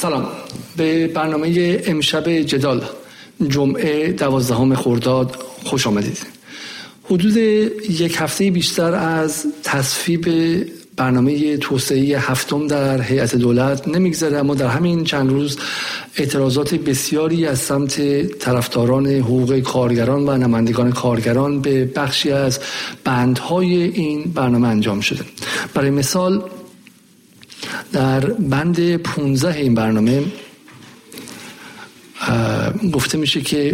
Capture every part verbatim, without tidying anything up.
سلام، به برنامه امشب جدال جمعه دوازدهم خرداد خوش آمدید. حدود یک هفته بیشتر از تصویب برنامه توسعه هفتم در هیئت دولت نمیگذره، اما در همین چند روز اعتراضات بسیاری از سمت طرفداران حقوق کارگران و نمایندگان کارگران به بخشی از بندهای این برنامه انجام شده. برای مثال در بند پانزده این برنامه گفته میشه که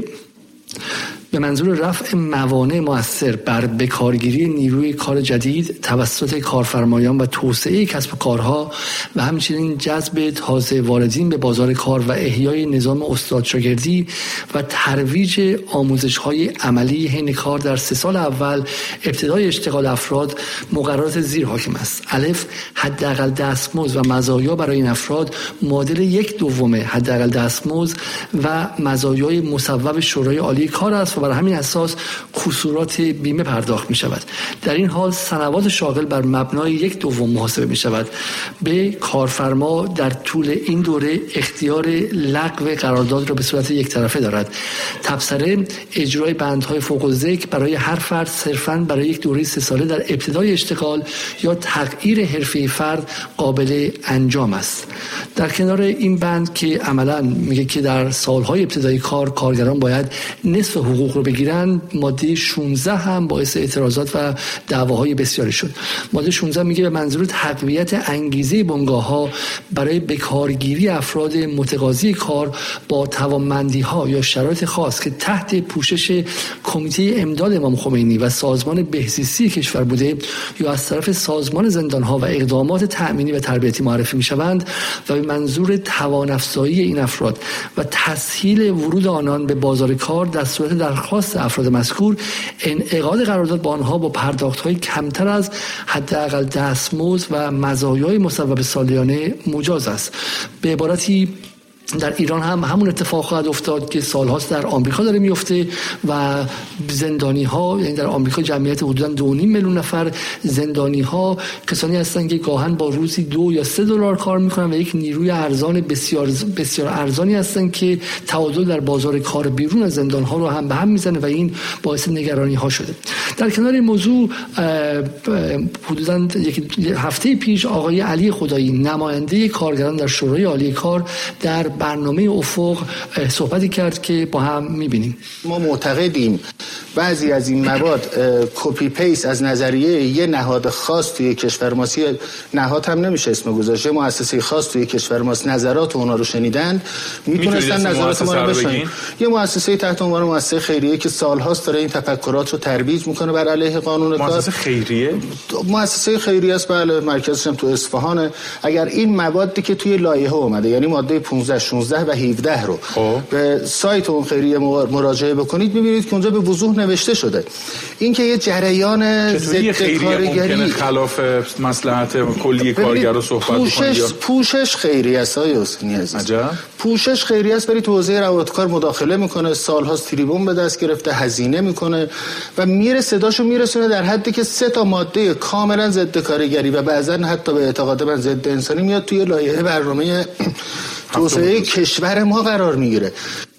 به منظور رفع موانع مؤثر بر بکارگیری نیروی کار جدید توسط کارفرمایان و توسعه کسب و کارها و همچنین جذب تازه واردین به بازار کار و احیای نظام استادشاگردی و ترویج آموزش‌های عملی حین کار در سه سال اول ابتدای اشتغال افراد مقررات زیر حاکم است. الف، حداقل دستمزد و مزایا برای این افراد معادل یک دوم حداقل دستمزد و مزایای مصوب شورای عالی کار است و بر همین اساس خسارات بیمه پرداخت می شود. در این حال سنوات شاغل بر مبنای یک دوم محاسبه می شود. به کارفرما در طول این دوره اختیار لغو قرارداد را به صورت یک طرفه دارد. تبصره، اجرای بندهای فوق الذکر برای هر فرد صرفاً برای یک دوره سه ساله در ابتدای اشتغال یا تغییر حرفه فرد قابل انجام است. در کنار این بند که عملاً میگه که در سالهای ابتدایی کار کارگران باید نصف حقوق رو بگیرن، ماده شانزده هم باعث اعتراضات و دعواهای بسیاری شد. ماده شانزده میگه به منظور تقویت انگیزه بنگاه‌ها برای بکارگیری افراد متقاضی کار با توانمندی‌ها یا شرایط خاص که تحت پوشش کمیته امداد امام خمینی و سازمان بهزیستی کشور بوده یا از طرف سازمان زندان‌ها و اقدامات تأمینی و تربیتی معرفی می‌شوند و به منظور توان‌افزایی این افراد و تسهیل ورود آنان به بازار کار در صورت درخواست افراد مذکور انعقاد قرارداد با آنها با پرداخت‌های کمتر از حداقل دستمزد و مزایای مصوب سالیانه مجاز است. به عبارتی در ایران هم همون اتفاق خواهد افتاد که سالهاست در آمریکا داره میفته و زندانی ها، یعنی در آمریکا جمعیت حدوداً دو و نیم میلیون نفر زندانی ها کسانی هستند که گاهن با روزی دو یا سه دلار کار میکنن و یک نیروی ارزان بسیار بسیار ارزانی هستند که تعادل در بازار کار بیرون از زندان ها رو هم به هم میزنه و این باعث نگرانی ها شده. در کنار این موضوع حدوداً یک هفته پیش آقای علی خدایی نماینده کارگران در شورای عالی کار در برنامه افق صحبتی کرد که با هم میبینیم. ما معتقدیم بعضی از این مواد کپی پیست از نظریه یه نهاد خاص توی کشور ماست، نهاد هم نمیشه اسم گذاشته، مؤسسه خاص توی کشور ماست نظرات اونا رو شنیدن، میتونستن نظرات ما رو بشنن. یه مؤسسه تحت عنوان مؤسسه خیریه که سالهاست داره این تفکرات رو ترویج میکنه بر علیه قانون کار. مؤسسه خیریه؟ مؤسسه خیریه است، بله، مرکزش هم تو اصفهانه. اگر این موادی که توی لایحه اومده، یعنی ماده پانزده، شانزده و هفده رو خواه. به سایت اون خیریه مراجعه بکنید می‌بینید که اونجا به وضوح نوشته شده. این که یه جریان ضد کارگری ممکنه خلاف مصلحت کلی کارگر رو صحبت پوشش کنید. پوشش خیریه است های حسینی عزیز. عجب. پوشش خیریه است، ولی تو حوزه روابط کار مداخله میکنه، سال‌هاست تریبون به دست گرفته، هزینه میکنه و میره صداشو میرسونه در حدی که سه تا ماده کاملا ضد کارگری و بعضا حتی به اعتقاد من ضد انسانی میاد توی لایحه برنامه توسعه کشور ما قرار میگیره.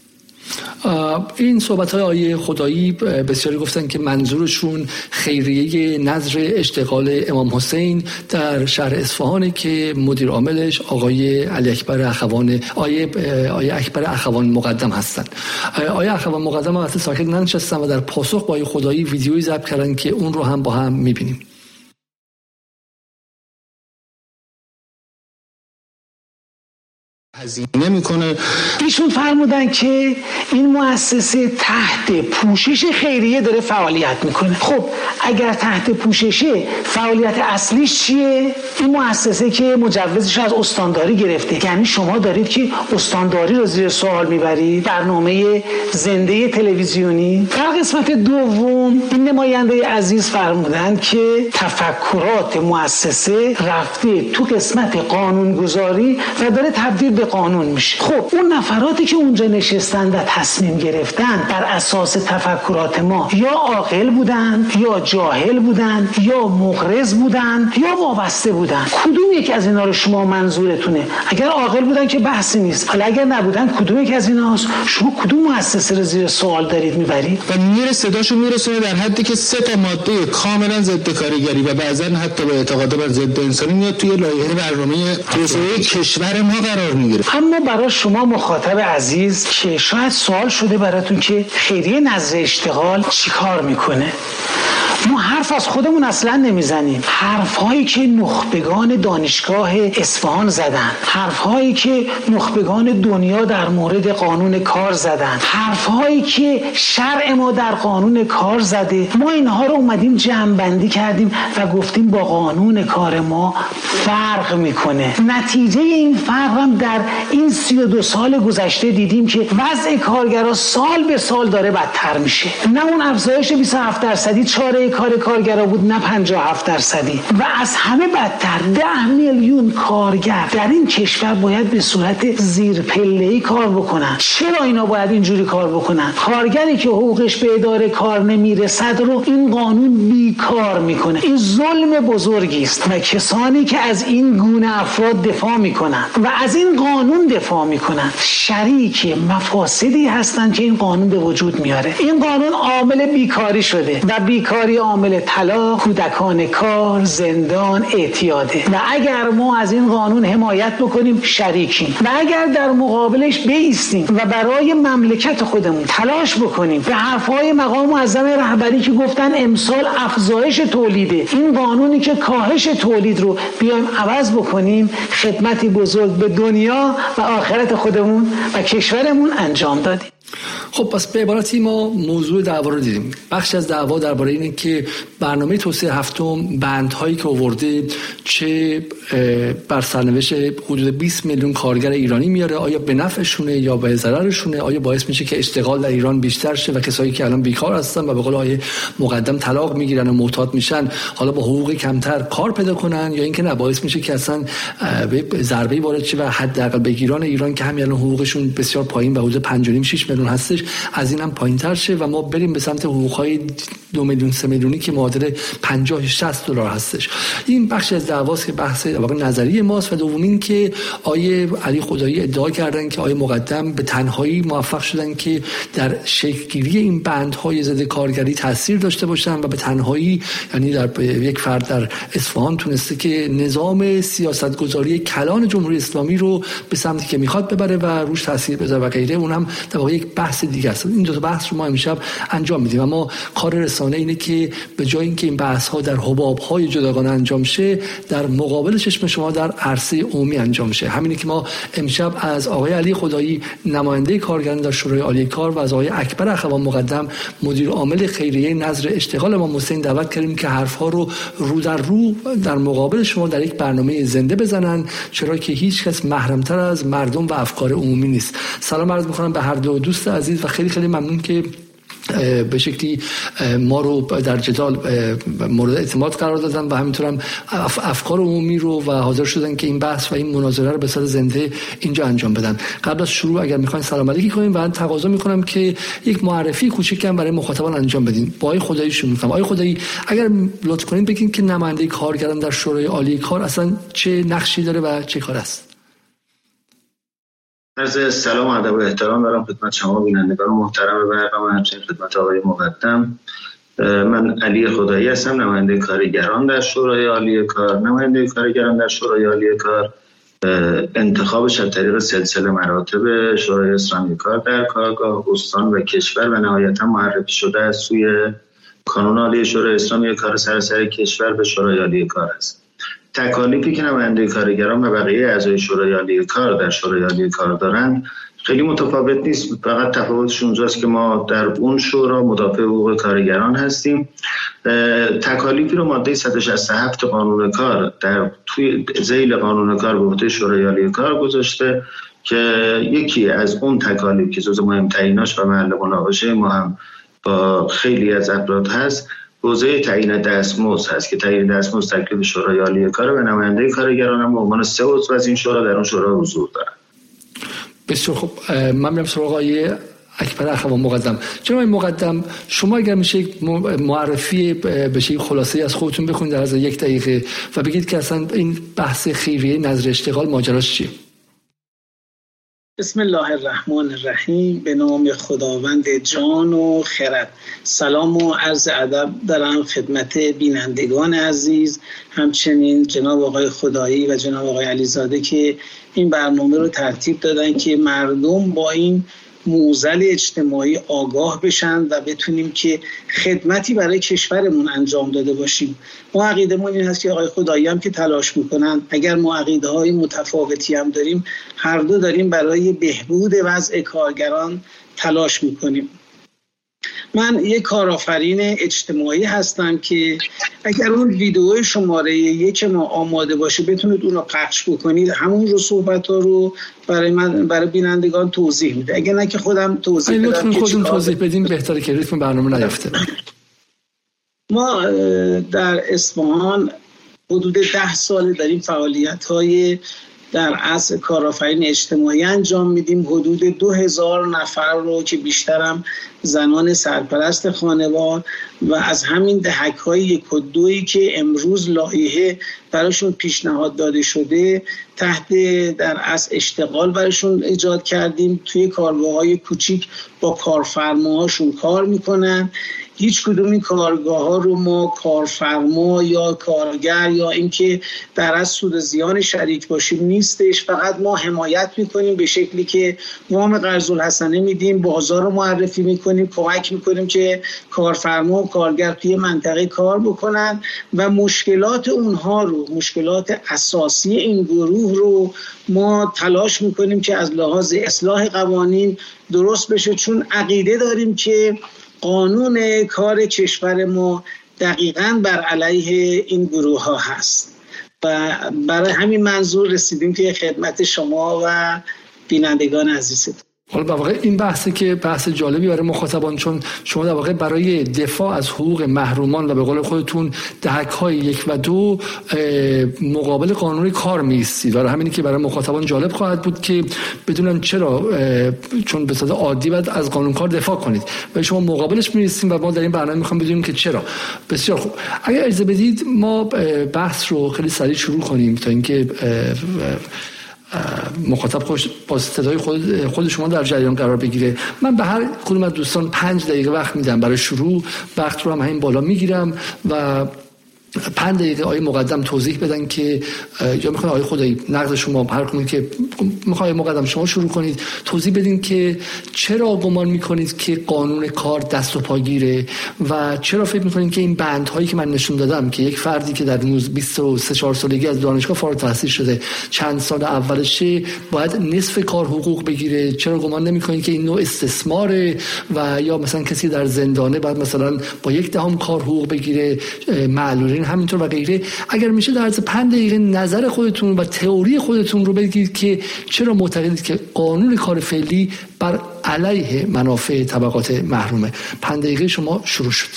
این صحبت‌های آیه خدایی بسیاری گفتن که منظورشون خیریه نظر اشتغال امام حسین در شهر اصفهان که مدیر عاملش آقای علی اکبر اخوان آیه آیه اکبر اخوان مقدم هستند. آیه اخوان مقدم هم اصلا ساکت ننشستن و در پاسخ با آیه خدایی ویدیویی ضبط کردن که اون رو هم با هم می‌بینیم. هزینه میکنه. ایشون فرمودن که این مؤسسه تحت پوشش خیریه داره فعالیت میکنه. خب اگر تحت پوششه، فعالیت اصلیش چیه؟ این مؤسسه که مجوزش از استانداری گرفته، یعنی شما دارید که استانداری رو زیر سوال میبرید. برنامه زنده تلویزیونی. در قسمت دوم این نماینده عزیز فرمودن که تفکرات مؤسسه رفته تو قسمت قانونگذاری و داره تبدیل به قانون میشه. خب اون نفراتی که اونجا نشستن و تصمیم گرفتن بر اساس تفکرات ما یا عاقل بودن یا جاهل بودن یا مغرض بودن یا وابسته بودن. کدوم یک از اینا رو شما منظورتونه؟ اگر عاقل بودن که بحثی نیست، حالا اگر نبودن کدوم یک از ایناست؟ شما کدوم مؤسسه رو زیر سوال دارید میبرید؟ و میره صداشو میرسونه در حدی که سه تا ماده کاملا ضد کارگری و بعضا حتی به اعتقاد بر ضد انسانی میاد توی لایحه برنامه توسعه کشور ما قرار میگیره. اما برای شما مخاطب عزیز که شاید سوال شده براتون که خیریه نظر اشتغال چیکار میکنه؟ ما حرف از خودمون اصلا نمیزنیم. حرفهایی که نخبگان دانشگاه اصفهان زدن، حرفهایی که نخبگان دنیا در مورد قانون کار زدن، حرفهایی که شرع ما در قانون کار زده، ما اینها رو اومدیم جمع‌بندی کردیم و گفتیم با قانون کار ما فرق میکنه. نتیجه این فرق هم در این سی و دو سال گذشته دیدیم که وضع کارگرها سال به سال داره بدتر میشه. نه اون افزایش بیست و هفت درصدی چاره کار کارگرها بود، نه پنجاه و هفت درصدی. و از همه بدتر ده میلیون کارگر در این کشور باید به صورت زیرپله‌ای کار بکنن. چرا اینا باید اینجوری کار بکنن؟ کارگری که حقوقش به اداره کار نمیرسد رو این قانون بیکار میکنه. این ظلم بزرگی است و کسانی که از این گونه افراد دفاع میکنن و از این قانون دفاع میکنن شریک مفاسدی هستن که این قانون به وجود میاره. این قانون عامل بیکاری شده و بیکاری عامل طلاق، کودکان کار، زندان، اعتیاده. و اگر ما از این قانون حمایت بکنیم شریکیم و اگر در مقابلش بایستیم و برای مملکت خودمون تلاش بکنیم به حرفهای مقام معظم رهبری که گفتن امسال افزایش تولیده، این قانونی که کاهش تولید رو بیایم عوض بکنیم، خدمتی بزرگ به دنیا و آخرت خودمون و کشورمون انجام دادیم. خب پس به عبارتی ما موضوع دعوا رو دیدیم. بخش از دعوا درباره اینه که برنامه توسعه هفتم بندهایی که آورده چه بر سرنوشت حدود بیست میلیون کارگر ایرانی میاره، آیا به نفعشونه یا به ضررشونه، آیا باعث میشه که اشتغال در ایران بیشتر شه و کسایی که الان بیکار هستن و به قول آیه مقدم طلاق میگیرن و معتاد میشن حالا با حقوق کمتر کار پیدا کنن، یا اینکه نه باعث میشه که اصلا ضربه‌ای وارد شه و حداقل بگیران ایران که همین الان حقوقشون بسیار پایین و حدود پنج و نیم شش میلیون هستش از این هم پایین‌تر شه و ما بریم به سمت حقوق‌های دو میلیون سه میلیونی که معادل پنجاه شصت دلار هستش. این بخش از دعواست که بحث واقعا نظری ماست. و دومین که آیه علی خدایی ادعا کردن که آیه مقدم به تنهایی موفق شدن که در شکل‌گیری این بندهای ضد کارگری تاثیر داشته باشن و به تنهایی، یعنی در یک فرد در اصفهان تونسته که نظام سیاستگذاری کلان جمهوری اسلامی رو به سمتی که میخواد ببره و روش تاثیر بذاره و غیره. اونم در واقع یک بحث دیگه است. این دو تا بحث رو ما امشب انجام میدیم. اما کار رسانه اینه که به جای اینکه این بحث ها در حباب‌های جداگانه انجام شه، در مقابل چشم شما در عرصه عمومی انجام شه. همینه که ما امشب از آقای علی خدایی نماینده کارگران در شورای عالی کار و از آقای اکبر اخوان مقدم مدیر عامل خیریه نظر اشتغال ما حسین دعوت کردیم که حرف ها رو رو در رو در مقابل شما در یک برنامه زنده بزنن، چرا که هیچ کس محرمتر از مردم و افکار عمومی نیست. سلام عرض می‌کنم به هر دو دوست عزیز و خیلی خیلی ممنون که به شکلی ما رو در جدال مورد اعتماد قرار دادن و همینطور هم افکار عمومی رو و حاضر شدن که این بحث و این مناظره رو به صورت زنده اینجا انجام بدن. قبل از شروع اگر میخواین سلام علیکی کنیم و تقاضا میکنم که یک معرفی کوچیکم برای مخاطبان انجام بدین. با آقای خدایی شروع میکنم. آقای خدایی اگر لطف کنین بگین که نماینده کارگران در شورای عالی کار اصلا چه نقشی داره و چه کار است؟ عرض سلام و ادب و احترام دارم خدمت شما بینندگان محترم برنامه، همچنین خدمت آقای مقدم. من علی خدایی هستم، نماینده کارگران در شورای عالی کار. نماینده کارگران در شورای عالی کار انتخابش از طریق سلسله مراتب شورای اسلامی کار در کارگاه، استان و کشور و نهایتا معرفی شده از سوی کانون عالی شورای اسلامی کار سراسر کشور به شورای عالی کار است. تکالیفی که نماینده کارگران و بقیه اعضای شورای عالی کار در شورای عالی کار دارند خیلی متفاوت نیست، فقط تفاوتش اونجاست که ما در اون شورا مدافع حقوق کارگران هستیم. تکالیفی رو ماده صد و شصت و هفت قانون کار در توی ذیل قانون کار به عهده شورای عالی کار گذاشته که یکی از اون تکالیف که جزو مهمتریناش و محل مناقشه ما هم با خیلی از افراد هست، حوزه تعیین دستمزد هست که تعیین دستمزد تکلیف شورای عالی کار و نماینده کارگران هم به عنوان سه عضو از این شورا در اون شورا حضور دارن. بسیار خب، من میرم سراغ آقای اکبر اخوان مقدم. جناب مقدم، شما اگر میشه معرفی بشه خلاصه از خودتون بخونید در از یک دقیقه و بگید که اصلا این بحث خیریه نظر اشتغال ماجراش چیه؟ بسم الله الرحمن الرحیم. به نام خداوند جان و خرد. سلام و عرض ادب دارم خدمت بینندگان عزیز، همچنین جناب آقای خدایی و جناب آقای علیزاده که این برنامه رو ترتیب دادن که مردم با این معضل اجتماعی آگاه بشن و بتونیم که خدمتی برای کشورمون انجام داده باشیم. ما عقیدمون این هست که آقای خدایی هم که تلاش میکنن، اگر ما عقیده های متفاوتی هم داریم، هر دو داریم برای بهبود وضع کارگران تلاش میکنیم. من یک کارآفرین اجتماعی هستم که اگر اون ویدیو شماره یک ما آماده باشه بتونید اون رو پخش بکنید، همون رو صحبت ها رو برای من برای بینندگان توضیح میده. اگه نه که خودم توضیح بدم. لطفاً خودتون توضیح بدین، بهتره که ریتم برنامه نیفته. ما در اصفهان حدود ده سال داریم فعالیت های در اصل کارآفرین اجتماعی انجام میدیم. حدود دو هزار نفر رو که بیشترم زنان سرپرست خانوار و از همین دهک های یک و دویی که امروز لایحه براشون پیشنهاد داده شده تحت در اصل اشتغال براشون ایجاد کردیم. توی کارگاه های کوچیک با کارفرماهاشون کار میکنن. هیچ کدوم این کارگاه ها رو ما کارفرما یا کارگر یا اینکه در از سود و زیان شریک باشیم نیستش. فقط ما حمایت میکنیم به شکلی که وام قرض الحسنه میدیم، بازار رو معرفی میکنیم، کمک میکنیم که کارفرما و کارگر توی منطقه کار بکنن و مشکلات اونها رو، مشکلات اساسی این گروه رو ما تلاش میکنیم که از لحاظ اصلاح قوانین درست بشه، چون عقیده داریم که قانون کار کشور ما دقیقاً بر علیه این گروه ها هست و برای همین منظور رسیدیم که خدمت شما و بینندگان عزیزتون. حالا در واقع این بحثی که بحث جالبی برای مخاطبان، چون شما در واقع برای دفاع از حقوق محرومان و به قول خودتون دهک‌های یک و دو مقابل قانون کار می‌ایستید. برای همینی که برای مخاطبان جالب خواهد بود که بدونن چرا، چون به صورت عادی باید از قانون کار دفاع کنید و شما مقابلش می‌ایستید و ما در این برنامه می‌خوام بدونیم که چرا. بسیار خوب، اگر اجازه بدید ما بحث رو خیلی سریع شروع کنیم تا اینکه مخاطب خوش با صدای خود خود شما در جریان قرار بگیره. من به هر کدوم از دوستان پنج دقیقه وقت میدم برای شروع. وقت رو هم همین بالا میگیرم و پنج دقیقه آقای مقدم توضیح بدن که یا میخواد آقای خدایی نقد شما هر کدوم که میخواد مقدم شما شروع کنید توضیح بدین که چرا گمان میکنید که قانون کار دست و پاگیره و چرا فکر میکنید که این بندهایی که من نشون دادم که یک فردی که در بیست و سه چهار سالگی از دانشگاه فارغ التحصیل شده چند سال اولشه باید نصف کار حقوق بگیره، چرا گمان نمیکنید که این نوع استثماره و یا مثلا کسی در زندانه باید مثلا با یک دهم کار حقوق بگیره، معلولین همینطور و غیره. اگر میشه در عرض پنج دقیقه نظر خودتون و تئوری خودتون رو بگید که چرا معتقدید که قانون کار فعلی بر علیه منافع طبقات محرومه. پنج دقیقه شما شروع شد.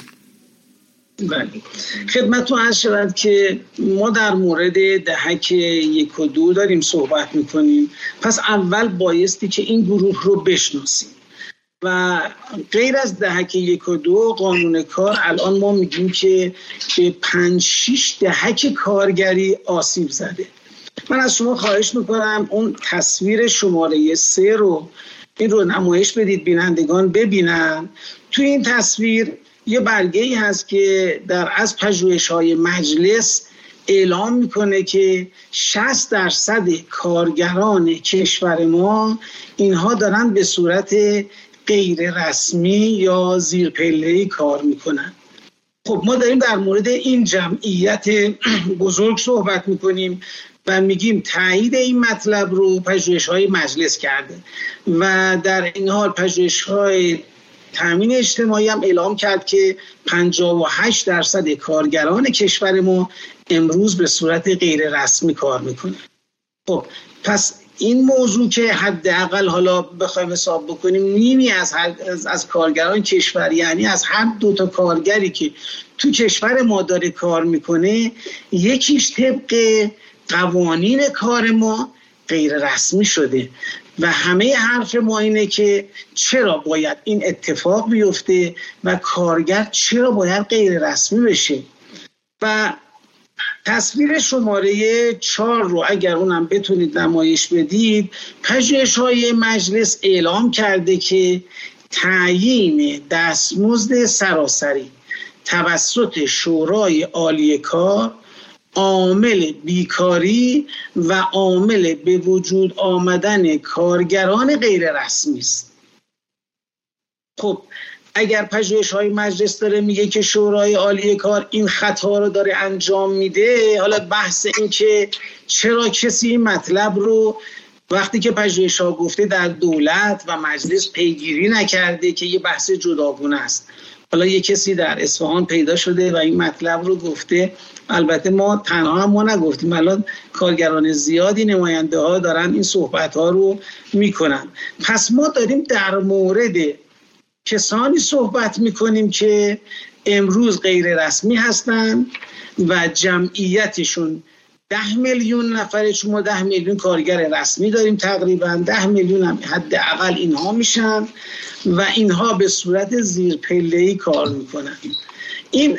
بله، خدمتتون عرض شود که ما در مورد دهک یک و دو داریم صحبت میکنیم. پس اول بایستی که این گروه رو بشناسیم و غیر از دهک یک و دو قانون کار الان ما میگیم که به پنج شیش دهک کارگری آسیب زده. من از شما خواهش میکنم اون تصویر شماره سه رو این رو نمایش بدید بینندگان ببینن. توی این تصویر یه برگه‌ای هست که در از پژوهش‌های مجلس اعلام میکنه که شصت درصد کارگران کشور ما اینها دارن به صورت غیر رسمی یا زیر پله‌ای کار میکنن. خب ما داریم در مورد این جمعیت بزرگ صحبت میکنیم و میگیم تایید این مطلب رو پژوهش‌های مجلس کرده و در این حال پژوهش‌های تامین اجتماعی هم اعلام کرد که پنجاه و هشت درصد کارگران کشور ما امروز به صورت غیر رسمی کار میکنن. خب پس این موضوع که حداقل حالا بخوایم حساب بکنیم نیمی از هر از, از کارگران کشور، یعنی از هر دو تا کارگری که تو کشور ما داره کار میکنه یکیش طبق قوانین کار ما غیر رسمی شده و همه حرف ما اینه که چرا باید این اتفاق بیفته و کارگر چرا باید غیر رسمی بشه. و تصویر شماره چهار رو اگر اونم بتونید نمایش بدید، پژوهش‌های مجلس اعلام کرده که تعیین دستمزد سراسری توسط شورای عالی کار عامل بیکاری و عامل به وجود آمدن کارگران غیر رسمی است. خب اگر پژوهش‌های مجلس داره میگه که شورای عالی کار این خطا رو داره انجام میده، حالا بحث این که چرا کسی این مطلب رو وقتی که پژوهش‌ها گفته در دولت و مجلس پیگیری نکرده که یه بحث جداگونه است. حالا یه کسی در اصفهان پیدا شده و این مطلب رو گفته. البته ما تنها هم ما نگفتیم، الان کارگران زیادی نماینده ها دارن این صحبت ها رو میکنن. پس ما داریم در مورد کسانی صحبت میکنیم که امروز غیر رسمی هستن و جمعیتشون ده میلیون نفره. چون ما ده میلیون کارگر رسمی داریم، تقریبا ده میلیون هم حداقل اینها میشن و اینها به صورت زیرپله‌ای کار میکنن. این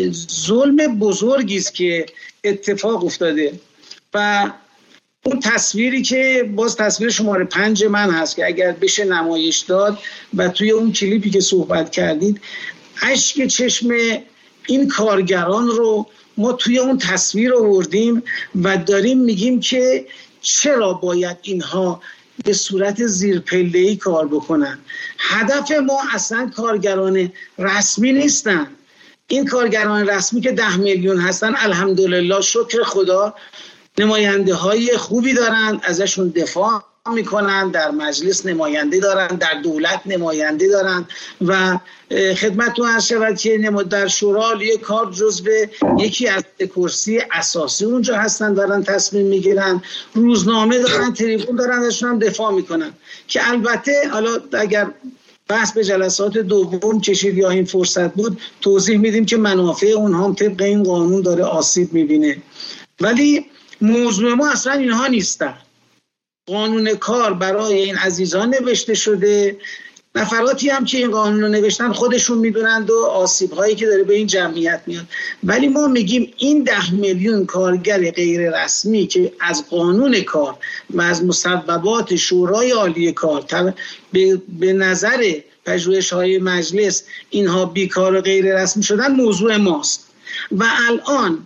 ظلم بزرگی است که اتفاق افتاده و اون تصویری که باز تصویر شماره پنج من هست که اگر بشه نمایش داد و توی اون کلیپی که صحبت کردید اشک چشم این کارگران رو ما توی اون تصویر آوردیم و داریم میگیم که چرا باید اینها به صورت زیرپله‌ای کار بکنن. هدف ما اصلا کارگران رسمی نیستن. این کارگران رسمی که ده میلیون هستن الحمدلله شکر خدا نماینده های خوبی دارن، ازشون دفاع میکنن، در مجلس نماینده دارن، در دولت نماینده دارن و خدمتتون عرض شود که در شورای عالی کار جزو یکی از کرسی اساسی اونجا هستن، دارن تصمیم میگیرن، روزنامه دارن، تریبون دارن، ازشون هم دفاع میکنن که البته حالا اگر بحث به جلسات دوم کشید یا این فرصت بود توضیح میدیم که منافع اونها هم طبق این قانون داره آسیب میبینه. ولی موضوع ما اصلا اینها نیستن. قانون کار برای این عزیزان نوشته شده، نفراتی هم که این قانون رو نوشتن خودشون میدونند و آسیب هایی که داره به این جمعیت میاد. ولی ما میگیم این ده میلیون کارگر غیر رسمی که از قانون کار و از مصوبات شورای عالی کار به, به نظر پژوهش های مجلس اینها بیکار و غیر رسمی شدن موضوع ماست و الان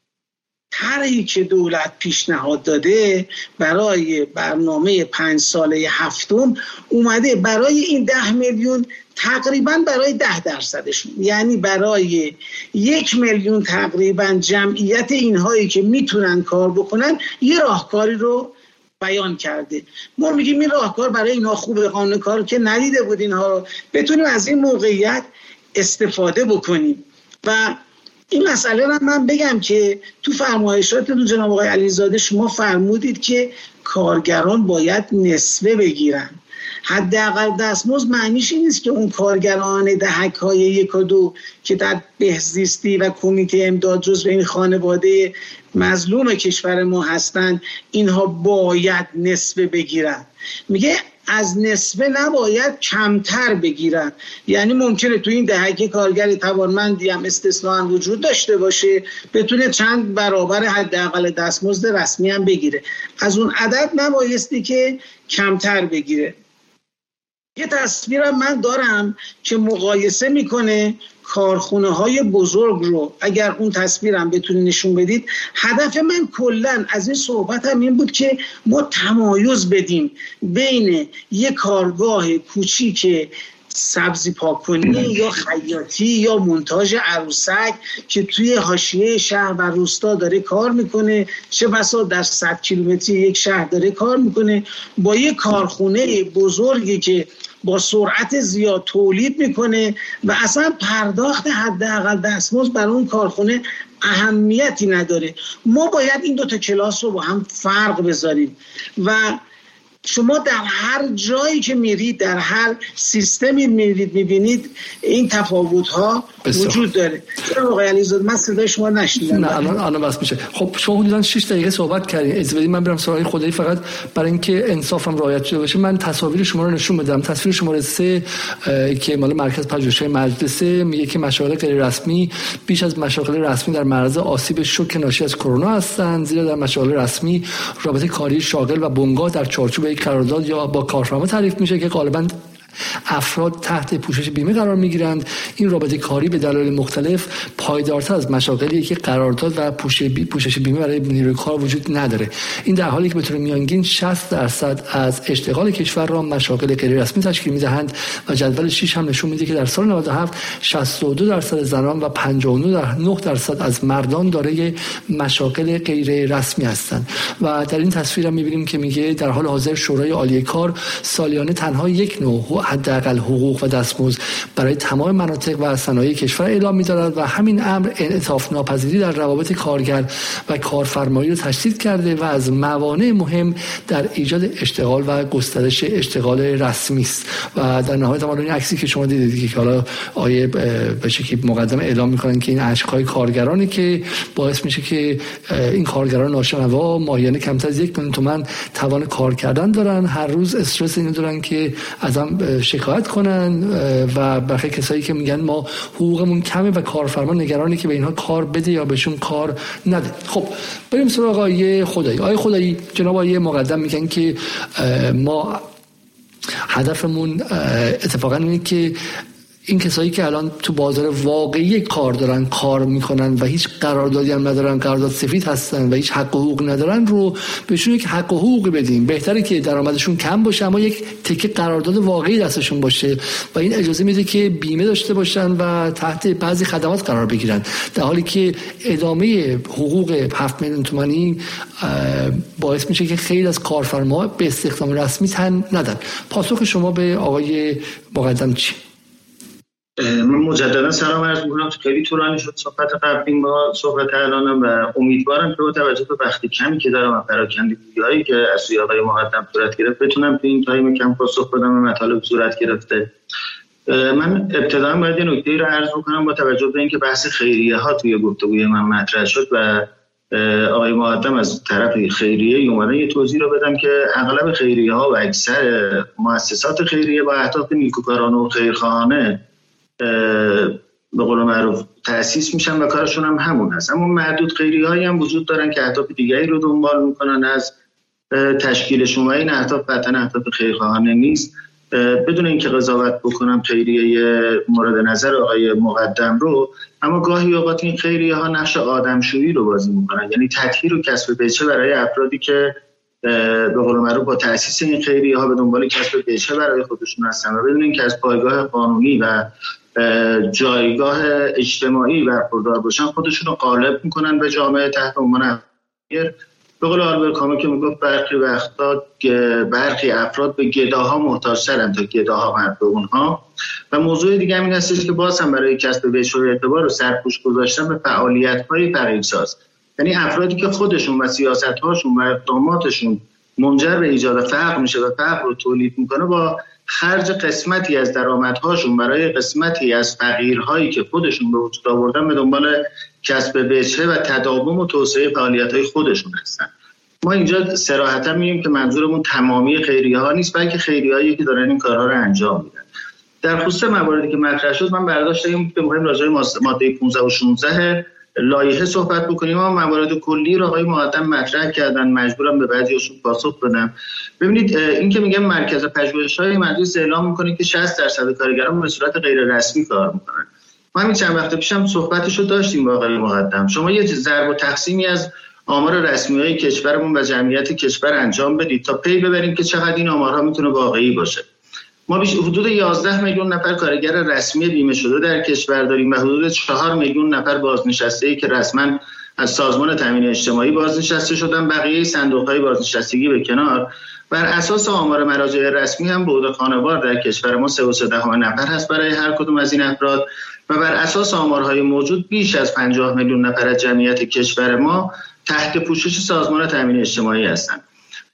طرحی که دولت پیشنهاد داده برای برنامه پنج ساله هفتم اومده برای این ده میلیون تقریبا برای ده درصدشون، یعنی برای یک میلیون تقریبا جمعیت اینهایی که میتونن کار بکنن یه راهکاری رو بیان کرده. ما میگیم این راهکار برای اینها خوبه، قانون کار که ندیده بود اینها رو بتونیم از این موقعیت استفاده بکنیم. و این مسئله رو من بگم که تو فرمایشاتتون جناب آقای علیزاده شما فرمودید که کارگران باید نصفه بگیرن. حداقل دستمزد معنیش این نیست که اون کارگران دهک‌های یک و دو که در بهزیستی و کمیته امداد جزو این خانواده مظلوم کشور ما هستن اینها باید نصفه بگیرن. میگه از نصفه نباید کمتر بگیرن، یعنی ممکنه تو این دهک کارگر توانمندی هم استثناء وجود داشته باشه بتونه چند برابر حداقل دستمزد رسمی هم بگیره، از اون عدد نبایستی که کمتر بگیره. یه تصویرم من دارم که مقایسه میکنه کارخونه های بزرگ رو، اگر اون تصویرم بتونی نشون بدید. هدف من کلن از این صحبتم این بود که ما تمایز بدیم بین یک کارگاه کوچیک سبزی پاک‌کنی یا خیاطی یا مونتاژ عروسک که توی حاشیه شهر و روستا داره کار میکنه، چه بسا در صد کیلومتری یک شهر داره کار میکنه، با یک کارخونه بزرگی که با سرعت زیاد تولید میکنه و اصلا پرداخت حداقل دستمزد برای اون کارخونه اهمیتی نداره. ما باید این دوتا کلاس رو با هم فرق بذاریم و شما در هر جایی که میرید، در هر سیستمی میرید میبینید این تفاوت‌ها وجود داره. آقای علیزاده من صدای شما نشنیدم. نه الان الان بس میشه. خب شما حدوداً شش دقیقه صحبت کردین. اجازه بدید من برم سراغ خدایی، فقط برای اینکه انصافم رعایت شده باشه من تصاویر شما رو نشون بدم. تصویر شماره سه که مال مرکز پژوهش‌های مجلسه میگه که مشاغل غیر رسمی بیش از مشاغل رسمی در معرض آسیب شوک ناشی از کرونا هستند، زیرا در مشاغل رسمی رابطه کاری شاغل و بنگاه در چارچوب یک قرارداد یا با کارفرما تعریف میشه که غالباً افراد تحت پوشش بیمه قرار میگیرند. این رابطه کاری به دلایل مختلف پایدارتر از مشاغلی که قرارداد و پوشش بیمه برای نیروی کار وجود نداره. این در حالی که به طور میانگین شصت درصد از اشتغال کشور را مشاغل غیر رسمی تشکیل میدهند و جدول شش هم نشون میده که در سال نود و هفت شصت و دو درصد زنان و پنجاه و نه درصد از مردان دارای مشاغل غیر رسمی هستند. و در این تصویر هم میبینیم که میگه در حال حاضر شورای عالی کار سالیانه تنها یک نوع حداقل حقوق و دستمزد برای تمام مناطق و صنایع کشور اعلام می‌دارد و همین امر انعطاف ناپذیری در روابط کارگر و کارفرمایی را تشدید کرده و از موانع مهم در ایجاد اشتغال و گسترش اشتغال رسمی است. و در نهایت هم این عکسی که شما دیدید که حالا آیه به شکلی مقدمه اعلام می‌کنن که این اشک‌های کارگرانی که باعث میشه که این کارگران ناشنوا ماهیانه کمتر از یک میلیون تومان توان کار کردن دارن، هر روز استرس اینو دارن که ازم شکایت کنن و برخی کسایی که میگن ما حقوقمون کمه و کارفرما نگرانی که به اینها کار بده یا بهشون کار نده. خب بریم سراغ آقای خدایی. آقای خدایی جناب آقای مقدم میگن که ما هدفمون اتفاقا اینه که این کسایی که الان تو بازار واقعی کار دارن کار میکنن و هیچ قراردادی هم ندارن، قرارداد سفید هستن و هیچ حق و حقوق ندارن رو بهشون یک حق و حقوق بدیم. بهتره که درآمدشون کم باشه اما یک تکه قرارداد واقعی دستشون باشه و این اجازه میده که بیمه داشته باشن و تحت بعضی خدمات قرار بگیرن، در حالی که ادامه حقوق هفت میلیون تومانی باعث میشه که خیلی از کارفرما به استخدام رسمی تن ندن. پاسخ شما به آقای مقدم چی؟ من مجددا سلام عرض می‌کنم. خیلی طولانی شد صحبت قبلی با صحبت الانم و امیدوارم که با توجه به وقت کمی که دارم و پراکندگی‌هایی که از سوی آقای مقدم صورت گرفت بتونم تو این تایم کم پاسخ بدم و مطالب صورت گرفته. من ابتداً باید یه نکته‌ای رو عرض بکنم با توجه به اینکه بحث خیریه‌ها توی گفتگوی من مطرح شد و آقای مقدم از طرف خیریه اومدن یه توضیح رو بدم که اغلب خیریه‌ها و اکثر مؤسسات خیریه با اهداف نیکوکارانه و خیرخواهانه به قول معروف تأسیس میشن و کارشون هم همون هست، اما معدود خیریه‌هایی هم وجود دارن که اهداف دیگری رو دنبال میکنن از تشکیلشون و این اهداف قطعا اهداف خیرخواهانه نیست. بدون اینکه قضاوت بکنم خیریه مورد نظر آقای مقدم رو، اما گاهی اوقات این خیریه ها نقش آدمشویی رو بازی میکنن، یعنی تطهیر و کسب بچه برای افرادی که به قول معروف با تأسیس این خیریه ها به دنبال کسب بچه برای خودشون هستن و بدون اینکه از پایگاه قانونی و جایگاه اجتماعی برخوردار باشن خودشون رو غالب میکنن به جامعه تحت عنوان به قول آلبرت کامو که میگفت برخی وقتا برخی افراد به گداها محتاج‌ترن تا گداها مرد به اونها. و موضوع دیگه همین هستش که باز هم برای کسب بهشت و اعتبار و سرپوش گذاشتن به فعالیت‌های فقیرساز، یعنی افرادی که خودشون و سیاست‌هاشون و اقداماتشون منجر به ایجاد فقر میشه و فقر رو تولید میکنه با خرج قسمتی از درآمدهاشون برای قسمتی از فقیرهایی که خودشون به وجود آوردن به دنبال کسب بهره و تداوم و توسعه فعالیت‌های خودشون هستن. ما اینجا صراحتاً میگیم که منظورمون تمامی خیریه‌ها نیست، بلکه خیریه‌هایی که دارن این کارها رو انجام میدن. در خصوص مواردی که مطرح شد من برداشت داریم که مهم راجع به ماده پانزده و شانزده لایحه صحبت بکنیم، اما موارد کلی رو آقای مقدم مطرح کردن، مجبورم به بعضی‌هاشون پاسخ بدم. ببینید این که میگم مرکز پژوهش‌های مجلس اعلام میکنه که شصت درصد کارگران به صورت غیر رسمی کار میکنن. ما همین چند وقت پیشم صحبتشو داشتیم با آقای مقدم. شما یه ضرب و تقسیمی از آمار رسمی‌های کشورمون و جمعیت کشور انجام بدید تا پی ببریم که چقدر این آمارها میتونه واقعی باشه. ما بیش حدود یازده میلیون نفر کارگر رسمی بیمه شده در کشور داریم و حدود چهار میلیون نفر بازنشسته‌ای که رسما از سازمان تامین اجتماعی بازنشسته شدن، بقیه صندوق‌های بازنشستگی به کنار. بر اساس آمار مراجع رسمی هم بعد خانوار در کشور ما سه و سه دهم نفر هست برای هر کدوم از این افراد و بر اساس آمارهای موجود بیش از پنجاه میلیون نفر از جمعیت کشور ما تحت پوشش سازمان تامین اجتماعی هستند.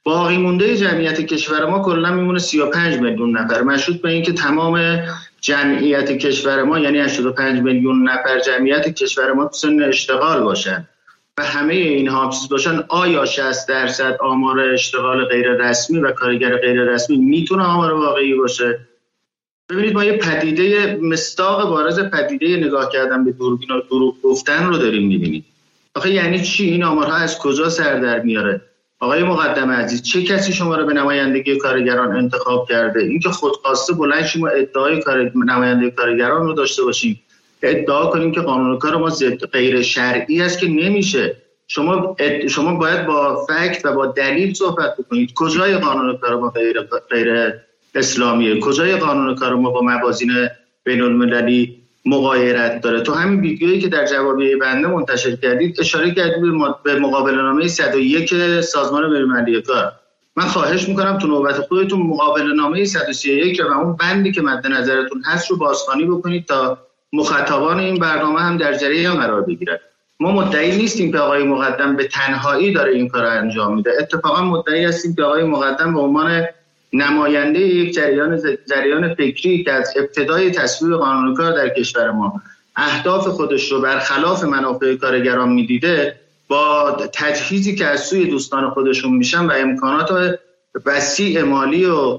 باقی مونده جمعیت کشور ما کلا میمونه سی و پنج میلیون نفر، مشروط به اینکه تمام جمعیت کشور ما یعنی هشتاد و پنج میلیون نفر جمعیت کشور ما تو سن اشتغال باشن و همه اینها چیز باشن. آیا شصت درصد آمار اشتغال غیر رسمی و کارگر غیر رسمی میتونه آمار واقعی باشه؟ ببینید ما یه پدیده مصداق بارز پدیده نگاه کردن به دوربین و دروغ گفتن رو داریم می‌بینید. آخه یعنی چی؟ این آمارها از کجا سر در میاره؟ آقای مقدم عزیز، چه کسی شما رو به نمایندگی کارگران انتخاب کرده؟ اینکه خودخواسته بلند شیم و ادعای کار نمایندگی کارگران رو داشته باشیم، ادعا کنیم که قانون کار ما ضد غیر شرعی است که نمیشه. شما اد... شما باید با فکت و با دلیل صحبت بکنید. کجای قانون کار ما غیر غیر اسلامیه؟ کجای قانون کار ما با موازین بین المللی مغایرت داره؟ تو همین ویدیویی که در جوابیه بنده منتشر کردید اشاره کردید به مقابله‌نامه صد و یک سازمان بین‌المللی کار. من خواهش میکنم تو نوبت خودتون مقابله‌نامه صد و سی و یک و اون بندی که مد نظرتون هست رو بازخوانی بکنید تا مخاطبان این برنامه هم در جریان قرار بگیرن. ما مدعی نیستیم که آقای مقدم به تنهایی داره این کار رو انجام میده. اتفاقا مدعی هستیم که آقای مقدم به عنوان نماینده یک جریان جریان فکری که از ابتدای تصویب قانون کار در کشور ما اهداف خودش رو برخلاف منافع کارگران میدیده، با تجهیزی که از سوی دوستان خودشون میشن و امکانات وسیع مالی و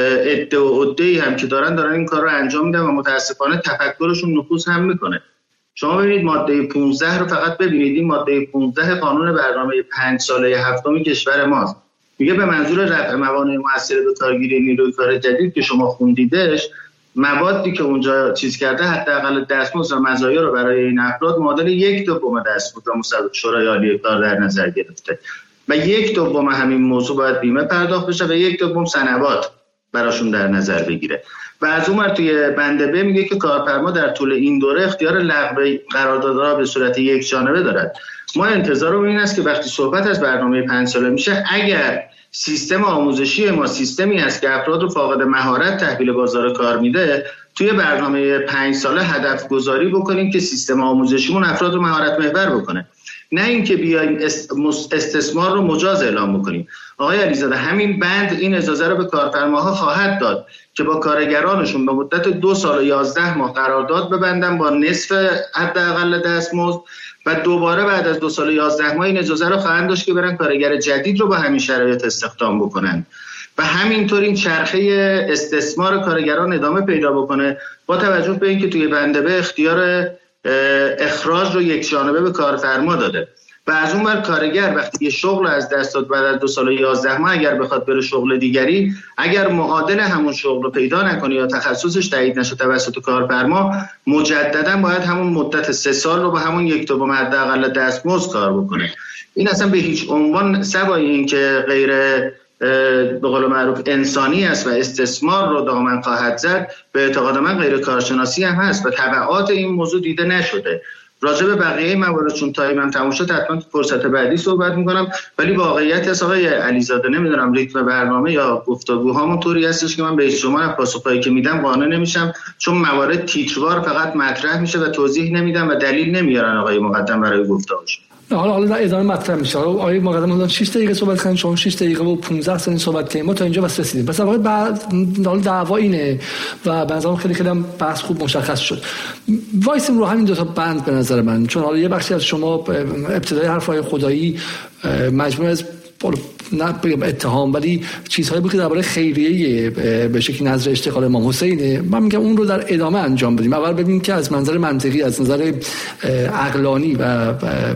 عده و عده‌ای هم که دارن دارن این کار رو انجام میدن و متاسفانه تفکرشون نفوذ هم میکنه. شما ببینید ماده پانزده رو فقط ببینید، این ماده پانزده قانون برنامه پنج ساله هفتم کشور ماست. میگه به منظور رفع موانع مؤثر به کارگیری نیروی کار جدید که شما خوندیدش، موادی که اونجا چیز کرده حداقل دستمزد و مزایا رو برای این افراد معادل یک دوم دستمزد و مصوب شورای عالی کار در نظر گرفته و یک دوم همین موضوع باید بیمه پرداخت بشه و یک دوم سنوات براشون در نظر بگیره. و از اون ور توی بنده ب میگه که کارفرما در طول این دوره اختیار لغو قراردادها به صورت یک جانبه دارد. ما انتظارم این است که وقتی صحبت از برنامه پنج ساله میشه، اگر سیستم آموزشی ما سیستمی است که افراد رو فاقد مهارت تحویل بازار کار میده، توی برنامه پنج ساله هدف گذاری بکنیم که سیستم آموزشیمون افراد رو مهارت محور بکنه، نه اینکه بیایم استثمار رو مجاز اعلام بکنیم. آقای علیزاده، همین بند این اجازه رو به کارفرماها خواهد داد که با کارگرانشون به مدت دو سال و یازده ماه قرارداد ببندن با نصف حداقل دستمزد و دوباره بعد از دو سال و یازده ماه این اجازه رو خواهند داشت که برن کارگر جدید رو با همین شرایط استخدام بکنن و همینطور این چرخه استثمار کارگران ادامه پیدا بکنه، با توجه به اینکه توی بنده به اختیار اخراج رو یک جانبه به کارفرما داده. و از اون ور کارگر وقتی یه شغل از دست داد بعد از دو سال و یازده ماه اگر بخواد بره شغل دیگری، اگر معادل همون شغل رو پیدا نکنه یا تخصصش تایید نشه توسط کارفرما، مجددا باید همون مدت سه سال رو با همون یک دوم حداقل دستمزد کار بکنه. این اصلا به هیچ عنوان سوای این که غیر به قول معروف انسانی است و استثمار رو دامن خواهد زد، به اعتقاد من غیر کارشناسی هم هست و تبعات این موضوع دیده نشده. راجع به بقیه موارد چون تایمم تموم شد حتما فرصت بعدی صحبت میکنم، ولی واقعیت هست آقای علیزاده، نمیدونم ریتم برنامه یا گفتگوهامون طوری هستش که من به شما پاسخایی که میدم قانع نمیشم، چون موارد تیتروار فقط مطرح میشه و توضیح نمیدم و دلیل نمیارن آقای مقدم برای گفتارشون. حالا حالا در ادامه مطرح میشه. آقای مقدم الان شش دقیقه صحبت کردن، شما شش دقیقه و پانزده ثانیه صحبت کردیم، ما تا اینجا بس رسیدیم. پس واقعا بعد حالا دعوا اینه و به نظرم خیلی خیلی بحث خوب مشخص شد. وایسیم رو همین دو تا بند به نظر من، چون حالا یه بخشی از شما ابتدای حرفای خدایی مجموعه از نه بگم اتهام ولی چیزهایی بود که درباره خیریه به شکلی نظر اشتغال امام حسینه، من میگم اون رو در ادامه انجام بدیم. اول ببینیم که از منظر منطقی، از نظر عقلانی و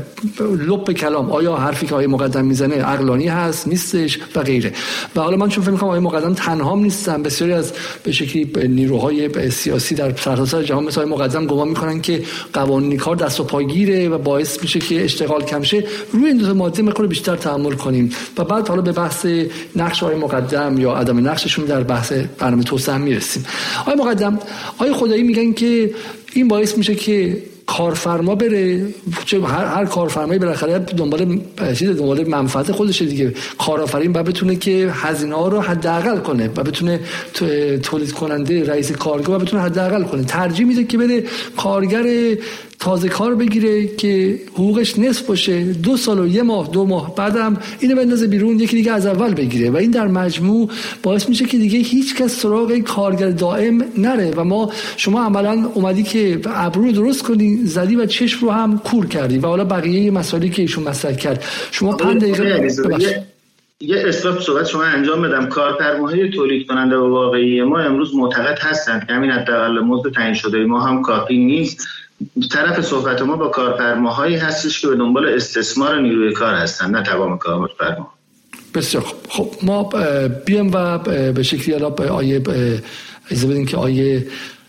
لب کلام آیا حرفی که آقای مقدم میزنه عقلانی هست نیستش و غیره. و حالا من چون فکر می‌کنم آقای مقدم تنها نیستن، بسیاری از به شکلی نیروهای سیاسی در سرتاسر جهان مثل آقای مقدم گمان میکنن که قوانین کار دست و پاگیره و باعث میشه که اشتغال کم شه. روی این دو تا ماده میخوره بیشتر تأمل کنیم و بعد حالا به بحث نقش آقای مقدم یا عدم نقششون در بحث برنامه توسعه میرسیم. آقای مقدم، آقای خدایی میگن که این باعث میشه که کارفرما بره، چه هر هر کارفرمایی بالاخره دنبال چیز دنبال منفعت خودشه دیگه. کارآفرین باید بتونه که هزینه ها رو حداقل کنه و بتونه تولید کننده رئیس کارگاه بتونه حداقل کنه. ترجیح میده که بره کارگر تازه کار بگیره که حقوقش نصف باشه، دو سال و یه ماه دو ماه بعدم اینو بندازه بیرون، یکی دیگه از اول بگیره و این در مجموع باعث میشه که دیگه هیچ کس سراغ کارگر دائم نره و ما شما عملا اومدی که ابرو رو درست کنی زدی و چشم رو هم کور کردی و حالا بقیه مسائلی که ایشون مطرح کرد. شما پنج دقیقه یه اصلاح صحبت شما انجام بدم. کارفرماهای تولید کننده و واقعی ما امروز معتقد هستند که همین حداقل مزد تعیین شده ما هم کافی نیست. طرف صحبت ما با کارفرماهایی هستش که به دنبال استثمار نیروی کار هستند، نه تمام کارفرما. بسیار خب. خب ما بیام و به شکلی الان آیه اجازه بدین که آیه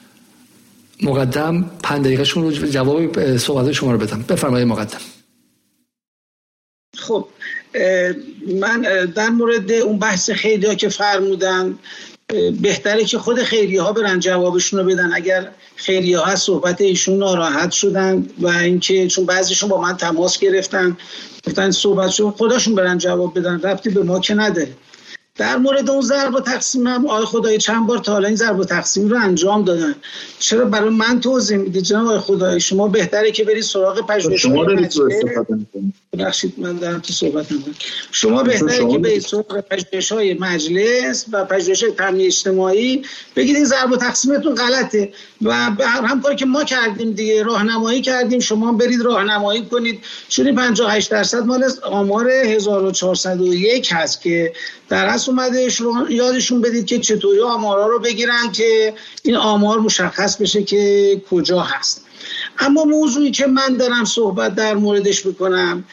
مقدم پنج دقیقه شون رو جواب صحبت شما رو بدم. بفرمایید مقدم. خب من در مورد اون بحث خیریه ها که فرمودن بهتره که خود خیریه ها برن جوابشون رو بدن. اگر خیریه ها صحبت ایشون ناراحت شدن و اینکه چون بعضیشون با من تماس گرفتن گفتن صحبتشون خودشون برن جواب بدن، ربطی به ما که نداره. در مورد اون ضرب و تقسیم هم آقای خدایی چند بار تا حالا این ضرب و تقسیم رو انجام دادن، چرا برای من توضیح میدید جناب آقای خدایی؟ شما بهتره که برید سراغ پژوهش‌های مجلس. ببخشید من دارم تو صحبت می‌کنم. شما بهتره که برید سراغ پژوهش‌های مجلس و پژوهش‌های تامین اجتماعی، بگید این ضرب و تقسیمتون غلطه و هم کاری که ما کردیم دیگه، راهنمایی کردیم، شما برید راهنمایی کنید. چون پنجاه و هشت درصد مال آمار هزار و چهارصد و یک هست که در اصل اومده شما یادشون بدید که چطوری آمارا رو بگیرن که این آمار مشخص بشه که کجا هست. اما موضوعی که من دارم صحبت در موردش بکنم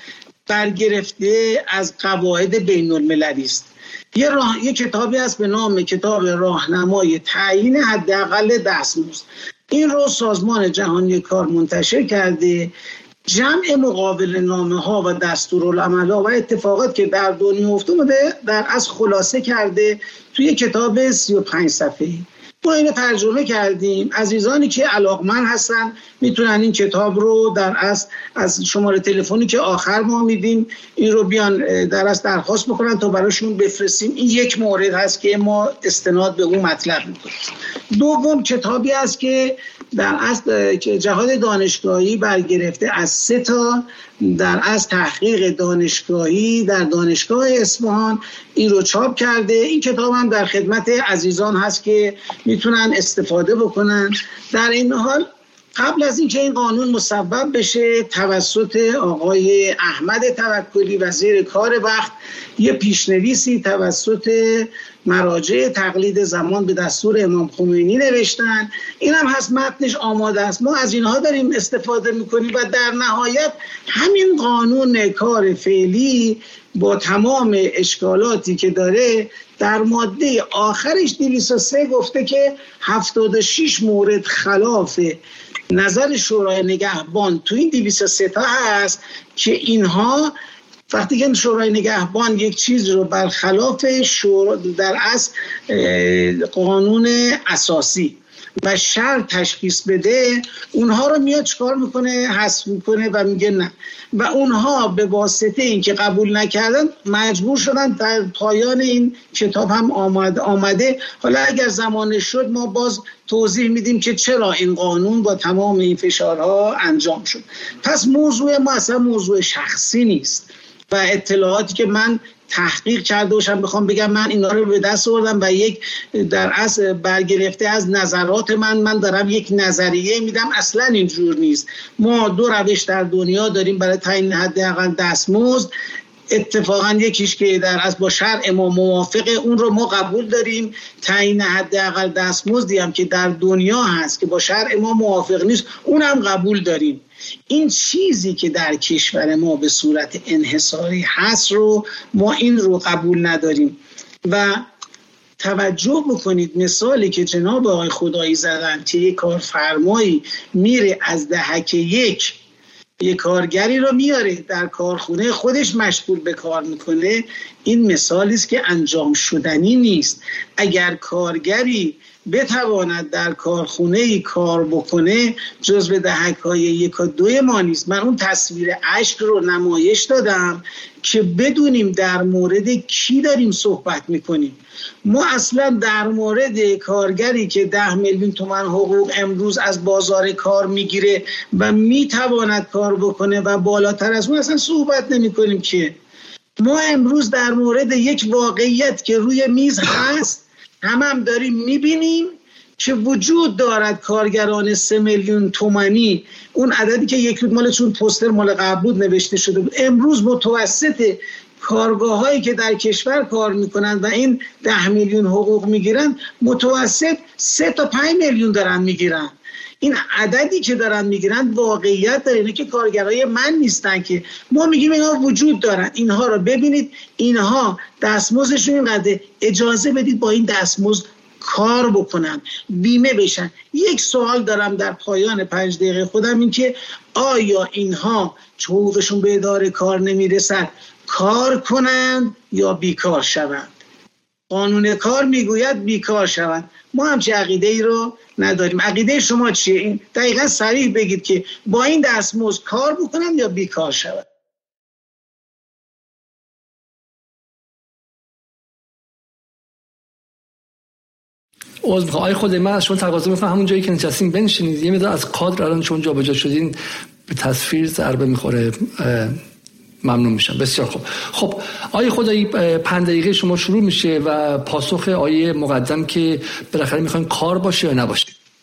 برگرفته از قواعد بین المللی است. یه راه یه کتابی هست به نام کتاب راهنمای تعیین حداقل دستمزد. این رو سازمان جهانی کار منتشر کرده. جمع مقابل نامه ها و دستورالعمل ها و اتفاقات که در دنیا افتاده در اصل خلاصه کرده توی کتاب سی و پنج صفحه‌ای. ما اینو ترجمه کردیم. عزیزانی که علاقمند هستن میتونن این کتاب رو در اصل از شماره تلفنی که آخر ما میدیم این رو بیان در اصل درخواست بکنن تا براشون بفرستیم. این یک مورد هست که ما استناد به اون مطلب میکنیم. دوم کتابی هست که در اصل جهاد دانشگاهی برگرفته از سه تا در اصل تحقیق دانشگاهی در دانشگاه اصفهان این رو چاپ کرده. این کتاب هم در خدمت عزیزان هست که میتونن استفاده بکنن. در این حال قبل از اینکه این قانون مصوب بشه توسط آقای احمد توکلی وزیر کار وقت یه پیشنویسی توسط مراجع تقلید زمان به دستور امام خمینی نوشتن. این هم هست متنش آماده است. ما از اینها داریم استفاده میکنیم و در نهایت همین قانون کار فعلی با تمام اشکالاتی که داره در ماده آخرش دویست و سه گفته که هفتاد و شش مورد خلاف نظر شورای نگهبان تو این دویست و سه تا هست که اینها وقتی که شورای نگهبان یک چیز رو برخلاف شورا در اصل قانون اساسی و شرط تشخیص بده اونها رو میاد چکار میکنه؟ حذف میکنه و میگه نه. و اونها به واسطه این که قبول نکردن مجبور شدن در پایان این کتاب هم آمد آمده. حالا اگر زمانش شد ما باز توضیح میدیم که چرا این قانون با تمام این فشارها انجام شد. پس موضوع ما اصلا موضوع شخصی نیست و اطلاعاتی که من تحقیق کرده باشم بخوام بگم من اینا رو به دست آوردم و یک در اصل برگرفته از نظرات من من دارم یک نظریه میدم، اصلا اینجور نیست. ما دو روش در دنیا داریم برای تعیین حداقل دستمزد. اتفاقا یکیش که در اصل با شرع ما موافقه اون رو ما قبول داریم. تعیین حداقل دستمزدی هم که در دنیا هست که با شرع ما موافق نیست اون هم قبول داریم. این چیزی که در کشور ما به صورت انحصاری هست رو ما این رو قبول نداریم. و توجه بکنید مثالی که جناب آقای خدایی زدن که یک کارفرمایی میره از دهک یک یک کارگری رو میاره در کارخونه خودش مشغول به کار میکنه، این مثالی است که انجام شدنی نیست. اگر کارگری بتواند در کارخونه‌ای کار بکنه جزو دهک‌های یک و دوی ما نیست. من اون تصویر اشک رو نمایش دادم که بدونیم در مورد کی داریم صحبت میکنیم. ما اصلا در مورد کارگری که ده میلیون تومان حقوق امروز از بازار کار میگیره و میتواند کار بکنه و بالاتر از اون اصلا صحبت نمی کنیم. که ما امروز در مورد یک واقعیت که روی میز هست هم هم داریم میبینیم که وجود دارد کارگران سه میلیون تومانی، اون عددی که یک روز مال چون پوستر مال قبل بود نوشته شده بود، امروز متوسط کارگاه هایی که در کشور کار میکنند و این ده میلیون حقوق میگیرن متوسط سه تا پنج میلیون دارن میگیرن. این عددی که دارن میگیرن واقعیت داره، اینه که کارگرای من نیستن که ما میگیم اینها وجود دارن. اینها رو ببینید، اینها دستمزدشون اینقدر، اجازه بدید با این دستمزد کار بکنن، بیمه بشن. یک سوال دارم در پایان پنج دقیقه خودم، این که آیا اینها حقوقشون به اداره کار نمیرسد کار کنند یا بیکار شوند؟ قانون کار میگوید بیکار شوند. ما همچه عقیده ای رو نداریم. عقیده شما چیه؟ این دقیقا صریح بگید که با این دستمزد کار بکنن یا بیکار شوند. عذر میخوام آقای خدایی، من از شما تقاضا میکنم همون جایی که نشستین بنشینید. یه مقدار از کادر الان چون جابجا شدین به تصویر ضربه میخوره، ممنون میشم. بسیار خوب. خب آقای خدایی، پنج دقیقه شما شروع میشه و پاسخ آقای مقدم که بالاخره میخواین کار باشه یا نباشه.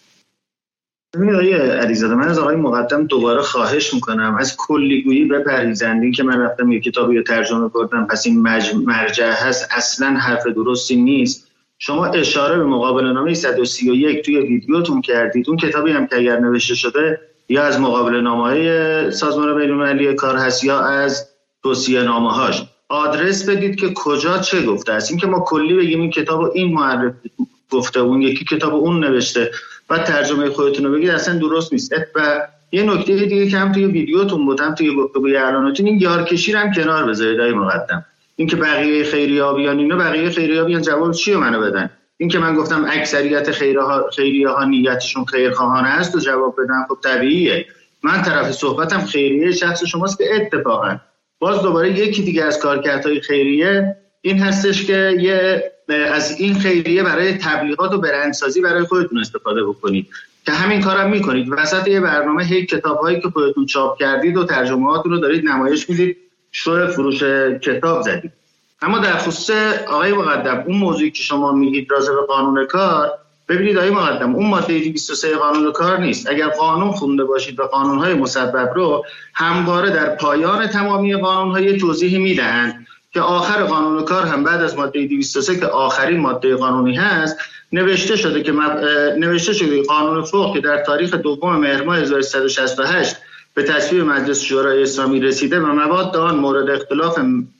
ببینید آقای علیزاده، من از آقای مقدم دوباره خواهش میکنم از کلیگویی بپرهیزند. این که من رفتم یک کتابی رو ترجمه کردم پس این مرجع هست، اصلا حرف درستی نیست. شما اشاره به مقابله نامه صد و سی و یک توی ویدیوتون کردید. اون کتابی هم که اگر نوشته شده یا از مقابله نامه‌های سازمان بین‌المللی کار هست یا از توصیه نامه‌هاش. آدرس بدید که کجا چه گفته است. این که ما کلی بگیم این کتابو این معرف گفته، اون یکی کتابو اون نوشته و ترجمه خودتون رو بگید، اصلا درست نیست. و یه نکته دیگه که هم توی ویدیوتون بود هم توی گفتگوی اعلاناتون، این یارکشی رو هم کنار بذارید آقای مقدم. این که بقیه خیریه‌ها بیان، اینا بقیه خیریه‌ها بیان جواب چیه منو بدن. این که من گفتم اکثریت خیریه‌ها خیریه‌ها نیتشون خیرخواهانه است و جواب بدن، خب طبیعیه. من طرف صحبتم خیریه شخص شماست که اتفاقا باز دوباره یکی دیگه از کارکردهای خیریه این هستش که یه از این خیریه برای تبلیغات و برندسازی برای خودتون استفاده بکنید که همین کارم میکنید. وسط یه برنامه هی کتاب‌هایی که خودتون چاپ کردید و ترجمه‌هاتون رو دارید نمایش میدید، شروع فروش کتاب زدید. اما در خصوص آقای مقدم اون موضوعی که شما میگید راجع به قانون کار، ببینید آقای مقدم اون ماده دویست و سه قانون کار نیست. اگر قانون خونده باشید و قانون‌های مسبب رو همواره در پایان تمامی قانون‌های توضیح میدهند که آخر قانون کار هم بعد از ماده دویست و سه که آخرین ماده قانونی هست نوشته شده که مب... نوشته شده قانون فوق که در تاریخ دوم مهر ماه هزار و سیصد و شصت و هشت به تصویب مجلس شورای اسلامی رسیده و مواد آن مورد اختلاف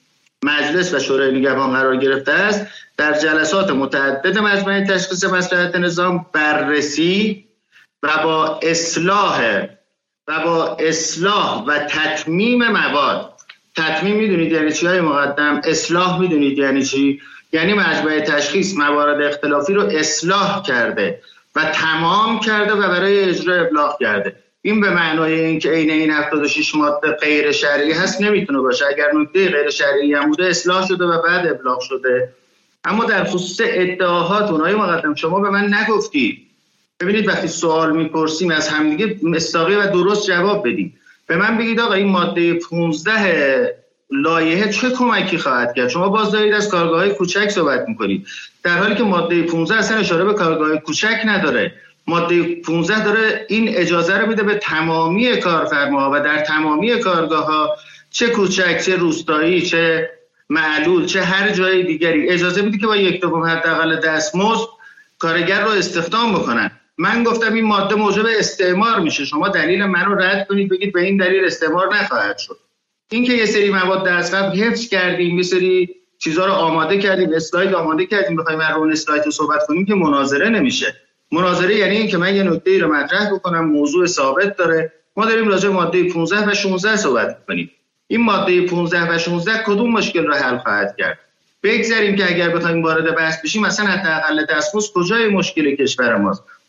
مجلس و شورای نگهبان قرار گرفته است، در جلسات متعدد مجمع تشخیص مصلحت نظام بررسی و با اصلاح و با اصلاح و تتمیم مواد. تتمیم میدونید یعنی چی های مقدم؟ اصلاح میدونید یعنی چی؟ یعنی مجمع تشخیص موارد اختلافی رو اصلاح کرده و تمام کرده و برای اجرا ابلاغ کرده. این به معنای اینکه عین این هفتاد و شش ماده غیر شرعی هست نمیتونه باشه. اگر نکته غیر شرعی هم بوده اصلاح شده و بعد ابلاغ شده. اما در خصوص ادعاهاتون آقای مقدم شما به من نگفتید. ببینید وقتی سوال میپرسیم از همدیگه مصداقی و درست جواب بدید. به من بگید آقا این ماده پانزده لایحه چه کمکی خواهد کرد؟ شما باز دارید از کارگاه‌های کوچک صحبت میکنید در حالی که ماده پانزده اصلا اشاره به کارگاه‌های کوچک نداره. ماده پانزده داره این اجازه رو میده به تمامی کارفرماها و در تمامی کارگاه‌ها چه کوچک چه روستایی چه معلول چه هر جای دیگری اجازه میده که با یک دوم حداقل دستمزد کارگر رو استخدام بکنن. من گفتم این ماده موجب استعمار میشه، شما دلیل منو رد کنید بگید به این دلیل استعمار نخواهد شد. این که یه سری مواد از قبل حفظ کردیم، یه سری چیزا رو آماده کردیم، اسلاید آماده کردیم، بخوایم از اون اسلاید رو صحبت کنیم که مناظره نمیشه. مناظره یعنی این که من یه نکته رو مطرح بکنم، موضوع ثابت داره، ما داریم راجع به ماده پانزده و شانزده صحبت کنیم. این ماده پانزده و شانزده کدوم مشکل رو حل خواهد کرد؟ بگذاریم که اگر بخوایم وارد بحث بشیم مثلا حداقل دستمزد کجای مشکل کشور ماست؟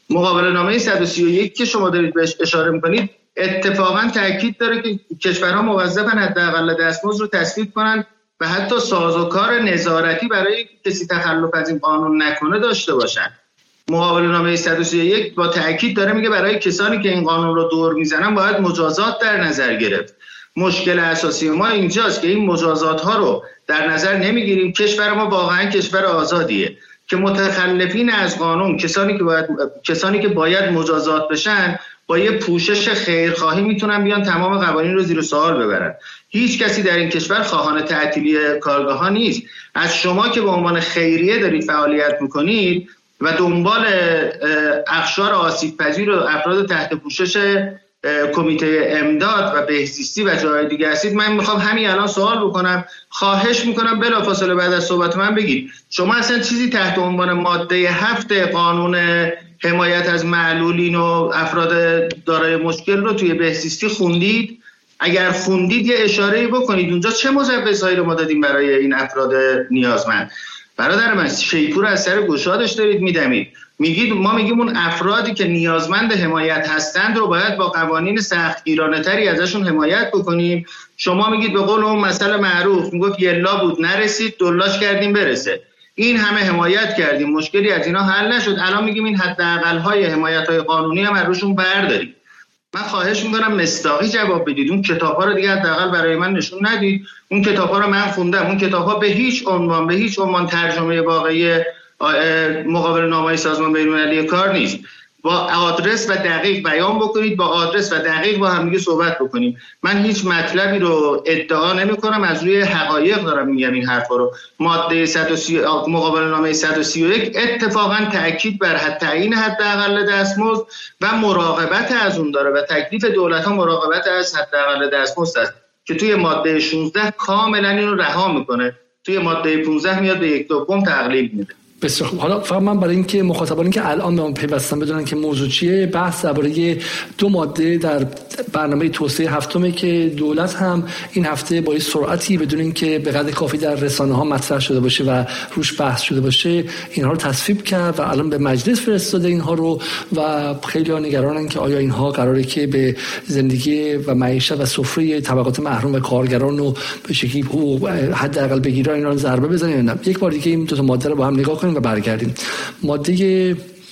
مقابله نامه صد و سی و یک که شما دارید بهش اشاره میکنید اتفاقا تاکید داره که کشورها موظفن حداقل دستمزد رو تصویب کنن و حتی سازوکار نظارتی برای کسی تخلف از این قانون نکنه داشته باشن. مقابله نامه صد و سی و یک با تاکید داره میگه برای کسانی که این قانون رو دور میزنن باید مجازات در نظر گرفت. مشکل اساسی ما اینجاست که این مجازات ها رو در نظر نمیگیریم. کشور ما واقعا کشور آزادیه که متخلفین از قانون، کسانی که باید کسانی که باید مجازات بشن، با یه پوشش خیرخواهی میتونن بیان تمام قوانین رو زیر سوال ببرن. هیچ کسی در این کشور خواهان تعطیلی کارگاه ها نیست. از شما که به عنوان خیریه دارید فعالیت میکنید و دنبال اقشار آسیب پذیر و افراد تحت پوشش کمیته امداد و بهزیستی و جای دیگه هستید، من میخوام همین الان سوال بکنم، خواهش میکنم بلافاصله بعد از صحبت من بگید شما اصلا چیزی تحت عنوان ماده هفت قانون حمایت از معلولین و افراد دارای مشکل رو توی بهزیستی خوندید؟ اگر خوندید یه اشاره‌ای بکنید اونجا چه مجوزهایی رو ما دادیم برای این افراد نیازمند. برادر من شیپور از سر گشادش دارید میدمید. میگید ما میگیم اون افرادی که نیازمند حمایت هستند رو باید با قوانین سختگیرانه تری ازشون حمایت بکنیم. شما میگید به قول اون مثل معروف میگفت یلا بود نرسید دلاش کردیم برسه. این همه حمایت کردیم مشکلی از اینا حل نشد، الان میگیم این حداقل های حمایت های قانونی هم روشون بردارید. من خواهش میکنم مصداقی جواب بدید. اون کتاب‌ها رو دیگه حداقل برای من نشون ندید. اون کتاب‌ها رو من خوندم. اون کتاب‌ها به هیچ عنوان به هیچ عنوان ترجمه واقعی مقابله نامه سازمان بین‌المللی کار نیست. با آدرس و دقیق بیان بکنید، با آدرس و دقیق با هم دیگه صحبت بکنیم. من هیچ مطلبی رو ادعا نمی‌کنم، از روی حقایق دارم میگم این حرفا رو. ماده صد و سی مقابله نامه صد و سی و یک اتفاقا تاکید بر تعیین حداقل دستمزد و مراقبت از اون داره و تکلیف دولت‌ها مراقبت از حداقل دستمزد است که توی ماده شانزده کاملا اینو رها میکنه، توی ماده پانزده میاد به یک دوم تقلیل میده. بسیار خوب. حالا فقط من برای اینکه مخاطبانی که الان به ما پیوستن بدونن که موضوع چیه، بحث درباره دو ماده در برنامه توسعه هفتمه که دولت هم این هفته با سرعتی بدون اینکه به قدر کافی در رسانه‌ها مطرح شده باشه و روش بحث شده باشه اینها رو تصویب کرد و الان به مجلس فرستاده اینها رو و خیلی‌ها نگرانن که آیا اینها قراره که به زندگی و معیشت و سفره طبقات محروم و کارگران رو به شکلی حقوق حداقل بگیرن اینا رو ضربه بزنن یا نه. یک بار دیگه این دو تا ماده رو با هم نگاه کنیم و برگردیم. ماده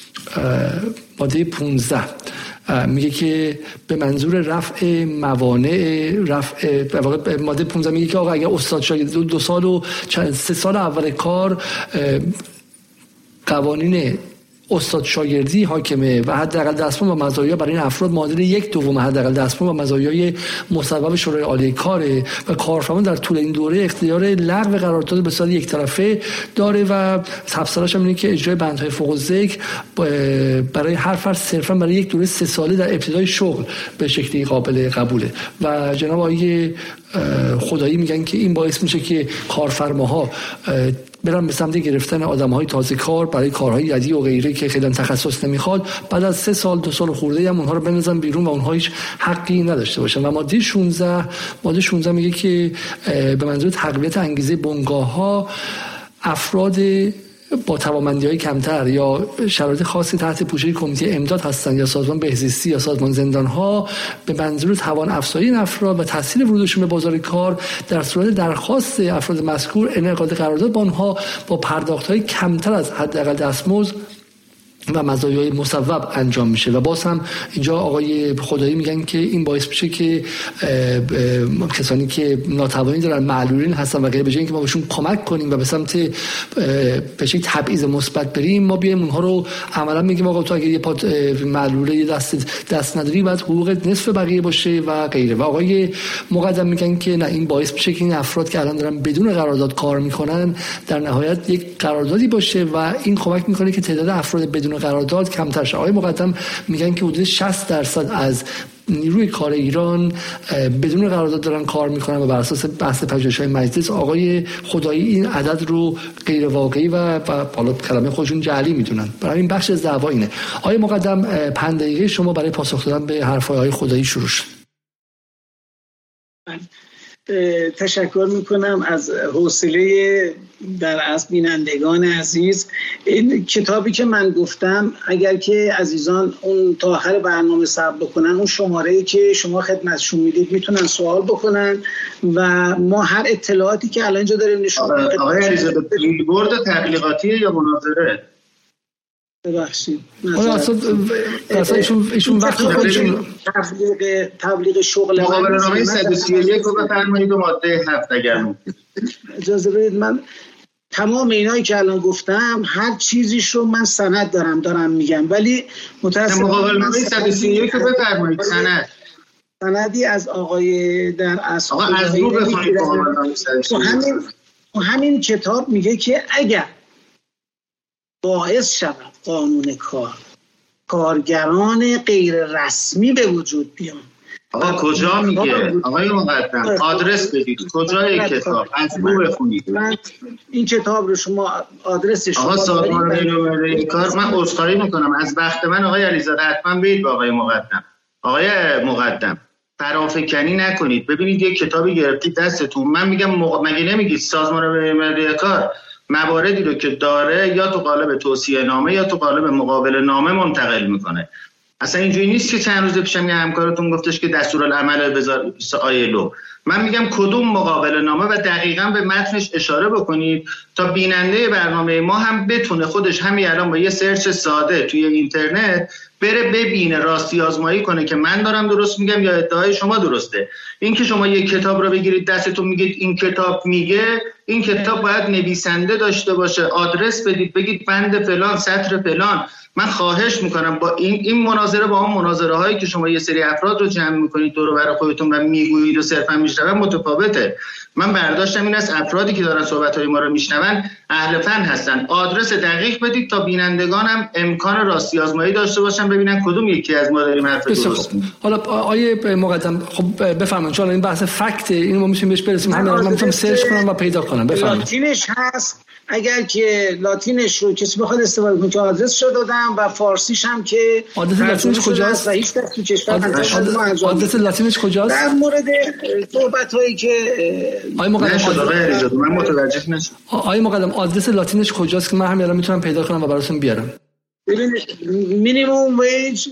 ماده پانزده میگه که به منظور رفع موانع رفع ماده پانزده میگه که آقا اگر استاد شاگرد دو, دو سال و سه سال اول کار قوانین استاد شاگردی حاکمه و حداقل دستمزد و مزایا برای این افراد معادل یک دوم حداقل دستمزد و مزایای مصوب شورای عالی کاره و کارفرما در طول این دوره اختیار لغو قرارداد به صورت یک طرفه داره و تفسیرش هم اینه که اجرای بندهای فوق الذکر برای هر فرد صرفا برای یک دوره سه ساله در ابتدای شغل به شکلی قابل قبوله و جناب آقای خدایی میگن که این باعث میشه که کارفرماها برن به سمت گرفتن آدم‌های تازه کار برای کارهای یدی و غیره که خیلی تخصص نمیخواد، بعد از سه سال دو سال خورده هم اونها رو بنزن بیرون و اونها هیچ حقی نداشته باشن. و ماده شانزده ماده شانزده میگه که به منظور تقویت انگیزه بنگاه‌ها افراد با توانمندی‌های کمتر یا شرایط خاصی تحت پوشش کمیته امداد هستند یا سازمان بهزیستی یا سازمان زندان‌ها به منظور توان افزایی این افراد و تسهیل ورودشون به بازار کار در صورت درخواست افراد مذکور انعقاد قرارداد با آنها با پرداخت‌های کمتر از حداقل دستمزد و مزایای مصوب انجام میشه. و باز هم اینجا آقای خدایی میگن که این باعث میشه که کسانی که ناتوانی دارن معلولین هستن و غیره به جای اینکه ما بهشون کمک کنیم و به سمت به شکلی تبعیض مثبت بریم ما بیایم اونها رو عملا میگیم آقا تو اگه یه پات معلوله یه دست دست نداری باید حقوق نصف بقیه باشه و غیره. و آقای مقدم میگن که نه این باعث میشه که این افراد که الان دارن بدون قرارداد کار میکنن در نهایت یک قراردادی باشه و این کمک میکنه که تعداد افراد بدون قرارداد کمتر شه. آقای مقدم میگن که حدود شصت درصد از نیروی کار ایران بدون قرارداد دارن کار میکنن و بر اساس بحث پژوهش‌های مجلس آقای خدایی این عدد رو غیر واقعی و حالا کلمه خودشون جعلی میدونن. برای این بخش از دعوا اینه. آقای مقدم پنج دقیقه شما برای پاسخ دادن به حرف‌های آقای خدایی شروع شد. تشکر میکنم از حوصله در از بینندگان عزیز. این کتابی که من گفتم اگر که عزیزان اون تا آخر برنامه صبر بکنن، اون شماره‌ای که شما خدمتشون میدید میتونن سوال بکنن و ما هر اطلاعاتی که الان اینجا داریم نشون میدیم. آقای علیزاده بیلبورد تبلیغاتی یا مناظره؟ ببخشید اصلا اصلا ایشون ایشون وقت خودشون تبلیغ تبلیغ شغل مقابله‌نامه صد و سی و یک رو بفرمایید و ماده هفت اگر ممکن. اجازه بدید من تمام اینایی که الان گفتم هر چیزیش رو من سند دارم دارم میگم، ولی متأسفانه مقابله‌نامه صد و سی و یک رو بفرمایید. سند سندی از آقای در اصل آقا از رو بخونید مقابله‌نامه صد و سی و یک. همین همین کتاب میگه که اگر باعث شود قانون کار کارگران غیر رسمی به وجود بیان. آقا کجا میگه؟ آقای مقدم آدرس بدید. کجای کتاب؟ از رو بخونید. من این کتاب رو شما آدرسش آقا سازمان بین‌المللی کار، من عذرخواهی میکنم از وقت من آقای علیزاده حتما برید با آقای مقدم. آقای مقدم فرافکنی نکنید. ببینید یک کتابی گرفتید دستتون، من میگم مق... مگه نمیگید سازمان بین‌المللی کار مواردی رو که داره یا تو قالب توصیه نامه یا تو قالب مقابله نامه منتقل میکنه. اصلا اینجوری نیست که چند روز پیشم یه همکارتون گفتش که دستورالعمل بذار آیلو. من میگم کدوم مقابله نامه و دقیقاً به متنش اشاره بکنید تا بیننده برنامه ما هم بتونه خودش همین الان با یه سرچ ساده توی اینترنت بره ببینه، راستی آزمایی کنه که من دارم درست میگم یا ادعای شما درسته. این که شما یک کتاب رو بگیرید دستتون میگید این کتاب میگه، این کتاب باید نویسنده داشته باشه، آدرس بدید، بگید بند فلان سطر فلان. من خواهش میکنم با این این مناظره با اون مناظره هایی که شما یه سری افراد رو جمع میکنید دور و بر خودتون و میگویید و صرفا میشنون متفاوته. من برداشتم این از افرادی که دارن صحبت های ما رو میشنون اهل فن هستن. آدرس دقیق بدید تا بینندگانم امکان راستی آزمایی داشته باشن ببینن کدوم یکی از ما داریم حرف درست. حالا آیه مقدم خب بفرمایید، چون این بحث فکت اینو ما میتونیم بهش برسیم. همین من میتونم سرچ کنم و پیدا کنم. بفرمایید. لاتینش هست، اگر که لاتینش رو کسی بخواد استفاده کنه که آدرس رو دادم و فارسیش هم که آدرس لاتینش کجاست؟ آدرس لاتینش کجاست؟ در مورد صحبت هایی که آقای مقدم من متوجه نشدم. آقای مقدم آدرس لاتینش کجاست که من همین الان میتونم پیدا کنم و براتون بیارم؟ ببینید مینیمم ویج،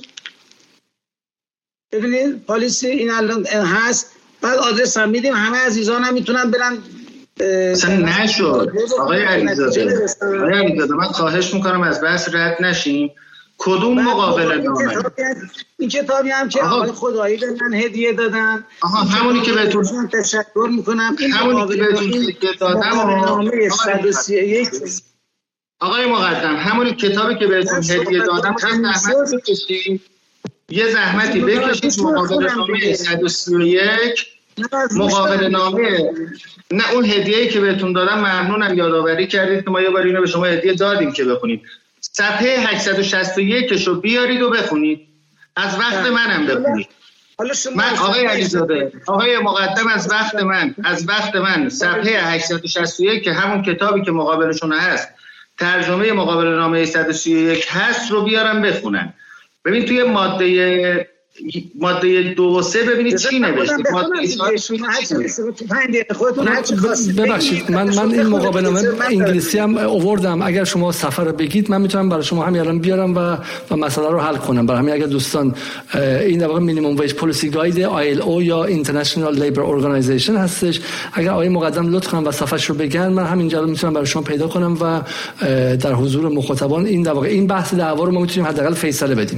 ببینید پالیسی این الان هست، بعد آدرس هم میدیم، همه عزیزان هم میتونن برن. اصلا نشد آقای علیزاده. آقای علیزاده من خواهش میکنم از بحث رد نشیم. کدوم مقابله نامه؟ این کتابی هم که آقای خدایی به من هدیه دادن. آها همونی که بهتون تشکر میکنم. این همونی که بهتون هدیه دادم نامه صد و سی و یک. آقای مقدم همونی کتابی که بهتون هدیه دادم هم زحمت بکشید، یه زحمتی بکشید. مقابله نامه صد و سی و یک مقابله نامه، نه اون هدیه‌ای که بهتون دادم ممنونم یادآوری کردید که ما یه بار اینو به شما هدیه دادیم که بخونید. صفحه هشتصد و شصت و یک رو بیارید و بخونید، از وقت منم بخونید. من آقای علیزاده آقای مقدم از وقت من از وقت من صفحه هشتصد و شصت و یک که همون کتابی که مقابلشون هست ترجمه مقابله نامه صد و سی و یک هست رو بیارم بخونن. ببین توی ماده ماده دو و سه ببینید چی نوشته. ببخشید من من این مقابله نامه انگلیسی هم آوردم، اگر شما سفر رو بگید من میتونم برای شما همین الان بیارم و و مسئله رو حل کنم. برای همین اگر دوستان این در واقع مینیمم ویج پالیسی گاید آی ال او یا اینترنشنال لیبر اورگانایزیشن هستش، اگر آقای مقدم لطف کنن و صفحش رو بگن من همینجا رو میتونم برای شما پیدا کنم و در حضور مخاطبان این در واقع این بحث دعوا رو ما میتونیم حداقل فیصله بدیم.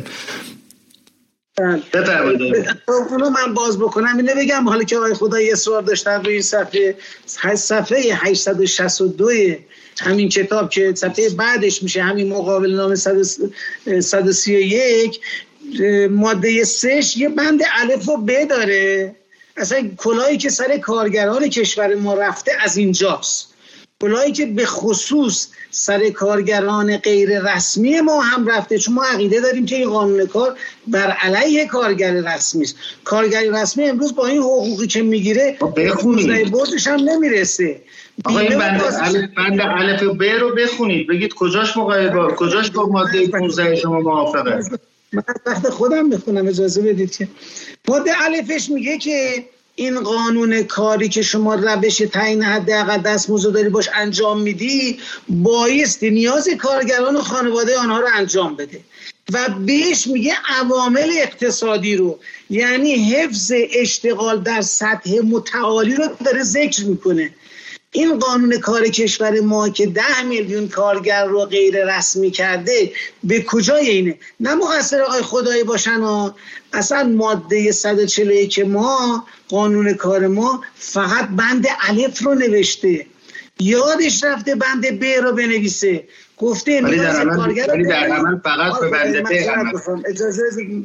اونو من باز بکنم اینو بگم، حالا که آقای خدایی اصرار داشتن روی این صفحه صفحه هشتصد و شصت و دو همین کتاب که صفحه بعدش میشه همین مقابله نامه صد و سی و یک ماده سهش یه بند الف و ب داره. اصلا کلاهی که سر کارگران کشور ما رفته از اینجاست، کلاهی که به خصوص سر کارگران غیر رسمی ما هم رفته، چون ما عقیده داریم که این قانون کار بر علیه کارگر رسمی است. کارگر رسمی امروز با این حقوقی که میگیره به بردش هم نمیرسه. آقا این بند الف بند الف و ب رو بخونید، بگید کجاش مقایبه کجاش با ماده پانزده شما موافقه. من وقت خودم بخونم، اجازه بدید که ماده الفش میگه که این قانون کاری که شما روش تعیین حداقل دستمزد داری باش انجام میدی بایستی نیاز کارگران و خانواده آنها رو انجام بده و بهش میگه عوامل اقتصادی رو، یعنی حفظ اشتغال در سطح متعالی رو داره ذکر میکنه. این قانون کار کشور ما که ده میلیون کارگر رو غیر رسمی کرده به کجای اینه؟ نه مقصر آقای خدایی باشن و اصلا ماده صد و چهل و یک ما قانون کار ما فقط بند الف رو نوشته، یادش رفته بند ب رو بنویسه، گفته ولی در عمل ولی در عمل فقط به بند ب اجازه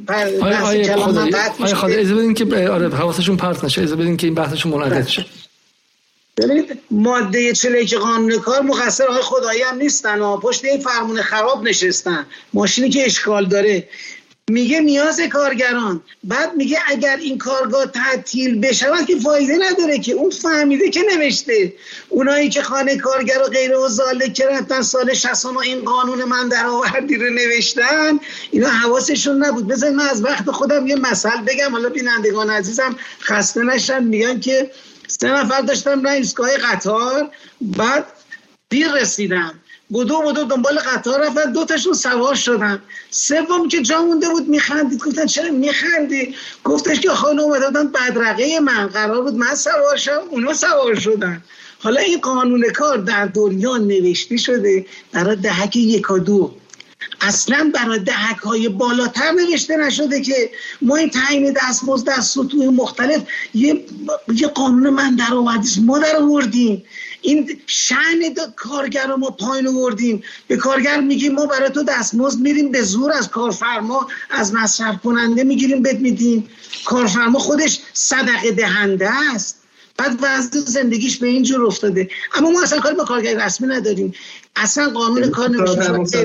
آیا خدایی آیا خدایی اجازه بدین که آره حواسشون پرت نشه، اجازه بدین که این بحثشون منعقد شه. ببینید ماده چهل و یک قانون کار مقصر آقای خدایی هم نیستن و پشت این فرمون خراب نشستن، ماشینی که اشکال داره. میگه نیاز کارگران، بعد میگه اگر این کارگاه تعطیل بشود که فایده نداره که اون فهمیده که نوشته. اونایی که خانه کارگر و غیره و زاله که رفتن سال شصت و این قانون من در آوردی رو نوشتن، اینا حواسشون نبود. بذارید من از وقت خودم یه مثل بگم، حالا بینندگان عزیزم خسته نشن. میگن که سه نفر داشتم راه ایستگاه قطار، بعد دیر رسیدم، بودو بودو دنبال قطار رفتن، دو تاشون سوار شدن، سوم که جا مونده بود میخندید. گفتن چرا میخندی؟ گفتش که خانم اومدن بدرقه من، قرار بود من سوار شم، اونا سوار شدن. حالا این قانون کار در دنیا نوشته شده برای دهک یک و دو، اصلا برای دهک های بالاتر نوشته نشده که ما این تعیین دستمزد در سطوح مختلف یه, یه قانون من در آوردیم، ما در آوردیم این شأن کارگر رو ما پایین آوردیم. به کارگر میگیم ما برای تو دستمزد میریم به زور از کارفرما، از مصرف کننده میگیریم بد میدیم. کارفرما خودش صدقه دهنده است، بعد وضع زندگیش به این جور افتاده. اما ما اصلا کاری با کارگر رسمی نداریم. اصلا قانون کار نوشته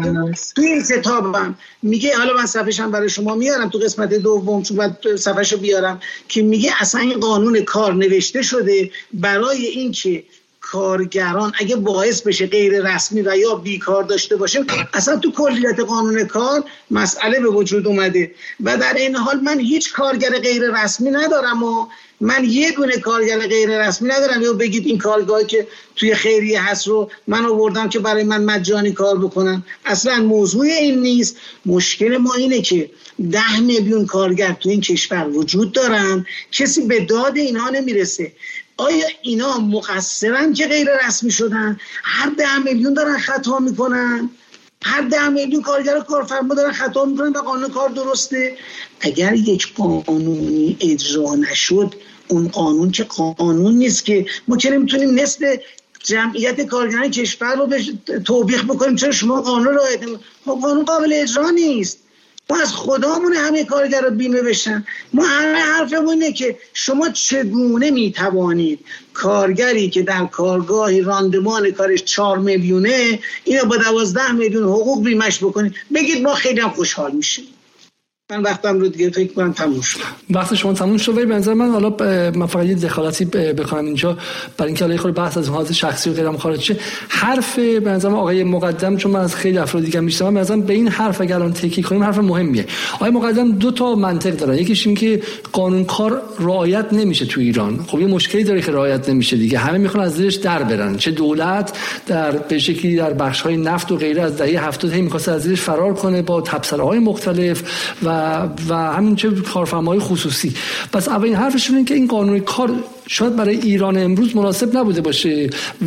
تو این کتابم میگه، حالا من صفحه‌شم برای شما میارم تو قسمت دوم، چون بعد صفحه‌شو بیارم، که میگه اصلا این قانون کار نوشته شده برای اینکه کارگران اگه باعث بشه غیر رسمی و یا بیکار داشته باشه، اصلا تو کلیت قانون کار مسئله به وجود اومده. و در این حال من هیچ کارگر غیر رسمی ندارم و من یه دونه کارگر غیر رسمی ندارم یا بگید این کارگاهی که توی خیریه هست رو من آوردم که برای من مجانی کار بکنم. اصلا موضوع این نیست. مشکل ما اینه که ده میلیون کارگر تو این کشور وجود دارن، کسی به داد اینها نمیرسه. آیا اینا مقصرن که غیر رسمی شدن؟ هر ده میلیون دارن خطا میکنن، هر ده میلیون کارگر و کارفرما دارن خطا میکنن و قانون کار درسته. اگر یک قانونی اجرا نشد، اون قانون که قانون نیست که ما که نمیتونیم نصف جمعیت کارگران کشور رو توبیخ بکنیم چرا شما قانون رعایت نمی‌کنید. قانون قابل اجرا نیست. ما از خدامون همه کارگر رو بیمه بشن. ما همه حرفمون اینه که شما چگونه میتوانید کارگری که در کارگاهی راندمان کارش چهار میلیونه اینو با دوازده میلیون حقوق بیمش بکنید، بگید ما خیلی هم خوشحال میشیم. من وقتم رو دیگه فکر کنم تموم شد. وقت شما تموم شد. ولی به نظر من حالا من فقط یه دخالتی بکنم اینجا برای اینکه حالا خود بحث از حالت شخصی و غیرم خارج شه. حرف به نظر من آقای مقدم، چون من از خیلی افراد دیگه میشنوم، به نظر به این حرف اگر الان تکی کنیم حرف مهمیه. آقای مقدم دو تا منطق دارن. یکیش این که قانون کار رعایت نمیشه تو ایران. خب یه مشکلی داره که رعایت نمیشه دیگه. همه میخوان از زیرش در برن. چه دولت در به شکلی در بخش‌های نفت و غیره از دهه هفتاد هی می‌خواد از زیرش فرار کنه با تبصره‌های مختلف و و همین چه کارفرماهای خصوصی. پس اولین حرفشون این که این قانون کار شاید برای ایران امروز مناسب نبوده باشه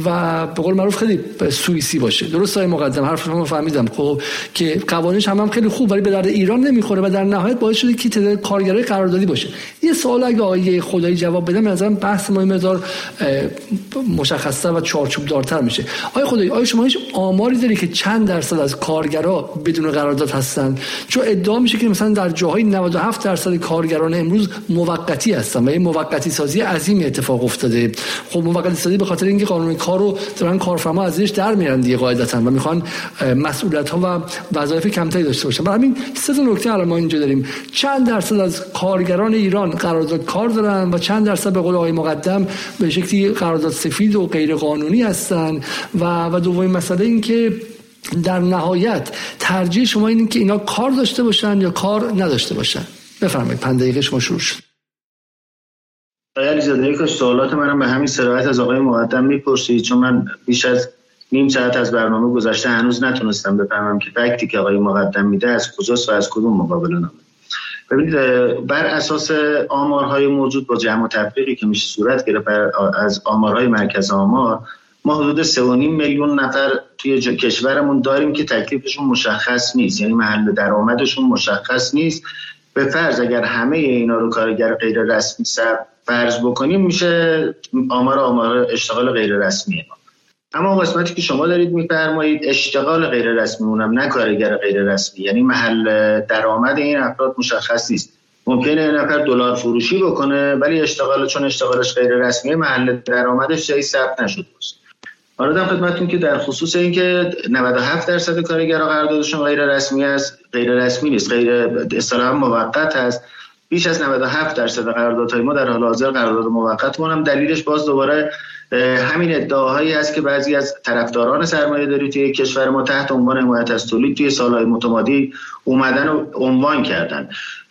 و به قول معروف خیلی سوئیسی باشه. درست آقای مقدم حرفشون فهمیدم، خب که قوانینش هم, هم خیلی خوب ولی به درد ایران نمیخوره و در نهایت باعث شده که تعداد کارگرای قراردادی باشه. یه سوال اگه آقای خدایی جواب بدم، به نظرم بحث ما مقدار مشخص‌تر و چارچوب دارتر میشه. آقای خدایی، آیا شما هیچ آماری داری که چند درصد از کارگرا بدون قرارداد هستن؟ چون ادعا میشه که مثلا در جاهای نود و هفت درصد کارگران امروز موقتی هستن و این موقتی سازی عظیمی اتفاق افتاده. خب موقتی سازی به خاطر اینکه قانون کار رو دارن کارفرما ازش در میارن دیگه قاعدتاً و میخوان مسئولیت ها و وظایف کمتری داشته باشن. برای همین سه تا نکته الان ما اینجا داریم. چند درصد از کارگران ایران قرارداد کار دارن و چند درصد به قول آقای مقدم به شکلی قرارداد سفید و غیر قانونی هستن و و دومین مسئله این که در نهایت ترجیح شما اینه که اینا کار داشته باشن یا کار نداشته باشن. بفرمایید. پنج دقیقه شما شروع شد. آقای علیزاده کاش سوالات منم به همین صراحت از آقای مقدم میپرسید، چون من بیش از نیم ساعت از برنامه گذشته هنوز نتونستم بفهمم که فکتی که آقای مقدم میده از کجاست و از کدوم مقابل نامه. ببینید بر اساس آمارهای موجود با جمع و تفریقی که میشه صورت گرفت از آمارهای مرکز آمار، ما حدود سه و نیم میلیون نفر توی کشورمون داریم که تکلیفشون مشخص نیست، یعنی محل درآمدشون مشخص نیست. به فرض اگر همه اینا رو کارگر غیر رسمی فرض بکنیم میشه آمار آمار اشتغال غیر رسمی ما. اما قسمتی که شما دارید میفرمایید اشتغال غیر رسمی، اونم نه کارگر غیر رسمی، یعنی محل درآمد این افراد مشخص نیست. ممکنه این نفر دلار فروشی بکنه ولی اشتغال چون اشتغالش غیر رسمی محل درآمدش جایی ثبت نشده باشه. آردم خدمتتون که در خصوص اینکه نود و هفت درصد کارگرها قراردادشون غیر رسمی است، غیر رسمی نیست، غیر اصطلاحاً موقت است. بیش از نود و هفت درصد قراردادهای ما در حال حاضر قرارداد موقت مونم. دلیلش باز دوباره همین ادعاهایی است که بعضی از طرفداران سرمایه‌داری توی کشور ما تحت عنوان حمایت از تولید توی سالهای متمادی اومدن و عنوان کردن.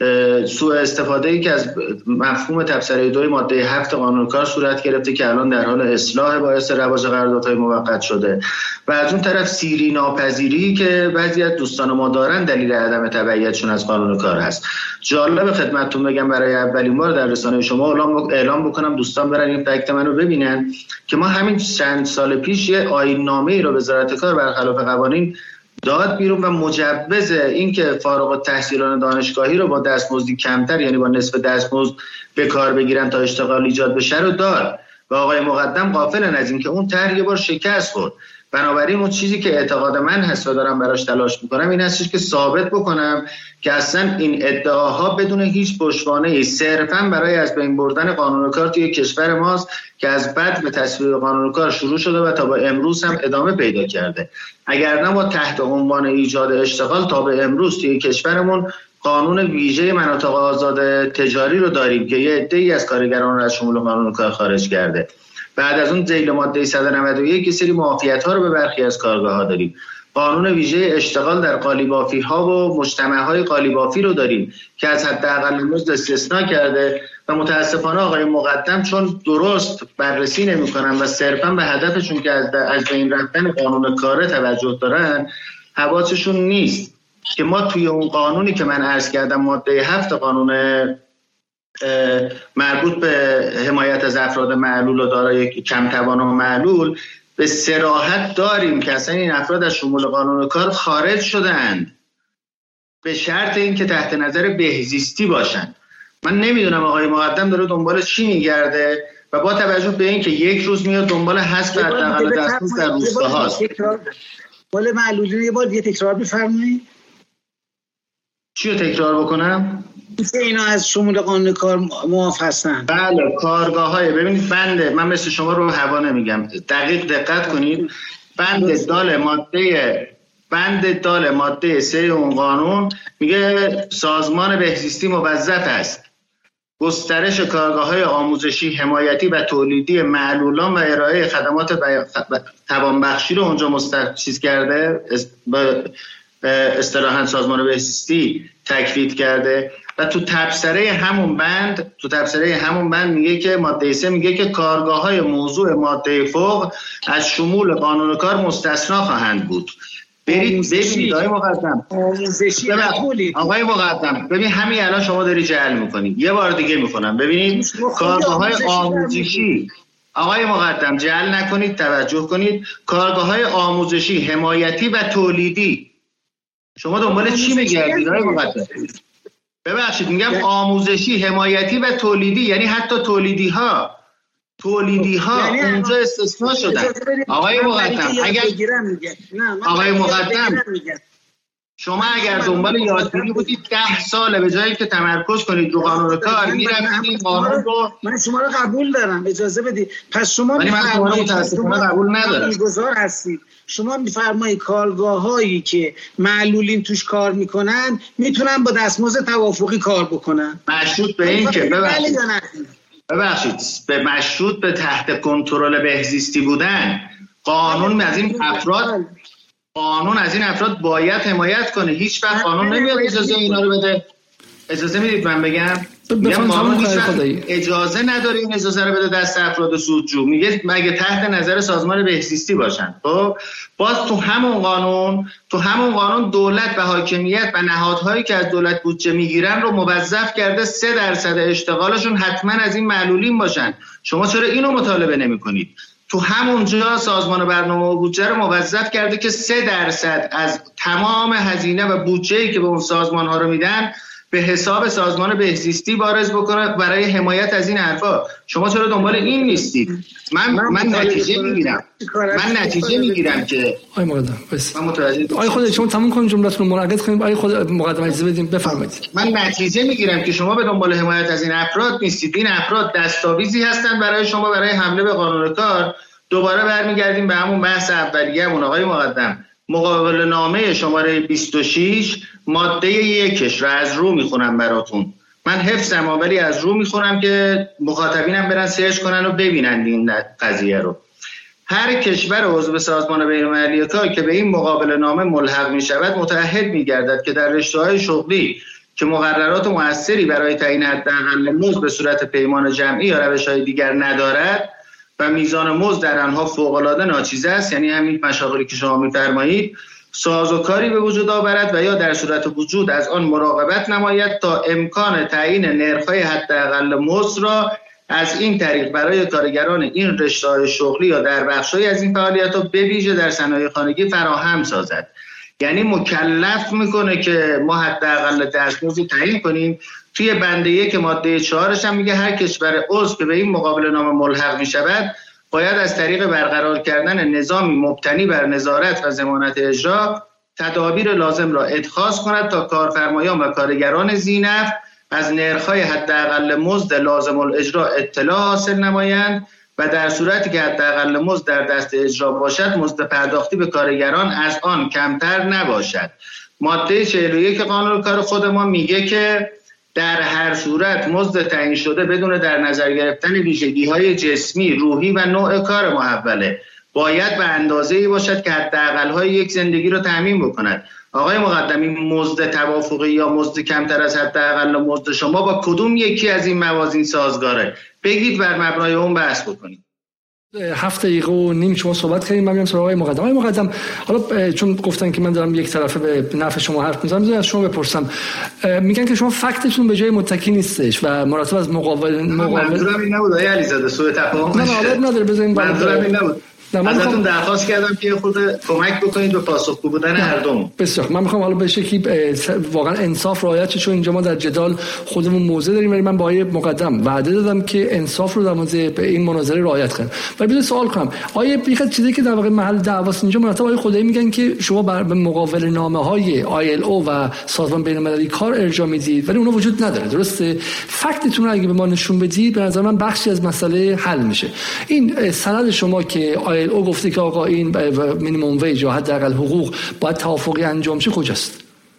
سوء استفاده‌ای که از مفهوم تبصره دو ماده هفت قانون کار صورت گرفته که الان در حال اصلاح باعث رواج قراردادهای موقت شده، و از اون طرف سیری ناپذیری که بعضی از دوستان ما دارن دلیل عدم تبعیتشون از قانون کار هست. جالب خدمتتون بگم برای اولین بار در رسانه شما اعلام بکنم دوستان برن این فکت منو ببینن که ما همین چند سال پیش یه آیین‌نامه‌ای رو وزارت کار برخلاف قوانین داد بیرون و مجوز این که فارغ التحصیلان دانشگاهی رو با دستمزدی کمتر، یعنی با نصف دستمزد به کار بگیرن تا اشتغال ایجاد بشه رو داد و آقای مقدم غافلن از این که اون طرح یه بار شکست خورد. بنابراین اون چیزی که اعتقاد من هست و دارم براش تلاش میکنم این هستش که ثابت بکنم که اصلا این ادعاها بدون هیچ پشتوانه‌ای صرفاً برای از بین بردن قانون کار توی کشور ماست که از بد به تصویب قانون کار شروع شده و تا به امروز هم ادامه پیدا کرده. اگر نه ما تحت عنوان ایجاد اشتغال تا به امروز توی کشورمون قانون ویژه مناطق آزاد تجاری رو داریم که یه عده‌ای از کارگران رو از شمول قانون کار خارج کرده. بعد از اون ذیل ماده صد و نود و یک سری معافیت‌ها رو به برخی از کارگاه‌ها داریم. قانون ویژه اشتغال در قالیبافی‌ها و مجتمع‌های قالیبافی رو داریم که از حداقل مزد استثناء کرده و متاسفانه آقای مقدم چون درست بررسی نمی‌کنن و صرفاً به هدفشون که از از بین رفتن قانون کار توجه دارن، حواسشون نیست که ما توی اون قانونی که من عرض کردم ماده هفت قانون مربوط به حمایت از افراد معلول و دارای کم توان و معلول به صراحت داریم که اصلا این افراد از شمول قانون کار خارج شدند به شرط اینکه تحت نظر بهزیستی باشند. من نمیدونم آقای مقدم داره دنبال چی میگرده و با توجه به اینکه یک روز میاد دنبال حذف حداقل دستمزد در روستاهاست. ولی معلولین یه بار دیگه تکرار بفرمایید. چی رو تکرار بکنم؟ اینا از شمول قانون کار معاف هستن. بله کارگاه‌های، ببینید بنده من مثل شما رو هوا نمیگم، دقیق دقت کنید. بند دال ماده بند دال ماده سه اون قانون میگه سازمان بهزیستی موظف است گسترش کارگاه‌های آموزشی، حمایتی و تولیدی معلولان و ارائه خدمات توانبخشی رو اونجا مستحضر کرده، اصطلاحاً سازمان بهزیستی تکلیف کرده و تو تبصره همون بند تو تبصره همون بند میگه که ماده سه میگه که کارگاه‌های موضوع ماده فوق از شمول قانون کار مستثنا خواهند بود. برید ببینید آقای مقدم آموزشی آقای مقدم ببین همین الان شما داری جعل میکنید، یه بار دیگه میکنم. ببینید کارگاه‌های آموزشی، آقای مقدم جعل نکنید، توجه کنید، کارگاه‌های آموزشی، حمایتی و تولیدی. شما دنبال چی میگردید آقای مقدم؟ ببخشید میگم آموزشی، حمایتی و تولیدی، یعنی حتی تولیدی ها تولیدی ها یعنی اونجا استثناء شدن. آقای مقدم اگر آقای مقدم شما اگر دنبال یادگیری بودید ده ساله به جایی که تمرکز کنید رو قانون کار میرفتید قانون رو. من شما رو قبول دارم، اجازه بدید. پس شما ولی من شما رو متاسفانه قبول ندارم. میگذار هستید. شما میفرمایید کارگاه‌هایی که معلولین توش کار میکنن میتونن با دستمزد توافقی کار بکنن، مشروط به این که ببخشید ببخشید به مشروط به تحت کنترل بهزیستی بودن. قانون از این افراد قانون از این افراد باید حمایت کنه. هیچ وقت قانون نمیاد اجازه اینا رو بده. اجازه میدید من بگم؟ میگم قانون اجازه نداره این اجازه رو بده دست افراد سودجو، میگه مگه تحت نظر سازمان بهزیستی باشن. خب باز تو همون قانون تو همون قانون دولت و حاکمیت و نهادهایی که از دولت بودجه میگیرن رو موظف کرده سه درصد اشتغالشون حتما از این معلولین باشن. شما چرا اینو مطالبه نمی‌کنید؟ تو همونجا سازمان برنامه و بودجه رو موظف کرده که سه درصد از تمام هزینه و بودجه‌ای که به اون سازمان‌ها رو میدن به حساب سازمان بهزیستی بارز بکنه برای حمایت از این حرفا. شما چرا دنبال این نیستید؟ من من نتیجه میگیرم من نتیجه میگیرم که آقای مقدم بس من متوجه آقای خودت شما تموم کنید جمله‌تون رو منعقد کنید. آقای خود مقدم اجازه بدید بفرمایید. من نتیجه میگیرم که شما به دنبال حمایت از این افراد نیستید. این افراد دستاویزی هستن برای شما برای حمله به قانون کار. دوباره برمیگردیم به همون بحث اولیه‌مون. آقای مقدم، مقابله نامه شماره بیست و شش ماده یکش رو از رو میخونم براتون. من حفظم ولی از رو میخونم که مخاطبینم برن سرچ کنن و ببینن این قضیه رو. هر کشور عضو سازمان بین‌المللی کار که به این مقابله نامه ملحق میشود متعهد میگردد که در رشته‌های شغلی که مقررات موثری برای تعیین حداقل مزد به صورت پیمان جمعی یا روش‌های دیگر ندارد و میزان مزد در آنها فوق‌العاده ناچیز است، یعنی همین مشاغلی که شما می‌فرمایید، سازوکاری به وجود آورد و یا در صورت وجود از آن مراقبت نماید تا امکان تعیین نرخ‌های حداقل مزد را از این طریق برای کارگران این رشته‌های شغلی یا در بخش‌های از این فعالیت‌ها به ویژه در صنایع خانگی فراهم سازد. یعنی مکلف میکنه که ما حداقل دستمزد تعیین کنیم. توی بنده یک ماده چهارش هم میگه هر کشور عضو که به این مقابله نامه ملحق میشود باید از طریق برقرار کردن نظامی مبتنی بر نظارت و ضمانت اجرا تدابیر لازم را اتخاذ کند تا کارفرمایان و کارگران ذی‌نفع از نرخ‌های حداقل مزد لازم الاجرا اطلاع حاصل نمایند و در صورتی که حداقل مزد در دست اجرا باشد مزد پرداختی به کارگران از آن کمتر نباشد. ماده چهل و یک قانون کار خود ما میگه که در هر صورت مزد تعیین شده بدون در نظر گرفتن ویژگی‌های جسمی، روحی و نوع کار محوله باید به اندازه‌ای باشد که حداقل‌های یک زندگی رو تامین بکند. آقای مقدم، این مزد توافقی یا مزد کمتر از حداقل مزد شما با کدوم یکی از این موازین سازگاره؟ بگید بر مبنای اون بحث بکنید. هفت دقیقه و نیم شما صحبت کردیم. من میام سراغ آقای مقدم. آقای مقدم، حالا چون گفتن که من دارم یک طرفه به نفع شما حرف میزنم، میذارم از شما بپرسم. میگن که شما فکتتون به جای متکی نیستش و مراتب از مقابل مقابل منظورم این نبود آقای علیزاده، سوء تفاهم نه نه نداره. بزنین منظورم این نبود. ازتون درخواست کردم که خود کمک بکنید به پاسخگو بودن هر دوم. بسیار. من میخوام حالا به شکلی واقعا انصاف رعایت شه، چون اینجا ما در جدال خودمون موضع داریم، ولی من با آقای مقدم وعده دادم که انصاف رو در مورد این مناظره رعایت کنم. ولی بذار سوال کنم، آیا یک چیزی که در واقع محل دعواست اینجا مرتب آقای خدایی میگن که شما بر مقابل نامه‌های آی ال او و سازمان بین‌المللی کار ارجاع میدید ولی اونها وجود نداره. درسته؟ فکتتون رو اگه به ما نشون بدید به نظر من بخشی از مسئله حل میشه. این سند شما که آی ال او گفته که آقا این مینیمم ویج یا حداقل حقوق باید توافقی انجام شه کجاست؟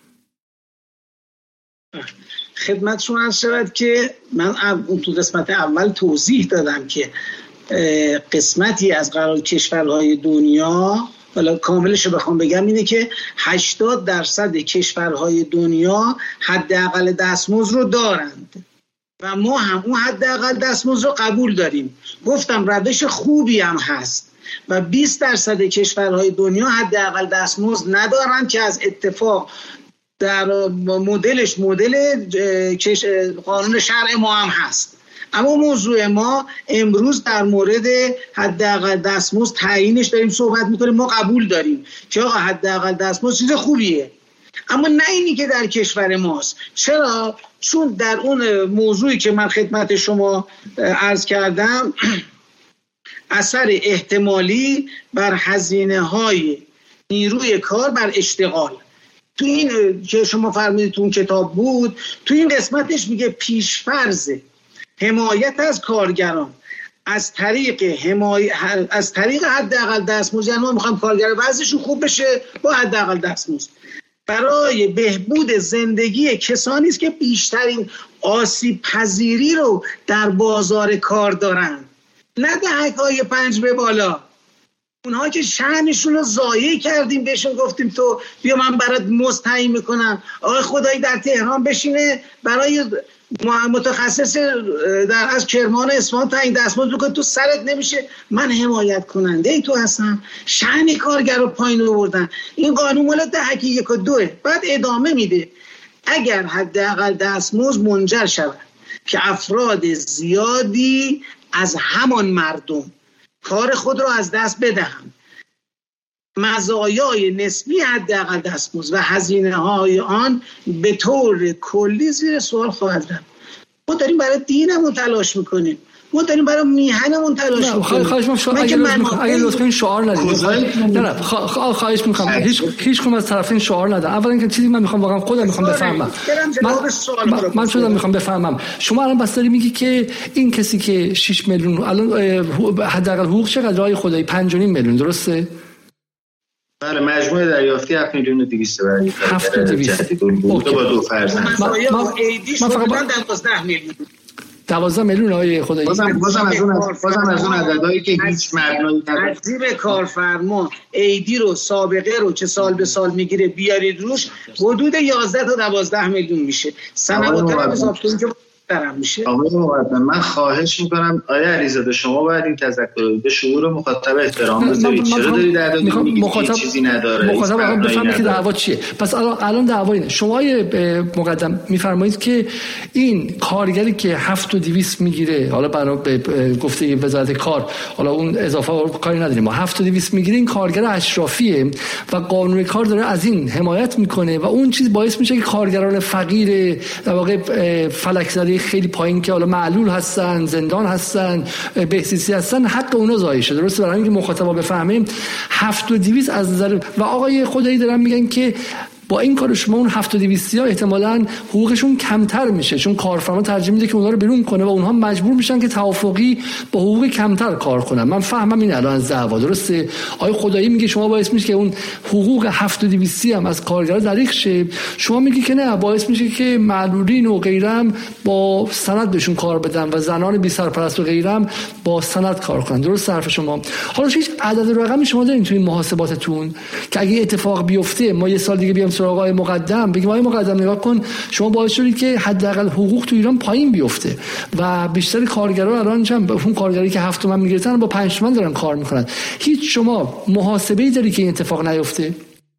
خدمتشون عرض شود که من تو قسمت اول توضیح دادم که قسمتی از قرار کشورهای دنیا، حالا کاملش رو بخوام بگم اینه که هشتاد درصد کشورهای دنیا حداقل دستمزد رو دارند و ما هم اون حداقل دستمزد رو قبول داریم. گفتم روش خوبی هم هست و بیست درصد کشورهای دنیا حداقل دستمزد ندارند که از اتفاق در مدلش مدل قانون شرع ما هم هست. اما موضوع ما امروز در مورد حداقل دستمزد تعیینش داریم صحبت میکنیم. ما قبول داریم که آقا حداقل دستمزد چیز خوبیه، اما نه اینی که در کشور ماست. چرا؟ چون در اون موضوعی که من خدمت شما عرض کردم اثر احتمالی بر هزینه های نیروی کار بر اشتغال، تو این که شما فرمودید تو اون کتاب بود، تو این قسمتش میگه پیشفرض حمایت از کارگران از طریق حمایت از طریق حداقل دستمزد، یعنی ما میخوایم کارگر وضعشون خوب بشه با حداقل دستمزد برای بهبود زندگی کسانی است که بیشترین آسیب پذیری رو در بازار کار دارن، نه دهک‌های پنج به بالا. اونها که شأنشون رو ضایع کردیم بهشون گفتیم تو بیا من برات مزد تعیین میکنم، آقای خدایی در تهران بشینه برای متخصص در از کرمان اصفهان تعیین دستمزد بکنه، تو سرت نمیشه. من حمایت کننده ای تو هستم. شأن کارگر رو پایین آوردن. این قانون مال دهک یک و دوه. بعد ادامه میده اگر حداقل دستمزد منجر شود که افراد زیادی از همان مردم کار خود را از دست بدهند، مزایای نسبی حداقل دستمزد و هزینه‌های آن به طور کلی زیر سوال خواهد رفت. ما داریم برای دینمون تلاش میکنیم، ما داریم برای میهنمون تلاش میکنیم. خواهش میکنم اگه لطفا اگه لطفا این شعار ندید. نه نه خواهش میکنم هیچ هیچ کدوم از طرفین شعار ندید. اولا اینکه چیزی من میخوام واقعا خودم میخوام بفهمم. من من شدم میخوام بفهمم. شما الان بس داری میگی که این کسی که شش میلیون الان حداقل حقوق چقدر آقای خدایی پنج و نیم میلیون درسته؟ بله مجموع دریافتی هفت میلیون و دویست برای هفت و دویست با دو فرزند. من ایدیش بودن دوازده میلیون دوازده میلیون آقای خدایی. بازم بازم از اون بازم از اون عددهایی که هیچ مبنایی نداره. تجزیه کارفرما ایدی رو سابقه رو که سال به سال میگیره بیارید روش حدود یازده تا دوازده میلیون میشه. سنوات هم حساب کنید که درم میشه. آقای مقدم من خواهش میکنم آقای علیزاده شما باید این تذکر به شعور مخاطب احترام بذارید. چرا دارید عدد میگید چیزی نداره؟ مخاطب آقا بفهمه که دعوا چیه. پس الان الان دعوا اینه. شما مقدم میفرمایید که این کارگری که هفت و دویست میگیره، حالا برای گفته وزارت کار حالا اون اضافه کاری نداریم، ما هفت و دویست میگیره، این کارگر اشرافیه و قانون کار داره از این حمایت میکنه و اون چیز باعث میشه که کارگران فقیر در واقع فلک زده خیلی پایین که حالا معلول هستن، زندان هستن، بهزیستی هستن، حق اونا ضایع شده. درسته؟ برای اینکه مخاطبا بفهمیم هفت و دویست از نظر و آقای خدایی دارن میگن که با این کار شما اون هفت و دویستی ها احتمالاً حقوقشون کمتر میشه، چون کارفرما ترجیح میده که اونها رو بیرون کنه و اونها مجبور میشن که توافقی با حقوق کمتر کار کنن. من فهمم این الان از دعوا. درسته؟ آقای خدایی میگه شما باعث میشه که اون حقوق هفت و دویستی هم از کارگرا دریغ شه، شما میگی که نه، باعث میشه که معلولین و غیرهم با سند بهشون کار بدن و زنان بی سرپرست و غیرهم با سند کار کنن. درست حرف شما. حالا هیچ عدد رقمی شما دارین توی محاسباتتون که اگه اتفاق بیفته ما یه سال دیگه بیام سراغ آقای مقدم بگیم آقای مقدم نگاه کن شما باعث شدید که حداقل حقوق تو ایران پایین بیفته و بیشتر کارگرا الان چند اون کارگری که هفت تومن میگیرن با پنج تومن دارن کار میکنن. هیچ شما محاسبه‌ای داری که این اتفاق نیفته؟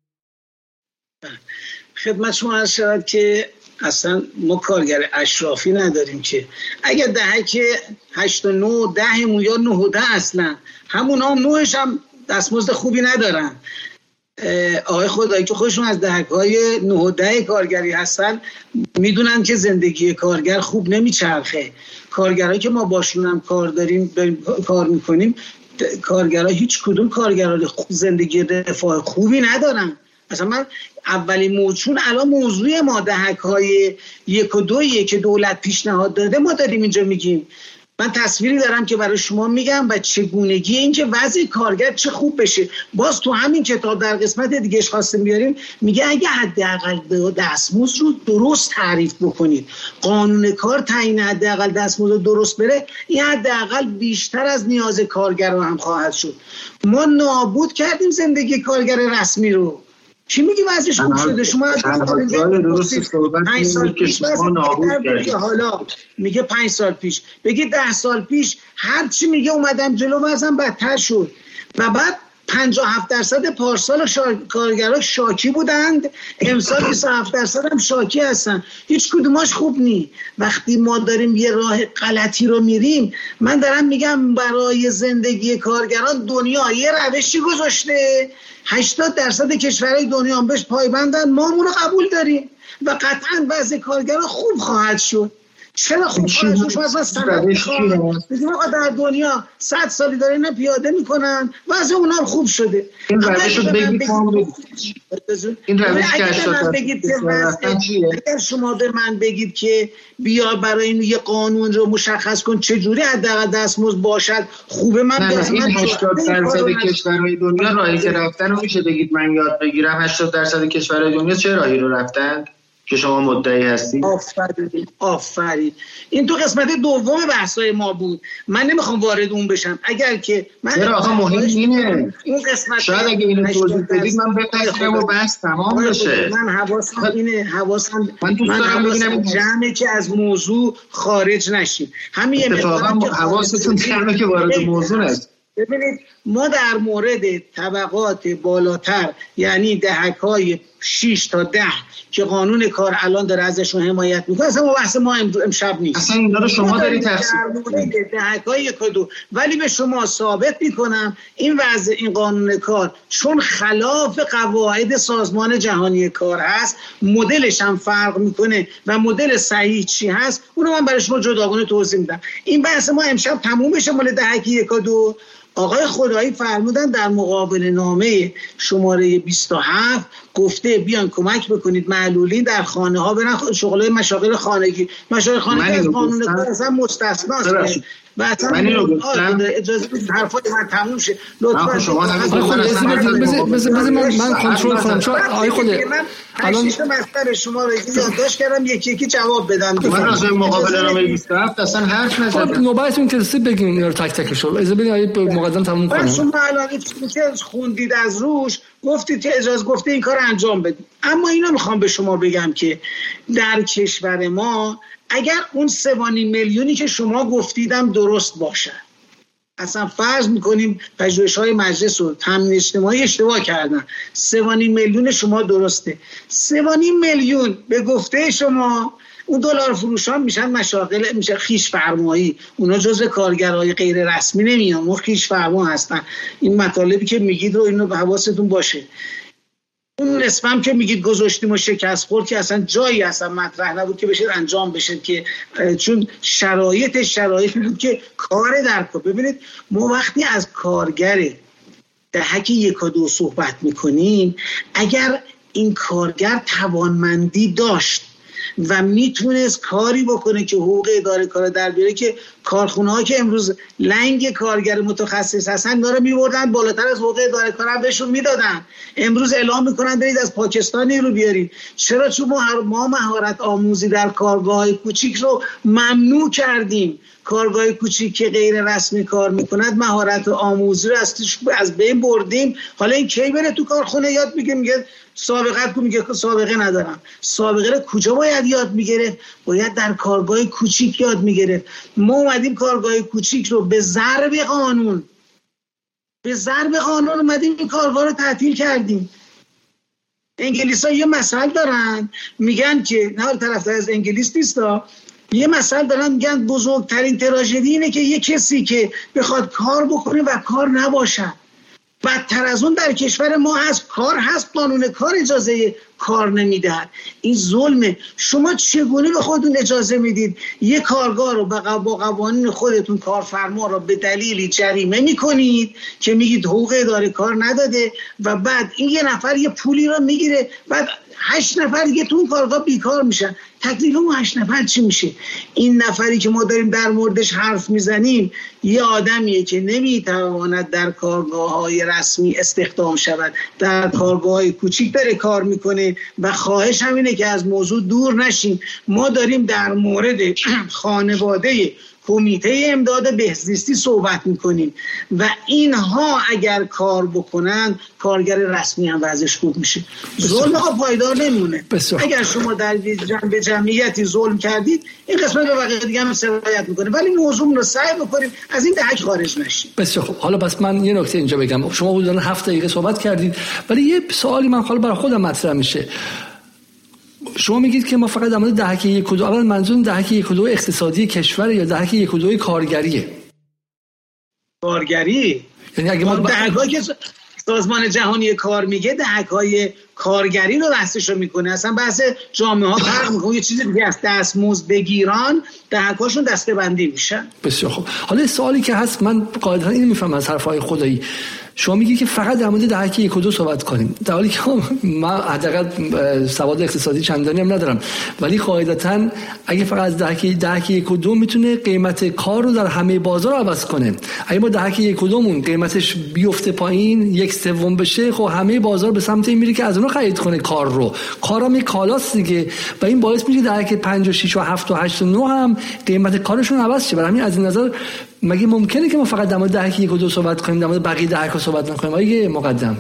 خدمت شما عرض شود که اصلا ما کارگر اشرافی نداریم که اگر دهک هشت و نه ده یا نه و ده اصلا همون هم نوعش هم دستمزد خوبی ندارن. آقای خدایی که خودشون از دهک‌های نه و ده کارگری هستن میدونن که زندگی کارگر خوب نمیچرخه. کارگرایی که ما باشون هم کار داریم کار میکنیم کارگرها هیچ کدوم کارگرای زندگی رفاه خوبی ندارن. مثلا من اولین موضوع الان موضوع ما دهک‌های یک و دویه که دولت پیشنهاد داده ما داریم اینجا میگیم. من تصویری دارم که برای شما میگم و چگونگی این که وضع کارگر چه خوب بشه. باز تو همین کتاب در قسمت دیگهش خواستیم بیاریم میگه اگه حداقل دستمزد رو درست تعریف بکنید، قانون کار تعیین حداقل دستمزد درست بره، این حداقل بیشتر از نیاز کارگر هم خواهد شد. ما نابود کردیم زندگی کارگر رسمی رو. چی میگی وضعش خوب شده؟ شما از پنج سال پیش حالا میگه پنج سال پیش بگی ده سال پیش هر چی میگه اومدم جلو وضعم بدتر شد و بعد پنجاه و هفت درصد پارسال شا... کارگرها شاکی بودند، امسال بیست و هفت درصد هم شاکی هستن. هیچ کدوماش خوب نی. وقتی ما داریم یه راه غلطی رو میریم، من دارم میگم برای زندگی کارگران دنیا یه روشی گذاشته، هشتاد درصد کشورهای دنیا هم بهش پایبندن، ما اون رو قبول داریم و قطعا وضع کارگران خوب خواهد شد. چرا خوب خواهد شد؟ شما اصلا سند بگیم آقا در دنیا صد سالی داره اینا پیاده میکنن وضع اونا هم خوب شده. این روش رو بگید این روش که اشتاد اگر شما به من بگید که بیا برای این یه قانون رو مشخص کن چجوری حداقل دستمزد باشد خوبه، من نه این هشتاد درصد کشورهای دنیا راهی که رفتن رو میشه بگید من یاد بگیرم؟ هشتاد درصد کشورهای دنیا چه راهی رو رفتن؟ که شما مدعی هستید؟ آفرین آفرین این تو قسمت دوم بحث‌های ما بود، من نمیخوام وارد اون بشم. اگر که من چرا آخه مهم اینه این قسمت شاید اگه اینو توضیح بدید من بپذیرم و بحث تمام بشه. من حواسم اینه حواسم من دوست دارم ببینم جمعه که از موضوع خارج نشیم. همین اتفاقا حواستون جمعه که وارد موضوع است. ببینید ما در مورد طبقات بالاتر یعنی دهک‌های شش تا ده که قانون کار الان داره ازشون حمایت میکنه، اصلا بحث ما امشب نیست. اصلا اینا رو شما دارید تفسیر می‌کنید دهک‌های یک و دو، ولی به شما ثابت میکنم این وضع این قانون کار چون خلاف قواعد سازمان جهانی کار هست، مدلش هم فرق میکنه و مدل صحیح چی هست اونو من برای شما جداگانه توضیح میدم. این بحث ما امشب تموم بشه مال دهک یک و دو. آقای خدایی فرمودن در مقابل نامه شماره بیست و هفت گفته بیان کمک بکنید معلولین در خانه ها برن شغلای مشاغل خانگی. مشاغل خانگی از قانون کار اصلا مستثناست و اصلا اجازه بدید حرفای من تموم شه لطفا. شما بذار من کنترل کنم چون آقای خدایی الان مثلا شما رو یادداشت کردم یکی یکی جواب بدم. من راجع مقابله نامه بیست و هفت اصلا حرف نزدم. نوبتتون که رسید بگین اینا رو تک تکش رو اجازه بدید آقای مقدم تموم کنم. شما الان که خوندید از روش گفتید که اجازه گفته این کار انجام بدید، اما اینو میخوام به شما بگم که در کشور ما اگر اون سه و نیم میلیونی که شما گفتیدم درست باشه، اصلا فرض میکنیم پژوهش‌های مجلس و تامین اجتماعی اشتباه کردن، سه و نیم میلیون شما درسته، سه و نیم میلیون به گفته شما اون دلار فروشان میشن مشاغل میشه خیش فرمایی، اونا جزء کارگرای غیر رسمی نمیان، اون خیش فرما هستن. این مطالبی که میگید رو اینو به حواستون باشه. اون نسبم که میگید گذاشتیم و شکست خورد که اصلا جایی اصلا مطرح نبود که بشه انجام بشه، که چون شرایط شرایطی بود که کار در کار. ببینید ما وقتی از کارگر دهک یک و دو صحبت میکنیم، اگر این کارگر توانمندی داشت و میتونست کاری بکنه که حقوق اداره کار در بیاره، که کارخونه ها که امروز لنگ کارگر متخصص هستن داره میبردن بالاتر از حقوق اداره کار هم بهشون میدادن، امروز اعلام میکنن برید از پاکستانی رو بیارید. چرا؟ چون ما مهارت آموزی در کارگاه کوچیک رو ممنوع کردیم. کارگاه کوچیک که غیر رسمی کار میکند مهارت آموزی رو از بین بردیم. حالا این کی بره تو کارخونه یاد میگه میگه سابقت کو، میگه سابقه ندارم. سابقه رو کجا باید یاد میگرفت؟ باید در کارگاه کوچیک یاد میگرفت. ما اومدیم کارگاه کوچیک رو به ضرب قانون به ضرب قانون اومدیم این کارگاه رو تعطیل کردیم. انگلیس‌ها یه مثل دارن میگن که نه طرفدار از انگلیس نیستا، یه مثل دارن میگن بزرگترین تراژدی اینه که یه کسی که بخواد کار بکنه و کار نباشه. بدتر از اون در کشور ما هست، کار هست قانون کار اجازه کار نمیدهد. این ظلمه. شما چگونه به خودتون اجازه میدید یه کارگاه رو با قوانین خودتون کارفرما رو به دلیلی جریمه میکنید که میگید حقوق اداره کار نداده و بعد این یه نفر یه پولی رو میگیره، بعد هشت نفر دیگه تو اون کارگاه بیکار میشن. تکلیف اون هشت نفر چی میشه؟ این نفری که ما داریم در موردش حرف میزنیم یه آدمیه که نمیتواند در کارگاه‌های رسمی استخدام شود، در کارگاه‌های کوچیک داره کار میکنه و خواهش هم اینه که از موضوع دور نشیم. ما داریم در مورد خانواده کمیته امداد بهزیستی صحبت میکنیم و اینها اگر کار بکنن کارگر رسمی هم وضعش خوب میشه. ظلم ها پایدار نمونه. اگر شما در جنب جمعیتی ظلم کردید این قسمت به بقیه دیگه هم سرایت میکنه، ولی موضوع رو سعی بکنیم از این دهک خارج نشیم. بسیار خوب. حالا بس من یه نکته اینجا بگم. شما حدوداً هفت دقیقه صحبت کردید، ولی یه سوالی من حالا برای خودم مطرح میشه. شما میگید که ما فقط در مورد دهک یک و دو، اول منظور دهک یک و دو اقتصادی کشور یا دهک یک و دو کارگریه؟ کارگری. یعنی اگه ما دهک‌هایی که سازمان جهانی کار میگه دهک‌های کارگری رو بحثش رو میکنه، اصلا بحث جامعه ها فرق میکنه. یه چیز دیگه است، دستمزد بگیران دهک‌هاشون دسته بندی میشن. بسیار خوب. حالا سوالی که هست، من قاعدتا اینو میفهمم از حرفای خدایی، شما میگی که فقط در مورد دهک یک و دو صحبت کنیم، در حالی که من حداقل سواد اقتصادی چندانی هم ندارم، ولی قاعدتاً اگه فقط از دهک دهک یک و دو میتونه قیمت کار رو در همه بازار عوض کنه. اگه ما دهک یک و دومون قیمتش بیفته پایین، یک سوم بشه، خب همه بازار به سمت این میره که از اونها خرید کنه کار رو. کارام یک کالاست دیگه، و این باعث میشه دهک پنج و شش و هفت و هشت و نه هم قیمت کارشون عوض شه. برای همین از این نظر مگه ممکنه که ما فقط در مورد دهک یک و دو صحبت کنیم، در مورد بقیه دهک‌ها صحبت نکنیم؟ آقای مقدم،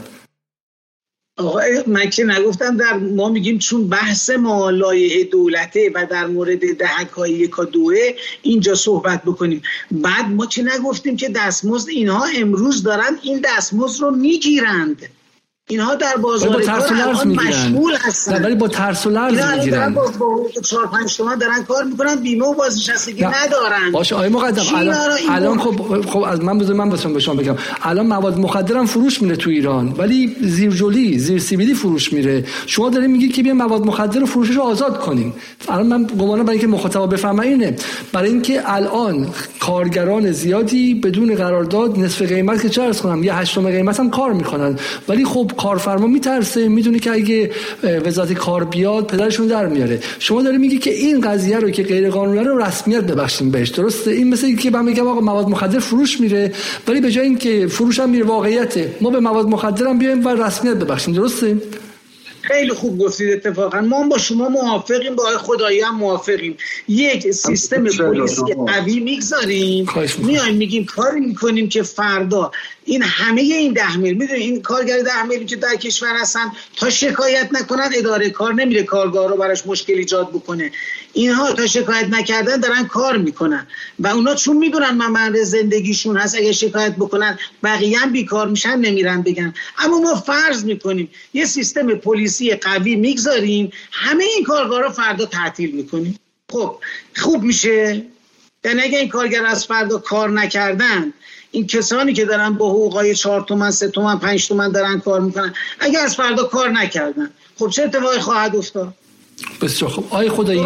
آقا من که نگفتم، در ما میگیم چون بحث ما لایحه دولته و در مورد دهک‌های یک و دوه اینجا صحبت بکنیم. بعد ما که نگفتیم که دستمزد اینها امروز دارن این دستمزد رو میگیرند، اینها در بازار کار الان مشغول هستن، ولی با ترس و لرز میگیرن. با چهار پنج تومن دارن کار میکنن، بیمه و بازنشستگی ندارن. باشه آقای مقدم، الان الان خب خب از من بذار من بهتون به شما بگم، الان مواد مخدر هم فروش میره تو ایران، ولی زیرجلی زیر سیبیلی فروش میره. شما دارین میگید که بیا مواد مخدر رو فروشش رو آزاد کنیم. الان من گمانم برای اینکه مخاطب بفهمه اینه، برای اینکه الان کارگران زیادی بدون قرارداد نصف قیمت که چه عرض کنم یه هشتم قیمت هم کار میکنن، ولی خب کارفرما میترسه، میدونه که اگه وزارت کار بیاد پدرشون در میاره. شما داری میگی که این قضیه رو که غیر قانونی رو رسمیت ببخشیم بهش، درسته؟ این مثل اینکه من میگم آقا مواد مخدر فروش میره، ولی به جای اینکه فروش هم میره واقعیته، ما به مواد مخدر هم بیایم و رسمیت ببخشیم، درسته؟ خیلی خوب گفتید. اتفاقا ما با شما موافقیم، با آقای خدایی هم موافقیم. یک سیستم پلیسی قوی میگذاریم، میایم میگیم کاری میکنیم که فردا این همه این ده میل، میدونید این کارگر ده میلی که در کشور هستن تا شکایت نکنن اداره کار نمیره کارگاه رو براش مشکل ایجاد بکنه. اینها تا شکایت نکردن دارن کار میکنن و اونا چون میدونن ممر زندگیشون هست، اگه شکایت بکنن بقیه هم بیکار میشن، نمیرن بگن. اما ما فرض میکنیم یه سیستم پلیسی قوی میگذاریم، همه این کارگاه رو فردا تعطیل میکنیم. خب خوب میشه؟ یعنی اگه این کارگر از فردا کار نکردن، این کسانی که دارن با حقوقای چهار تومن، سه تومن، پنج تومن دارن کار میکنن، اگه از فردا کار نکردن، خب چه اتفاقی خواهد افتاد؟ بسیار خب. آقای خدایی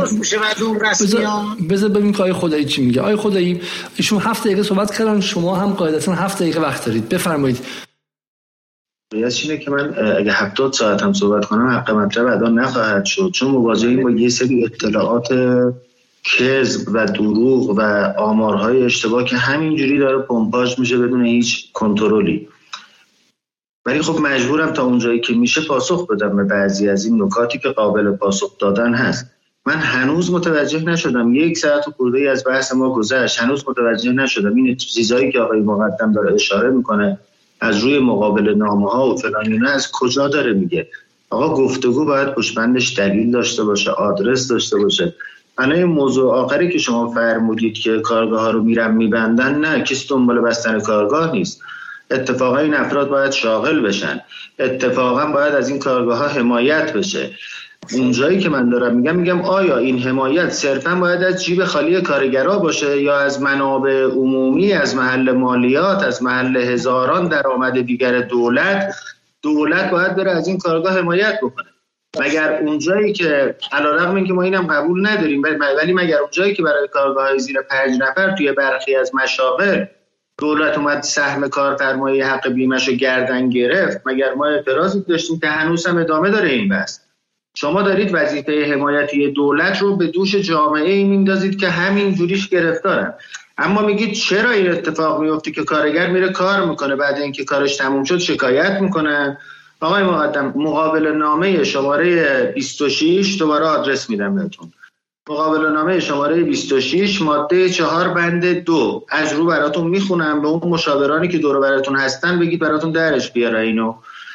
بذار ببینیم که آقای خدایی چی میگه. آقای خدایی ایشون هفت دقیقه صحبت کردن، شما هم قاعدتا هفت دقیقه وقت دارید، بفرمایید. یعنی اینه که من اگه هفتاد ساعت هم صحبت کنم حق مطلب ادا نخواهد شد، چون مواجهیم با یه سری اطلاعات کذب و دروغ و آمارهای اشتباه که همینجوری داره پمپاژ میشه بدون هیچ کنترلی. ولی خب مجبورم تا اونجایی که میشه پاسخ بدم به بعضی از این نکاتی که قابل پاسخ دادن هست. من هنوز متوجه نشدم، یک ساعت و خورده ای از بحث ما گذشت، هنوز متوجه نشدم این چیزایی که آقای مقدم داره اشاره میکنه از روی مقابل نامه‌ها و فلان اینا از کجا داره میگه. آقا گفتگو باید پشتبندش دلیل داشته باشه، آدرس داشته باشه. انا این موضوع آخری که شما فرمودید که کارگاه ها رو میرن میبندن، نه، کسی دنبال بستن کارگاه نیست. اتفاقا این افراد باید شاغل بشن، اتفاقا باید از این کارگاه ها حمایت بشه. اونجایی که من دارم میگم میگم آیا این حمایت صرفا باید از جیب خالی کارگرها باشه یا از منابع عمومی، از محل مالیات، از محل هزاران درآمد دیگر دولت دولت باید بره از این کارگاه حمایت بکنه؟ مگر اونجایی که علیرغم اینکه ما اینم قبول نداریم، ولی مگر اونجایی که برای کارگاه‌های زیر پنج نفر توی برخی از مشاغل دولت اومد سهم کارفرمایی حق بیمه‌شو گردن گرفت، مگر ما اعتراضی داشتیم که هنوز هم ادامه داره این بحث؟ شما دارید وظیفه حمایتی دولت رو به دوش جامعه ای میندازید که همین جوریش گرفتارن. اما میگید چرا این اتفاق میفته که کارگر میره کار میکنه، بعد اینکه کارش تموم شد شکایت میکنن. آقای مقدم، مقابل نامه شماره بیست و شش، دوباره آدرس میدم بهتون، مقابل نامه شماره بیست و شش ماده چهار بند دو، از رو براتون میخونم، به اون مشاورانی که دور براتون هستن بگید براتون درش بیاره اینو.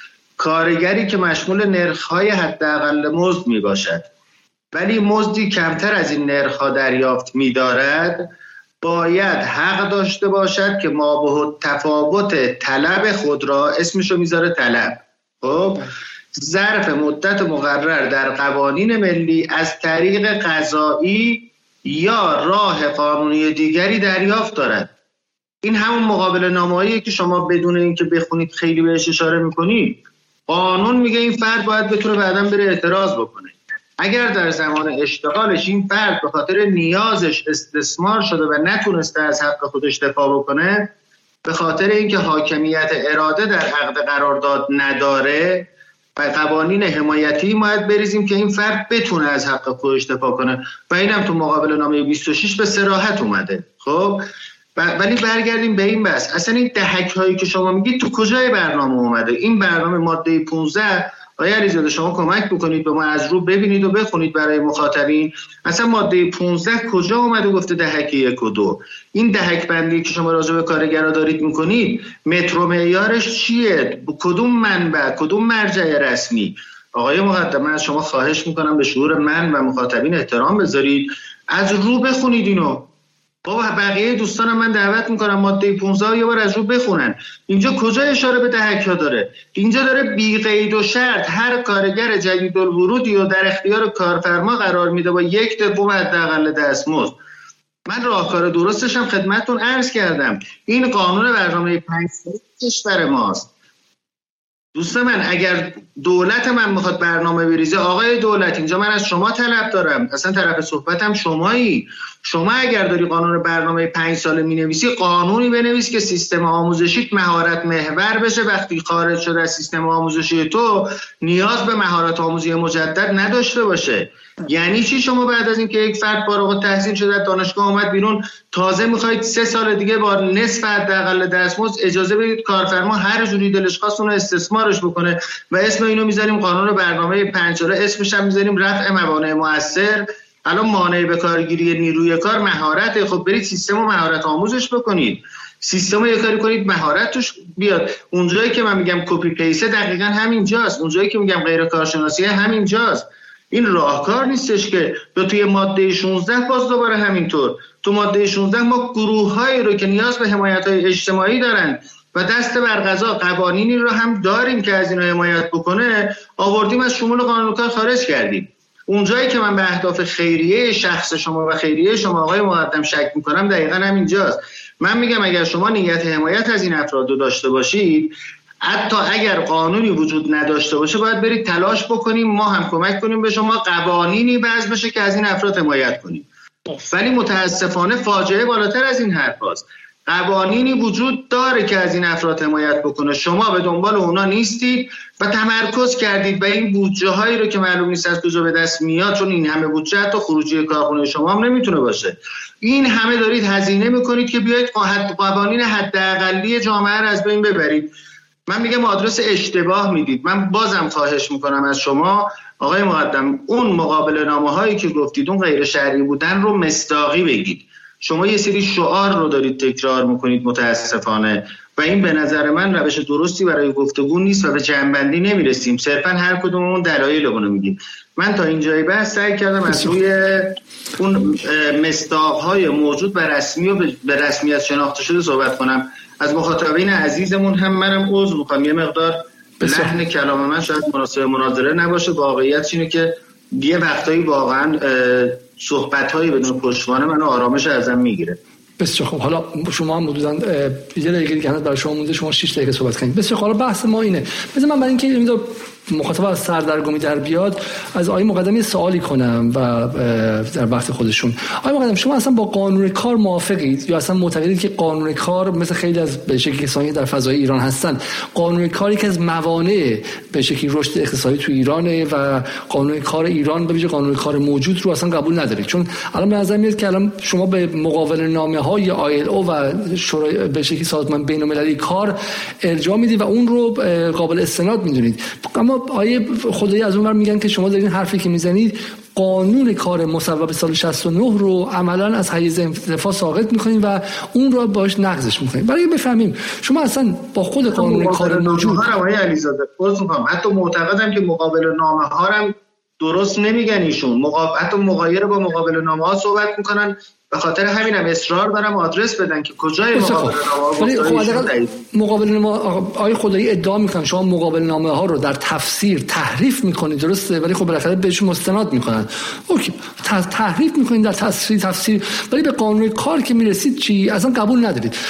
کارگری که مشمول نرخ‌های حداقل مزد میباشد ولی مزدی کمتر از این نرخ‌ها دریافت می‌دارد، باید حق داشته باشد که مابه تفاوت طلب خود را، اسمشو میذاره طلب، خب ظرف مدت مقرر در قوانین ملی از طریق قضایی یا راه قانونی دیگری دریافت دارد. این همون مقابل نامه‌ایه که شما بدون اینکه بخونید خیلی بهش اشاره میکنید. قانون میگه این فرد باید بتونه بعداً بره اعتراض بکنه. اگر در زمان اشتغالش این فرد به خاطر نیازش استثمار شده و نتونسته از حق خودش دفاع بکنه، به خاطر اینکه حاکمیت اراده در عقد قرارداد نداره و قوانین حمایتی باید بریزیم که این فرد بتونه از حق خودش دفاع کنه و اینم تو مقابل نامه بیست و شش به صراحت اومده. خب ولی برگردیم به این بحث، اصلا این دهک هایی که شما میگید تو کجای برنامه اومده؟ این برنامه ماده پانزده، آقای علیزاده شما کمک بکنید به ما از رو ببینید و بخونید برای مخاطبین، اصلا ماده پانزده کجا اومده گفته دهک یک و دو؟ این دهک بندی که شما راجع به کارگرا دارید میکنید متر معیارش چیه؟ کدوم منبع، کدوم مرجع رسمی؟ آقای مقدم من از شما خواهش میکنم به شعور من و مخاطبین احترام بذارید، از رو بخونید اینو. بابا بقیه دوستانم من دعوت میکنم ماده پانزده یه بار از رو بخونن. اینجا کجا اشاره به دهک ها داره؟ اینجا داره بی قید و شرط هر کارگر جدید الورودی و در اختیار کارفرما قرار میده با یک دوم حداقل دستمزد. من راهکار درستش هم خدمتتون عرض کردم. این قانون برنامه پنج ساله کشور ماست. دوست من اگر دولت من میخواد برنامه بریزه، آقای دولت اینجا من از شما طلب دارم، اصلا طرف صحبتم شمایی. شما اگر داری قانون برنامه پنج ساله مینویسی، قانونی بنویس که سیستم آموزشی مهارت محور بشه. وقتی خارج شده از سیستم آموزشی تو نیاز به مهارت آموزی مجدد نداشته باشه. یعنی چی شما بعد از اینکه یک فرد فارغ التحصیل شده دانشگاه اومد بیرون، تازه میخواید سه سال دیگه با نصف حداقل دستمزد اجازه بدید کارفرما هر جوری دلش خواست اون استثمارش بکنه و اسم اینو میذاریم قانون برنامه پنج ساله، اسمش هم میذاریم رفع موانع مؤثر. الان مانع به کارگیری نیروی کار مهارته، خب برید سیستم و مهارت آموزش بکنید، سیستم رو یه کاری کنید مهارت توش بیاد. اونجایی که من میگم کپی پیست دقیقاً همینجاست، اونجایی که میگم غیر کارشناسی همینجاست. این راهکار نیستش که به توی ماده شانزده باز دوباره همینطور. تو ماده شانزده ما گروه‌هایی رو که نیاز به حمایت‌های اجتماعی دارن و دست بر قضا قوانینی رو هم داریم که از اینا حمایت بکنه، آوردیم از شمول قانون کار خارج کردیم. اونجایی که من به اهداف خیریه شخص شما و خیریه شما آقای مقدم شک میکنم دقیقاً همینجاست. من میگم اگر شما نیت حمایت از این افراد رو داشته باشید، حتی اگر قانونی وجود نداشته باشه باید برید تلاش بکنیم، ما هم کمک کنیم به شما قوانینی وضع بشه که از این افراد حمایت کنیم. ولی متاسفانه فاجعه بالاتر از این حرف هست. قوانینی وجود داره که از این افراد حمایت بکنه، شما به دنبال اونا نیستید و تمرکز کردید به این بودجه هایی رو که معلوم نیست از کجا به دست میاد، چون این همه بودجه حتی خروجی کارخونه شما هم نمیتونه باشه. این همه دارید هزینه میکنید که بیاید قوانین حداقلی جامعه رو از بین ببرید. من میگم آدرس اشتباه میدید. من بازم خواهش میکنم از شما آقای مقدم، اون مقابله نامه هایی که گفتید اون غیر شرعی بودن رو مصداقی بگید. شما یه سری شعار رو دارید تکرار میکنید متاسفانه و این به نظر من روش درستی برای گفتگو نیست و به جمع‌بندی نمیرسیم. صرفا هر کدوممون دلایلمون رو میگیم. من تا اینجای بحث سعی کردم از روی اون مصداق‌های موجود و رسمی و به رسمیت شناخته شده صحبت کنم. از مخاطبین عزیزمون هم منم عذر میخوام، یه مقدار لحن کلام من شاید مناسب مناظره نباشه. واقعیت اینه که یه وقتایی واقعا صحبت‌هایی بدون پشتوانه منو آرامش ازم میگیره. بسیار خب، حالا شما هم حدوداً یه دقیقه دیگه برای شما مونده، شما شش دقیقه صحبت کنید. بسیار خب، حالا بحث ما اینه. مثلا من برای اینکه این مخاطب از سردرگمی در بیاد، از آقای مقدم یه سوالی کنم و در وقت خودشون. آقای مقدم، شما اصلا با قانون کار موافقید یا اصلا معتقدید که قانون کار مثل خیلی از به شکلی کسانی در فضای ایران هستن، قانون کاری که از موانع به شکلی رشد اقتصادی تو ایرانه و قانون کار ایران به ویژه قانون کار موجود رو اصلا قبول ندارید؟ چون الان به نظر میاد که الان شما به مقاوله نامه‌های آی ال او و شورای به شکلی سازمان بین‌المللی کار ارجاع میدید و اون رو قابل استناد میدونید. اما آیه خدایی از اون ور میگن که شما دارین حرفی که میزنید قانون کار مصوب سال شصت و نه رو عملاً از حیز انتفاع ساقط میکنین و اون رو باش نقضش میکنین. برای بفهمیم شما اصلا با خود قانون کار موجود آقای علیزاده حتی معتقدم که مقابل نامه ها هم درست نمیگن ایشون، مقاب... حتی مغایر با مقابل نامه ها صحبت میکنن. به خاطر همینم اصرار دارم آدرس بدن که کجای مقابل نامه ها مقابل نامه آقای خدایی ادعا میکنن شما مقابل نامه ها رو در تفسیر تحریف میکنید، درسته؟ ولی خب بالاخره بهشون مستند میکنن. اوکی، تحریف میکنید در تفسیر تفسیر ولی به قانون کار که میرسید چی اصلا قبول ندارید.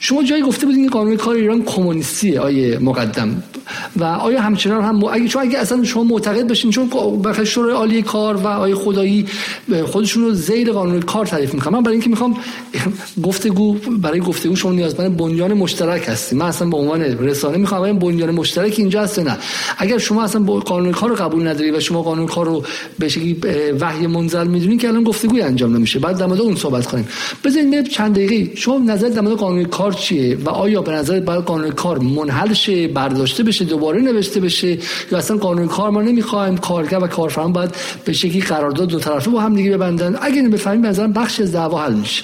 شما جایی گفته بودین که قانون کار ایران کمونیستیه آیه مقدم، و آیا همچنان هم اگه چون اگه اصلا شما معتقد بشین، چون بخاطر شورای عالی کار و آیه خدایی خودشون رو زیر قانون کار تعریف میکنن. من برای اینکه میخوام گفتگو برای گفتگو شما نیازمند بنیان مشترک هستیم. من اصلا به عنوان رسانه میخوام این بنیان مشترک اینجا هست نه. اگر شما اصلا قانون کار رو قبول نداری و شما قانون کار رو به شکلی وحی منزل میدونین که الان گفتگوی انجام نمیشه. بعد در مورد اون صحبت کنیم. بذارید چند دقیقه شما نظر در مورد قانون کار چیه و آیا به نظر باید قانون کار منحل شه، برداشته بشه، دوباره نوشته بشه، یا اصلا قانون کار ما نمیخوایم، کارگر و کارفرما باید به شکلی قرارداد دو طرفه با هم دیگه ببندن؟ اگه اینو بفهمیم به نظرم بخش از دعوا حل میشه.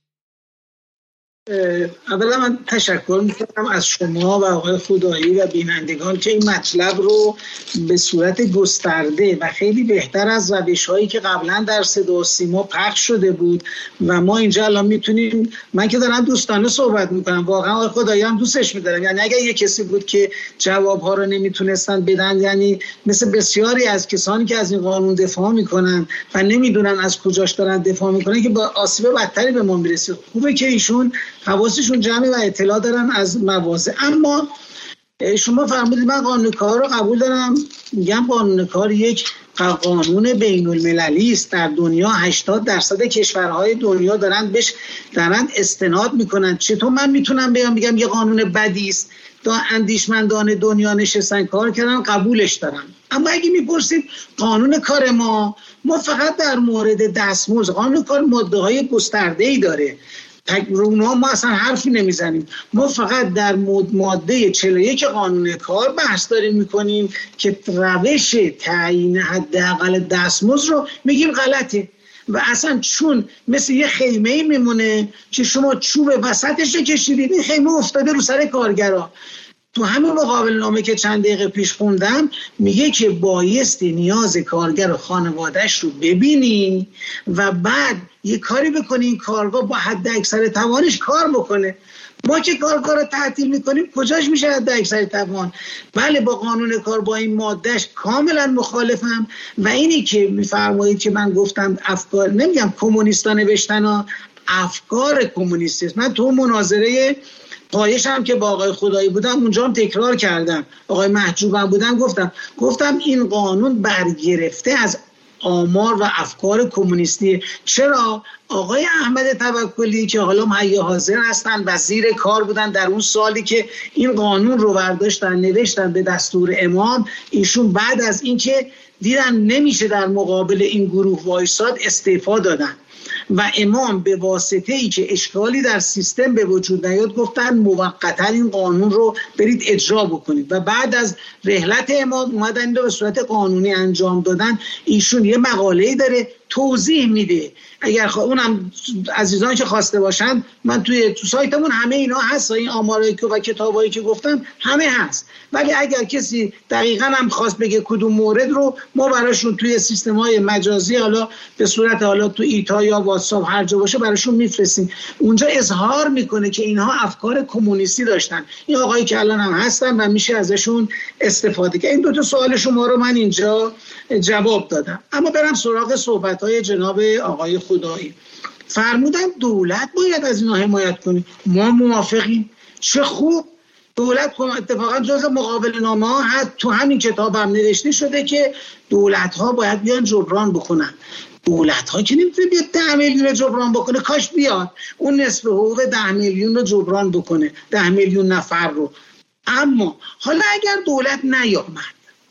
اولا من تشکر میکنم از شما و آقای خدایی و بینندگان که این مطلب رو به صورت گسترده و خیلی بهتر از روش‌هایی که قبلا در صدا و سیما پخش شده بود و ما اینجا الان میتونیم، من که دارم دوستانه صحبت میکنم، واقعا آقای خدایی هم دوستش میدارم، یعنی اگر یه کسی بود که جوابها رو نمیتونستن بدن، یعنی مثل بسیاری از کسانی که از این قانون دفاع میکنن و نمیدونن از کجاش دارن دفاع میکنن که با آسیب بدتری به ما میرسه. خوبه که ایشون حواسشون جمعه و اطلاع دارن از مواضع. اما شما فرمودید من قانون کار رو قبول دارم، میگم قانون کار یک قانون بین المللی است. در دنیا هشتاد درصد کشورهای دنیا دارن بهش دارن استناد میکنن. چطور من میتونم بیام بگم یه قانون بدی است؟ تا اندیشمندان دنیا نشستن کار کردن، قبولش دارم. اما اگه میپرسید قانون کار ما ما فقط در مورد دستمزد، قانون کار ماده‌های گسترده‌ای داره، رونا ما اصلا حرفی نمیزنیم. ما فقط در ماده چهل و یک قانون کار بحث داریم میکنیم که روش تعیین حداقل دستمزد رو میگیم غلطه و اصلا چون مثل یه خیمه میمونه که شما چوب وسطش رو کشیدید، این خیمه افتاده رو سر کارگرا. تو همین مقابل نامه که چند دقیقه پیش خوندم میگه که بایستی نیاز کارگر و خانوادهش رو ببینی و بعد یه کاری بکنی کارگاه با حد اکثر توانش کار بکنه. ما که کارگاه رو تعطیل میکنیم کجاش میشه حد اکثر توان؟ بله با قانون کار با این مادهش کاملا مخالفم و اینی که میفرمایید که من گفتم افکار، نمیگم کمونیستا نوشتن ها، افکار کمونیستی است. من تو مناظره پایش هم که با آقای خدایی بودم اونجا هم تکرار کردم، آقای محجوبم بودم گفتم گفتم این قانون برگرفته از آمار و افکار کمونیستی. چرا؟ آقای احمد توکلی که حالا حی حاضر هستن وزیر کار بودن در اون سالی که این قانون رو برداشتن نوشتن به دستور امام، ایشون بعد از اینکه دیدن نمیشه در مقابل این گروه وایساد استعفا دادن و امام به واسطه ای که اشکالی در سیستم به وجود نیاد گفتن موقتا این قانون رو برید اجرا بکنید و بعد از رحلت امام اومدن این رو به صورت قانونی انجام دادن. ایشون یه مقاله‌ای داره توضیح میده، اگر خوا... اونم عزیزان که خواسته باشن من توی تو سایتمون همه اینا هست، این آمارایی که و کتابایی که گفتم همه هست، ولی اگر کسی دقیقاً هم خواست بگه کدوم مورد رو ما براشون توی سیستم‌های مجازی حالا به صورت حالا تو ایتا یا واتساپ هر جا باشه براشون میفرستیم، اونجا اظهار میکنه که اینها افکار کمونیستی داشتن. این آقایی که الان هم هستن و میشه ازشون استفاده کرد. این دو تا سوال شما رو من اینجا جواب دادم. اما برم سراغ صحبت‌های جناب آقای خدایی. فرمودن دولت باید از اینا حمایت کنه. ما موافقیم. چه خوب. دولت اتفاقا جزء مقابل نامه ها هست، تو همین کتاب هم نوشته شده که دولت ها باید بیان جبران بکنن. دولت ها که نمیتونه بیاد ده میلیون جبران بکنه، کاش بیاد اون نصف حقوق ده میلیون رو جبران بکنه، ده میلیون نفر رو. اما حالا اگر دولت نیامد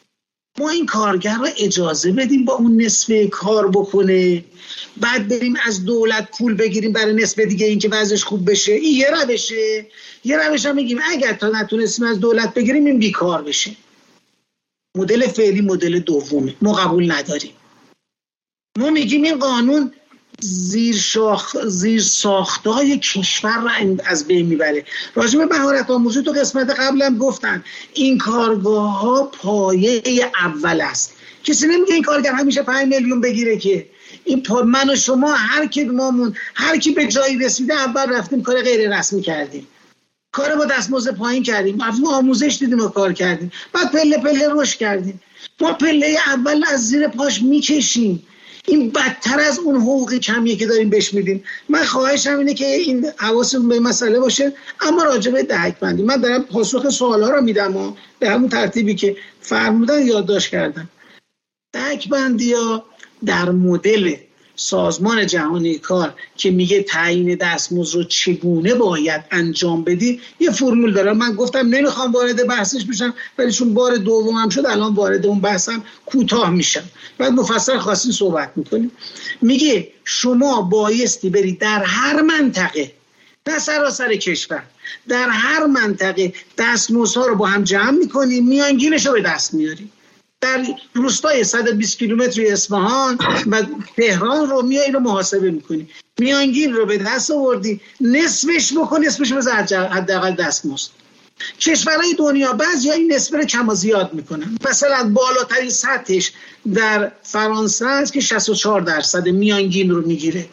ما این کارگر رو اجازه بدیم با اون نصف کار بکنه، بعد بریم از دولت پول بگیریم برای نصف دیگه این که وضعش خوب بشه، این یه روشه. یه روش هم میگیم اگر تا نتونستیم از دولت بگیریم این بیکار بشه. مدل فعلی مدل دومه، ما قبول نداریم. ما میگیم این قانون زیر شاخ زیر ساختای کشور را از بین میبره. راجع به مهارت آموزی تو قسمت قبلم گفتن این کارگاه ها پایه اول است. کسی نمیگه این کارگر همیشه پنج میلیون بگیره که این من و شما هر کی مامون هر کی به جایی رسیده اول رفتیم کار غیر رسمی کردیم، کار با دستمزد پایین کردیم، ما آموزش دیدیم و کار کردیم، بعد پله پله رشد کردیم. ما پله اول از زیر پاش میکشیم. این بدتر از اون حقوق کمیه که داریم بهش میدیم. من خواهشم اینه که این حواستون به مسئله باشه. اما راجع به دهک بندی من دارم پاسخ سوالا رو میدم و به همون ترتیبی که فرمودن یادداشت کردم. دهک بندی ها در مدل سازمان جهانی کار که میگه تعیین دستمزد رو چگونه باید انجام بدی یه فرمول داره. من گفتم نمیخوام وارد بحثش بشم، ولی چون بار دومم شد الان وارد اون بحثم کوتاه میشم، بعد مفصل خاصی صحبت میکنیم. میگه شما بایستی بری در هر منطقه، نه سراسر کشور، در هر منطقه دستمزدها رو با هم جمع میکنی، میانگینش رو به دست میاری. در روستای صد و بیست کیلومتری اصفهان و تهران رو میای رو محاسبه میکنی، میانگین رو به دست آوردی، نصفش بکن، نصفش بذار حداقل دستمزد. کشورهای دنیا بعضیا این نسبه رو کم و زیاد میکنن. مثلا بالاترین سطحش در فرانسه است که شصت و چهار درصد میانگین رو میگیره.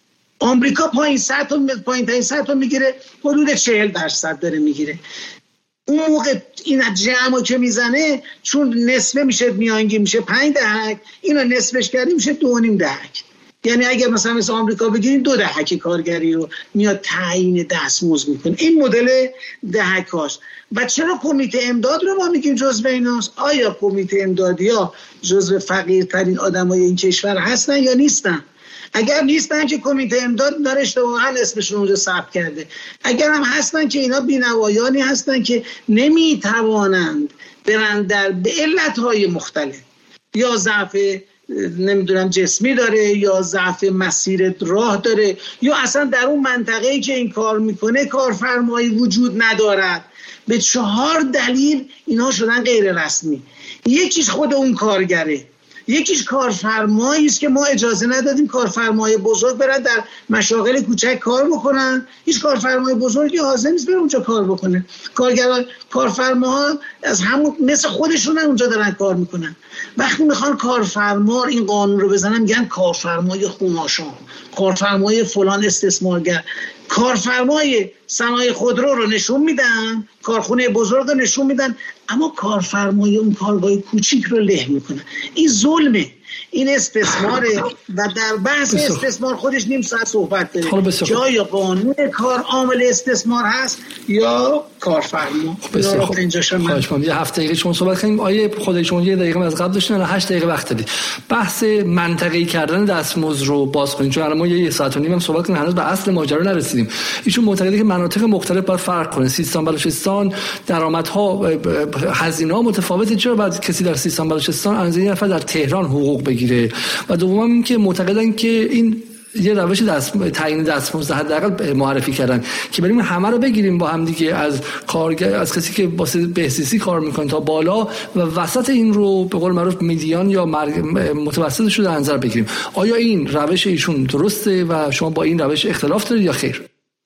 آمریکا پایین سطح پایین ترین سطح رو میگیره، حدود چهل درصد داره میگیره. اون موقع این جمعو که میزنه چون نصفه میشه میانگین میشه پنج دهک، اینو نصفش کردیم میشه دو و نیم دهک. یعنی اگر مثلا مثل آمریکا بگیریم دو دهک کارگری رو میاد تعیین دستمزد میکنه. این مدل دهک هاست. و چرا کمیته امداد رو ما میگیم جزو ایناست؟ آیا کمیته امدادی ها جزو فقیرترین آدمای این کشور هستن یا نیستن؟ اگر نیستن که کمیته امداد داره اشتباها اسمشون اونجا ثبت کرده. اگر هم هستن که اینا بی‌نوایانی هستن که نمیتوانند برند در به علتهای مختلف، یا ضعف نمیدونم جسمی داره، یا ضعف مسیر راه داره، یا اصلا در اون منطقه‌ای که این کار میکنه کارفرمایی وجود ندارد. به چهار دلیل اینا شدن غیر رسمی. یکیش خود اون کارگره، یکیش کارفرمایی است که ما اجازه ندادیم کارفرمای بزرگ برن در مشاغل کوچک کار بکنن. هیچ کارفرمای بزرگی حاضر نیست بره اونجا کار بکنه. کارگران کارفرماها از همون مثل خودشون اونجا دارن کار میکنن. وقتی میخوان کارفرما این قانون رو بزنن میگن کارفرمای خوناشان، کارفرمای فلان استثمارگر. کارفرمای صنایع خودرو رو نشون میدن، کارخونه بزرگ رو نشون میدن، اما کارفرمای اون کارگاه کوچیک رو له میکنن. این ظلمه، این استثماره. و در بحث استثمار خودش نیم ساعت صحبت داره که آیا قانون کار عامل استثمار هست یا کارفرما. بسیار خوب. خواهش می‌کنم یه هفته دقیقه شما صحبت کنیم. آیه خود شما یه دقیقه از قبل داشتین، الان هشت دقیقه وقت دارید. بحث منطقه‌ای کردن دستمزد رو باز کنیم، چون الان ما یه ساعت و نیم هم صحبت کنیم، هنوز به اصل ماجرا نرسیدیم. ایشون معتقده که مناطق مختلف باید فرق کنه. سیستان بلوچستان درآمدها هزینه‌ها متفاوته، چرا بعد کسی در سیستان بلوچستان از این نفر در تهران حقوق بگیره؟ و دوم این که معتقدن که این یه روش دست تعیین دستمزد حداقل معرفی کردن که بریم همه رو بگیریم با هم دیگه، از کارگر، از کسی که واسه بهزیستی کار میکنه تا بالا، و وسط این رو به قول معروف میدیان یا متوسطش رو در نظر بگیریم. آیا این روش ایشون درسته و شما با این روش اختلاف دارید یا خیر؟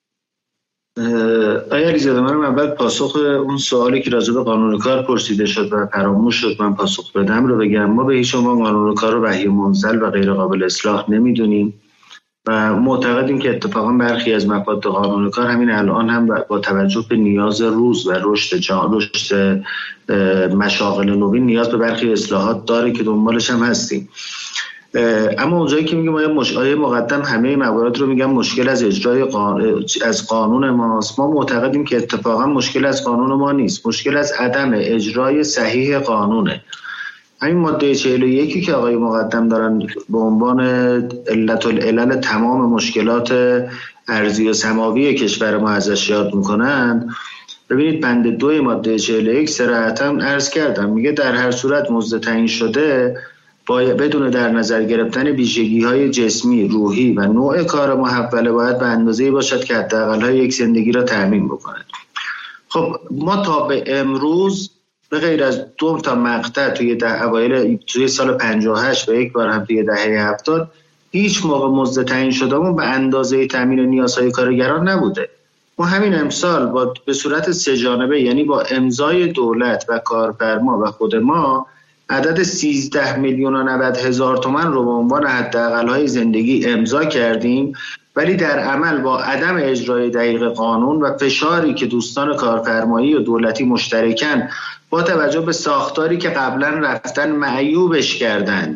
آیا علیزاده، من اول پاسخ اون سوالی که راجع به قانون کار پرسیده شد و فراموش شد من پاسخ بدم رو بگم. ما به هیچ عنوان قانون کار رو وحی منزل و غیر قابل اصلاح نمیدونیم و معتقدیم که اتفاقا برخی از مفاد قانون کار همین الان هم با توجه به نیاز روز و رشد جهان، رشد مشاغل نوین، نیاز به برخی اصلاحات داره که دنبالش هم هستیم. اما اونجایی که میگم آیا مشکل مقدم همه موارد رو میگم مشکل از اجرای قانون از قانون ماست، ما معتقدیم که اتفاقا مشکل از قانون ما نیست، مشکل از عدم اجرای صحیح قانونه. همین ماده چهل و یک که آقای مقدم دارن به عنوان علت العلل تمام مشکلات ارضی و سماوی کشور ما ازش یاد میکنن. ببینید بند دو ماده چهل و یک صراحتاً عرض کردم، میگه در هر صورت مزد تعیین شده باید بدون در نظر گرفتن ویژگی‌های جسمی، روحی و نوع کار محوله باید به اندازه‌ای باشد که حداقل‌های یک زندگی را تضمین بکند. خب ما تا به امروز به غیر از دو تا مقطع توی ده اوایل توی سال پنجاه و هشت و یک بار هم توی دهه هفتاد هیچ موقع مزد تعیین شدهمون به اندازه تامین نیازهای کارگران نبوده. ما همین امسال با به صورت سه جانبه، یعنی با امضای دولت و کارفرما و خود ما، عدد سیزده میلیون و نود هزار تومان رو به عنوان حداقل‌های زندگی امضا کردیم، ولی در عمل با عدم اجرای دقیق قانون و فشاری که دوستان کارفرمایی و دولتی مشترکاً با توجه به ساختاری که قبلا رفتن معیوبش کردند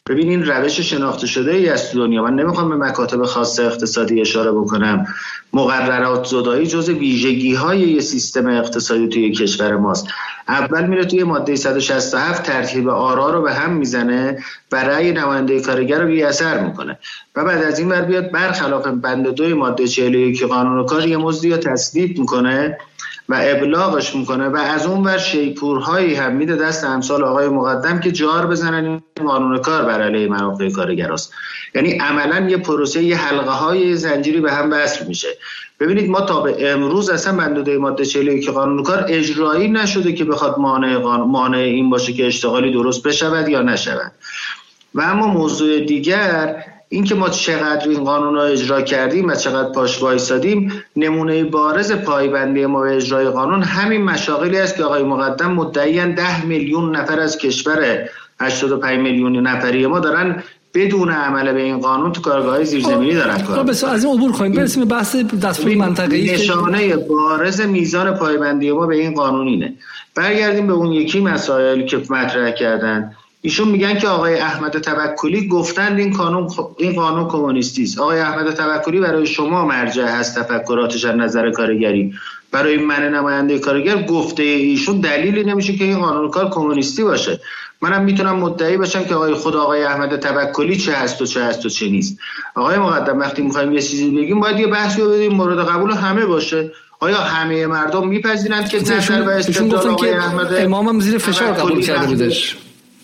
ببین این روش شناخته شده ای از دنیا، من نمیخوام به مکاتب خاص اقتصادی اشاره بکنم، مقررات زدایی جز ویژگی های یه سیستم اقتصادی توی کشور ماست. اول میره توی ماده صد و شصت و هفت ترتیب آرا رو به هم میزنه و رأی نماینده کارگر رو بی اثر میکنه و بعد از این ور بیاد برخلاف بند دوی ماده چهل و یک قانون کار یه مزدی رو تصویب میکنه و ابلاغش میکنه و از اون ور شیپورهایی هم میده دست امثال آقای مقدم که جار بزنن این قانون کار بر علیه منافع کارگراست. یعنی عملا یه پروسه، یه حلقه های زنجیری به هم وصل میشه. ببینید ما تا به امروز اصلا بند دوی ماده چهل و یک قانون کار اجرایی نشده که بخواد مانع قانون مانع این باشه که اشتغالی درست بشود یا نشود. و اما موضوع دیگر این که ما چقدر این قانون را اجرا کردیم و چقدر پاش وایسادیم، نمونه بارز پایبندی ما به اجرای قانون همین مشاغلی است که آقای مقدم مدعیان ده میلیون نفر از کشور هشتاد و پنج میلیون نفری ما دارن بدون عمل به این قانون تو کارگاه‌های زیرزمینی دارن کار. خب بسیار از این عبور کنیم، برسیم به بحث دستور منطقه‌ای. نشانه بارز میزان پایبندی ما به این قانون اینه. برگردیم به اون یکی مسائلی که مطرح کردن. ایشون میگن که آقای احمد توکلی گفتند این قانون این قانون کمونیستی است. آقای احمد توکلی برای شما مرجع هست تفکراتش از نظر کارگری. برای من نماینده کارگر گفته ایشون دلیلی نمیشه که این قانون کار کمونیستی باشه. منم میتونم مدعی باشم که آقای خود آقای احمد توکلی چه هست و چه هست و چه نیست. آقای مقدم وقتی میخوایم یه چیزی بگیم باید یه بحثی رو بدیم مورد قبول همه باشه. آیا همه مردم میپذیرند که نظر و استدلال آقای احمد امام هم زیر فشار قبول کرده بودش؟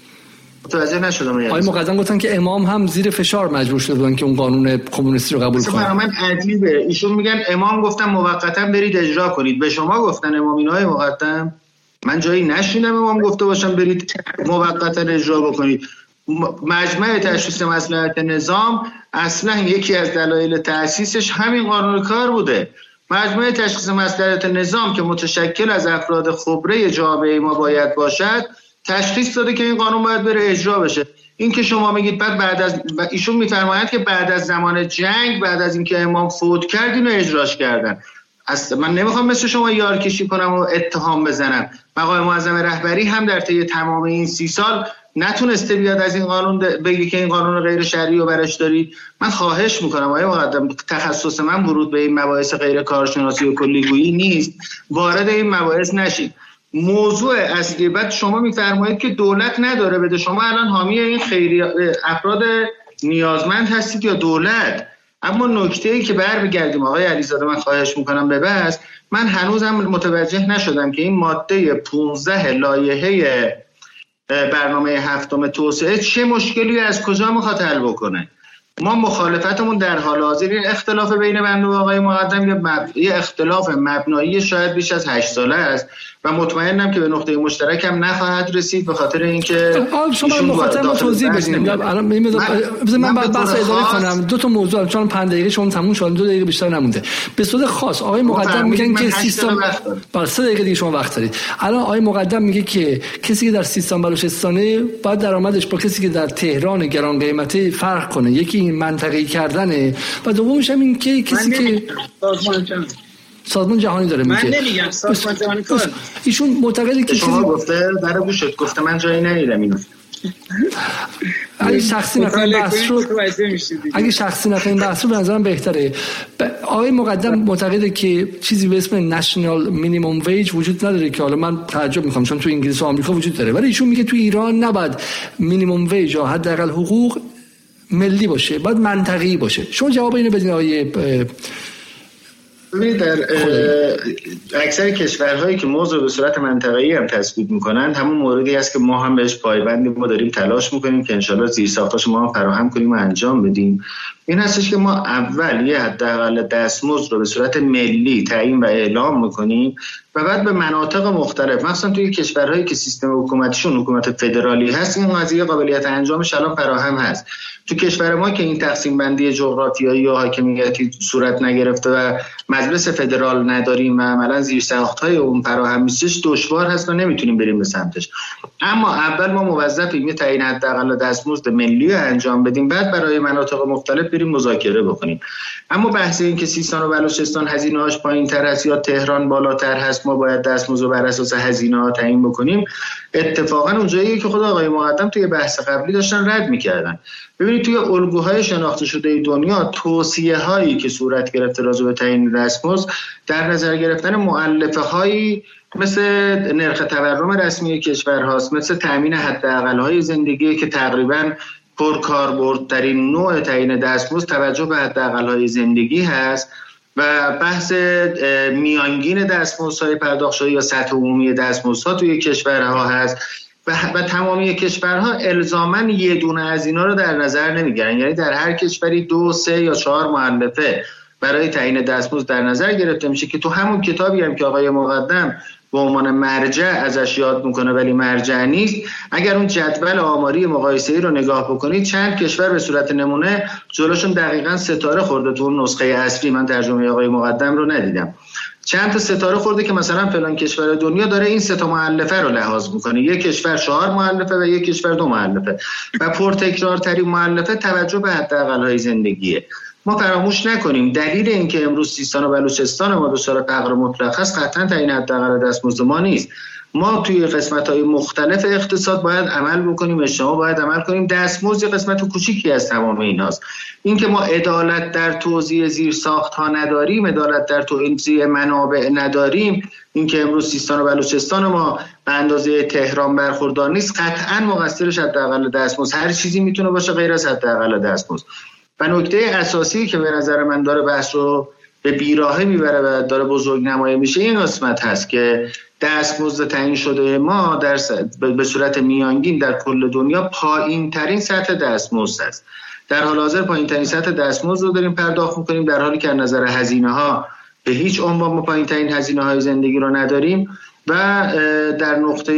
متوجه نشدم. آقای مقدم گفتن که امام هم زیر فشار مجبور شده بودن که اون قانون کمونیستی رو قبول کنه. برای من عجیبه. ایشون میگن امام گفتن موقتا برید اجرا کنید. به شما گفتن امام اینهای مقدم؟ من جایی نشینم امام گفته باشم برید موقتا اجرا بکنید. مجمع تشخیص مصلحت نظام اصلا یکی از دلایل تأسیسش همین قانون کار بوده. مجمع تشخیص مصلحت نظام که متشکل از افراد خبره جامعه ما باید باشد تشخیص داده که این قانون باید بره اجرا بشه. این که شما میگید بعد بعد از ایشون میفرمایند که بعد از زمان جنگ بعد از اینکه امام فوت کرد اینو اجراش کردن. اصلا من نمیخوام مثل شما یار کشی کنم و اتهام بزنم. مقام معظم رهبری هم در طی تمام این سی سال نتونسته بیاد از این قانون بگی که این قانون غیر شرعی رو برش دارید. من خواهش میکنم آقای مقدم، تخصص من ورود به این مباحث غیر کارشناسی و کلیگویی نیست، وارد این مباحث نشید. موضوع اصلی بعد شما میفرمایید که دولت نداره بده. شما الان حامی این خیری افراد نیازمند هستید یا دولت؟ اما نکته‌ای که برمیگردیم آقای علیزاده، من خواهش میکنم به بس، من هنوزم متوجه نشدم که این ماده پانزده لایحه برنامه هفتم توسعه چه مشکلی از کجا میخواد حل بکنه. ما مخالفتمون در حال حاضر این اختلاف بین بنده و آقای مقدم یه, مب... یه اختلاف مبنایی شاید بیش از هشت ساله است و مطمئنم که به نقطه مشترک هم نخواهد رسید به خاطر اینکه شما مخاطب ما توضیح بدین. الان من من بعد بحث ادامه کنم. دو تا موضوع چون پنج دقیقه شما تموم شد، دو دقیقه بیشتر نمونده. به صورت خاص آقای مقدم میگن که سیستم بر سه دقیقه دیگه شما وقت دارید. الان آقای مقدم میگه که کسی که در سیستان بلوچستانه باید درآمدش با کسی که در تهران گران قیمتی فرق کنه. یکی این منطقه‌ای کردنه و دومش هم این که کسی که سازمان جهانی داره میگه. من نمیگم سازمان جهانی کار. ایشون معتقده که شما گفته در گوشت گفته من جایی نمیدم اینو. اگه شخصی نکنیم بحث رو اگه شخصی نکنیم بحث رو به نظرم بهتره. آقای مقدم معتقده که چیزی به اسم نشنال مینیمم ویج وجود نداره که حالا من تعجب میکنم چون تو انگلیس و آمریکا وجود داره، ولی ایشون میگه تو ایران نباید مینیمم ویج یا حداقل حقوق ملی باشه، باید منطقه‌ای باشه. شما جواب اینو بدین آقای ببینید در اکثر کشورهایی که موضوع به صورت منطقه‌ای هم تثبیت میکنن همون موردی است که ما هم بهش پایبندیم، ما داریم تلاش میکنیم که انشالله زیرساختاش ما هم فراهم کنیم و انجام بدیم. این هستش که ما اول یه حداقل دستمزد رو به صورت ملی تعیین و اعلام میکنیم و بعد به مناطق مختلف، مثلا توی کشورهایی که سیستم حکومتیشون حکومت فدرالی هست، این قضیه قابلیت انجامش الان فراهم هست. تو کشور ما که این تقسیم بندی جغرافیایی یا حاکمیتی صورت نگرفته و مجلس فدرال نداریم و عملا زیرساخت‌های اون فراهم نیستش، دشوار هست و نمیتونیم بریم به سمتش. اما اول ما موظفیم یه تعیین حداقل دستمزد ملی رو انجام بدیم، بعد برای مناطق مختلف بریم مذاکره بکنیم. اما بحث این که سیستان و بلوچستان هزینه‌هاش پایین‌تر است یا تهران بالاتر هست هست ما باید دستمزد رو بر اساس هزینه‌ها تعیین بکنیم، اتفاقا اونجاییه که خود آقای مقدم توی بحث قبلی داشتن رد می‌کردن. ببینید توی الگوهای شناخته شده دنیا توصیه‌هایی که صورت گرفته راجع به تعیین دستمزد در نظر گرفتن مؤلفه‌هایی مثل نرخ تورم رسمی کشورهاست، مثل تأمین حداقل‌های زندگی که تقریباً پرکاربردترین نوع تعیین دستمزد توجه به حداقل‌های زندگی هست و بحث میانگین دستمزدهای پرداخت شده یا سطح عمومی دستمزدها توی کشورها هست و, و تمامی کشورها الزاماً یه دونه از اینا رو در نظر نمیگیرن، یعنی در هر کشوری دو، سه یا چهار مؤلفه برای تعیین دستمزد در نظر گرفته میشه که تو همون کتابی هم که آقای مقدم به عنوان مرجع ازش یاد میکنه ولی مرجع نیست، اگر اون جدول آماری مقایسه‌ای رو نگاه بکنید چند کشور به صورت نمونه جلوشون دقیقاً ستاره خورده. تو اون نسخه اصلی من ترجمه آقای مقدم رو ندیدم، چند تا ستاره خورده که مثلا فلان کشور دنیا داره این سه تا مؤلفه رو لحاظ میکنه، یک کشور چهار مؤلفه و یک کشور دو مؤلفه و پرتکرارترین مؤلفه توجه به حداقل‌های زندگیه. ما فراموش نکنیم دلیل اینکه امروز سیستان و بلوچستان ما دچار فقر مطلق است قطعا تعیین حداقل دستمزد ما نیست. ما توی قسمت‌های مختلف اقتصاد باید عمل بکنیم، اجتماع باید عمل کنیم. دستمزد قسمت کوچیکی از تمام ایناست. اینکه ما عدالت در توزیع زیرساخت‌ها نداریم، عدالت در توزیع منابع نداریم، اینکه امروز سیستان و بلوچستان ما به اندازه تهران برخوردار نیست، قطعا مقصرش حداقل دستمزد. هر چیزی میتونه باشه غیر از حداقل دستمزد. و نکته اساسی که به نظر من داره بحث رو به بیراهه میبره و داره بزرگ نمایی میشه این قسمت هست که دستمزد تعیین شده ما در به صورت میانگین در کل دنیا پایین ترین سطح دستمزد است. در حال حاضر پایین ترین سطح دستمزد رو داریم پرداخت میکنیم، در حالی که از نظر هزینه ها به هیچ عنوان ما پایین ترین هزینه های زندگی رو نداریم. و در نقطه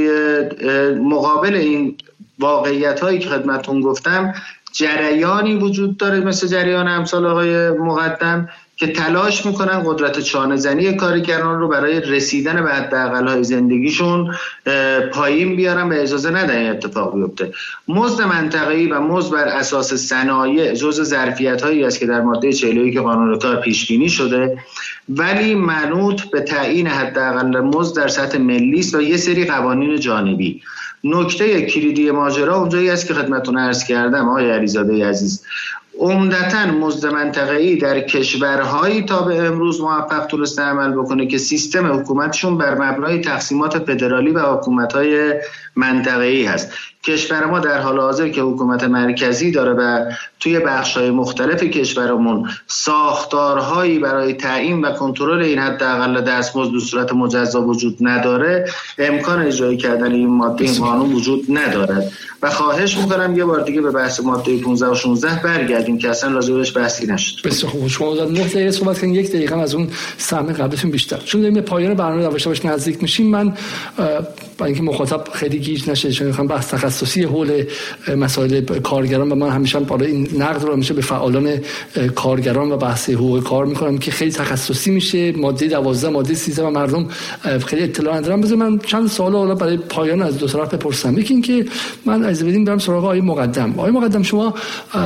مقابل این واقعیت هایی که خدمتتون گفتم جریانی وجود داره مثل جریان امثال آقای مقدم که تلاش میکنن قدرت چانه زنی کارگران رو برای رسیدن به حداقل‌های زندگیشون پایین بیارن و اجازه ندن این اتفاق بیفته. مزد منطقه‌ای و مزد بر اساس صنایع جزء ظرفیت‌هایی است که در ماده چهل و یک قانون کار پیش بینی شده، ولی منوط به تعیین حداقل مزد در سطح ملی است و یه سری قوانین جانبی. نکته کلیدی ماجرا اونجایی است که خدمتتون عرض کردم آقای علیزاده عزیز، عمدتاً مزد منطقه‌ای در کشورهایی تا به امروز موفق تونسته عمل بکنه که سیستم حکومتشون بر مبنای تقسیمات فدرالی و حکومت‌های منطقه‌ای هست. کشور ما در حال حاضر که حکومت مرکزی داره و توی بخش‌های مختلف کشورمون ساختارهایی برای تعیین و کنترل این حداقل دستمزد به صورت مجزا وجود نداره، امکان اجرایی کردن این ماده این قانون وجود ندارد. و خواهش می‌کنم یه بار دیگه به بحث ماده پانزده و شانزده برگردیم که اصلا راجعش بحثی نشد. بسیار خوب. شما در نه دقیقه صحبت کردین، یک دقیقه از اون سهم قبلتون بیشتر. چون داریم به پایان برنامه یواش یواش نزدیک میشیم، من با اینکه مخاطب خیلی گیج نشه چون می‌خوام بحث تخصصی حول مسائل کارگران و من همیشه بالا این نقد رو همیشه به فعالان کارگران و بحث حقوق کار می‌کنم که خیلی تخصصی میشه، ماده دوازده ماده سیزده و مردم خیلی اطلاع ندارن. بذار من چند سوال حالا برای پایان از دو طرف بپرسم. یکی اینکه من از بدیم برم سراغ آقای مقدم. آقای مقدم شما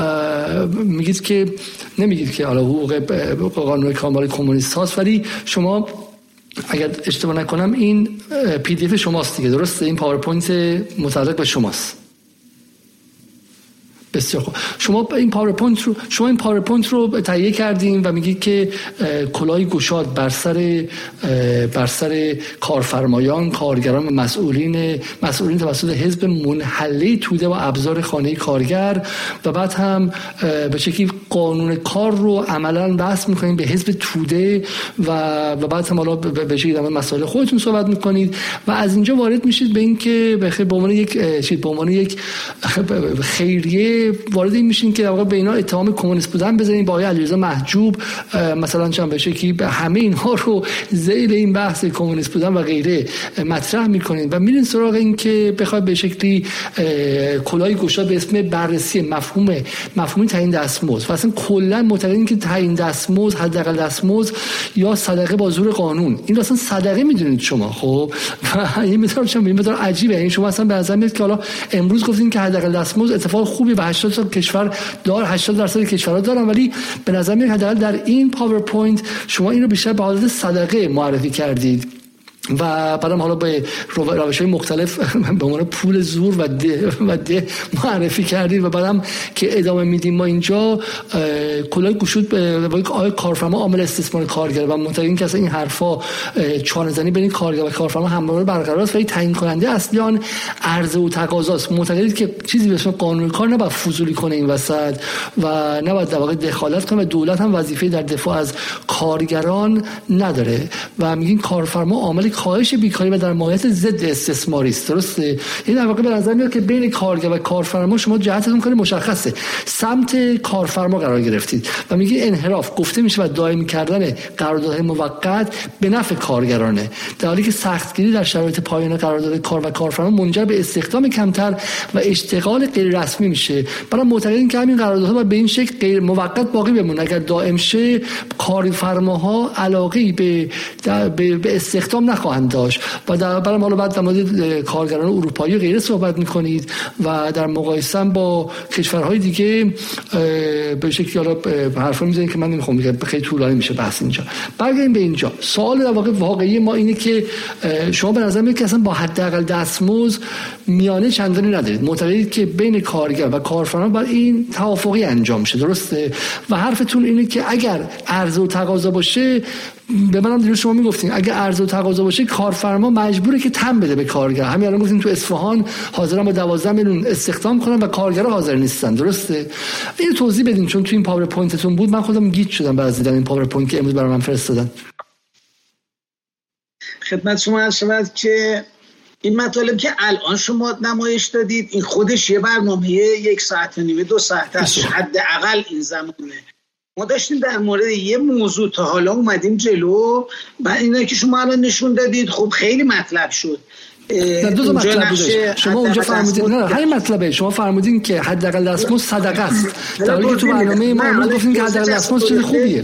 میگید که نمیگید که حالا حقوق قانون کامل کمونیست هاست، ولی شما اگر اشتباه نکنم این پی دی اف شماست دیگه، درسته؟ این پاورپوینت متعلق به شماست. بسیار خوب. شما این پاورپوینت رو شما این پاورپوینت رو تهیه کردین و میگید که کلاه گشاد بر سر بر سر کارفرمایان، کارگران و مسئولین مسئولین توسط حزب منحله توده و ابزار خانه کارگر و بعد هم به شکلی قانون کار رو عملاً وصل می‌کنین به حزب توده و و بعد هم حالا به شکلی در مسائل خودتون صحبت می‌کنید و از اینجا وارد میشید به این که به عنوان یک چیز به عنوان یک خیریه وارد این میشین که در واقع به اینا اتهام کمونیست بودن بزنین، با آقای علیرضا محجوب مثلا چند بشه که همه اینها رو ذیل این بحث کمونیست بودن و غیره مطرح میکنین و میرین سراغ این که بخواد به شکلی کلاه گشاد به اسم بررسی مفهوم مفهوم تعیین دستمزد و اصلا کلا معتقدین که تعیین دستمزد حداقل دستمزد یا صدقه با زور قانون، این اصلا صدقه میدونید شما. خب این مثلا چون این مثلا عجیبه، این شما اصلا به نظر میاد که حالا امروز گفتین که حداقل دستمزد اتفاق خوبی و هشتاد تا کشور دار هشتاد درصد کشورها دارن، ولی به نظر میاد حداقل در این پاورپوینت شما این رو بیشتر به حالت صدقه معرفی کردید و بعدم حالا به روش‌های مختلف به عنوان پول زور و ده و ده معرفی کردید و بعدم که ادامه میدیم ما اینجا کلاه گشود به آیا کارفرما عامل استثمار کارگر و معتقدین که اصلا این حرفا چانه زنی بین کارگر و کارفرما همواره برقرار است و تعیین کننده اصلی آن عرضه و تقاضاست. معتقدید که چیزی به اسم قانون کار نباید فضولی کنه این وسط و نباید در واقع دخالت کنه و دولت هم وظیفه در دفاع از کارگران نداره و میگین کارفرما عامل کاهش بیکاری و در ماهیت ضد استثماری است. درسته؟ این در واقع به نظر میاد که بین کارگر و کارفرما شما جهتتون خیلی مشخصه، سمت کارفرما قرار گرفتید و میگه انحراف گفته میشه و دائمی کردن قراردادهای موقت به نفع کارگرانه، در حالی که سختگیری در شرایط پایان قرارداد کار و کارفرما منجر به استخدام کمتر و اشتغال غیر رسمی میشه. برای معتقدین که همین قراردادها باید به این شکل غیر موقت باقی بمونه. اگر دائم شه کارفرماها علاقه‌ای به به استخدام نخواهند داشت و در برام حالا بعد در مورد کارگران اروپایی و غیره صحبت میکنید و در مقایسه با کشورهای دیگه به شکلی حالا حرفا میزنید که من نمیخوام بگم خیلی طولانی میشه بحث اینجا. برگردیم به اینجا. سوال در واقع واقعی ما اینه که شما به نظر میاد که اصلا با حداقل دستمزد میانه چندانی ندارید، معتقدید که بین کارگر و کارفرما باید این توافقی انجام شه. درسته؟ و حرفتون اینه که اگر عرضه و تقاضا باشه، به منم دیروز شما میگفتین اگه عرضه و تقاضا باشه کارفرما مجبوره که تن بده به کارگر. همین الان گفتیم تو اصفهان حاضرن با دوازده میلیون استخدام کنن و کارگرها حاضر نیستن. درسته؟ اینو توضیح بدین چون تو این پاورپوینتتون بود من خودم گیج شدم بعد از دیدن این پاورپوینت که امروز برای من فرستادن. خدمت شما عرض شود که این مطالب که الان شما نمایش دادید این خودش یه برنامه یک ساعت و نیمه دو ساعت است، حداقل این زمانه. ما داشتیم در مورد یه موضوع تا حالا اومدیم جلو و اینا که شما الان نشون دادید خب خیلی مطلب شد. دو تا مطلب بوده. شما اونجا فرمودید نه همین مطلبه. شما فرمودین که حداقل دستمزد صدقه است، در حالی که تو برنامه ما امروز گفتیم که حداقل دستمزد چیز خوبیه.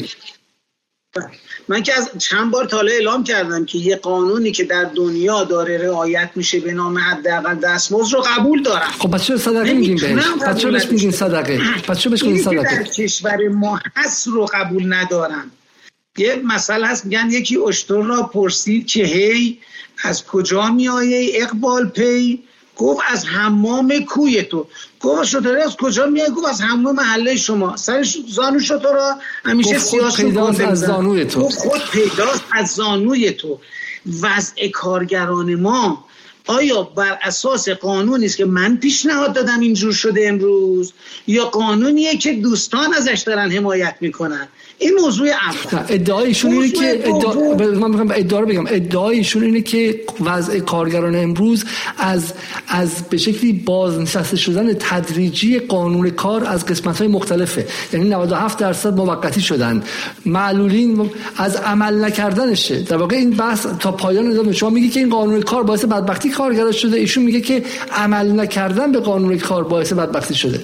من که از چند بار تا حالا اعلام کردم که یه قانونی که در دنیا داره رعایت میشه به نام حداقل دستمزد رو قبول دارم. خب پس چرا صدقه میگیم بهش؟ پس چرا بهش میگین صدقه؟ پس چرا بهش میگین صدقه؟ در کشور ما هست رو قبول ندارم. یه مسئله هست میگن یکی اشتر را پرسید که هی از کجا میایی اقبال پی؟ گفت از حمام کوی تو. گفت شطوری از کجا میای؟ گفت از حمام محله شما. سر زانو شطورا همیشه سیاسی پیداست از زانوی تو. گفت خود پیداست از زانوی تو. وضع کارگران ما آیا بر اساس قانونی است که من پیشنهاد دادم اینجور شده امروز یا قانونیه که دوستان ازش دارن حمایت میکنن؟ این موضوع اول. ادعایشون اینه که ادعا... من میخوام ادعا رو بگم ادعایشون اینه که وضع کارگران امروز از از به شکلی بازنشسته شدن تدریجی قانون کار از قسمت‌های مختلفه. یعنی نود و هفت درصد موقتی شدن، معلولین از عمل نکردنشه. در واقع این بحث تا پایان ادامه. شما میگی که این قانون کار باعث بدبختی کارگرا شده، ایشون میگه که عمل نکردن به قانون کار باعث بدبختی شده.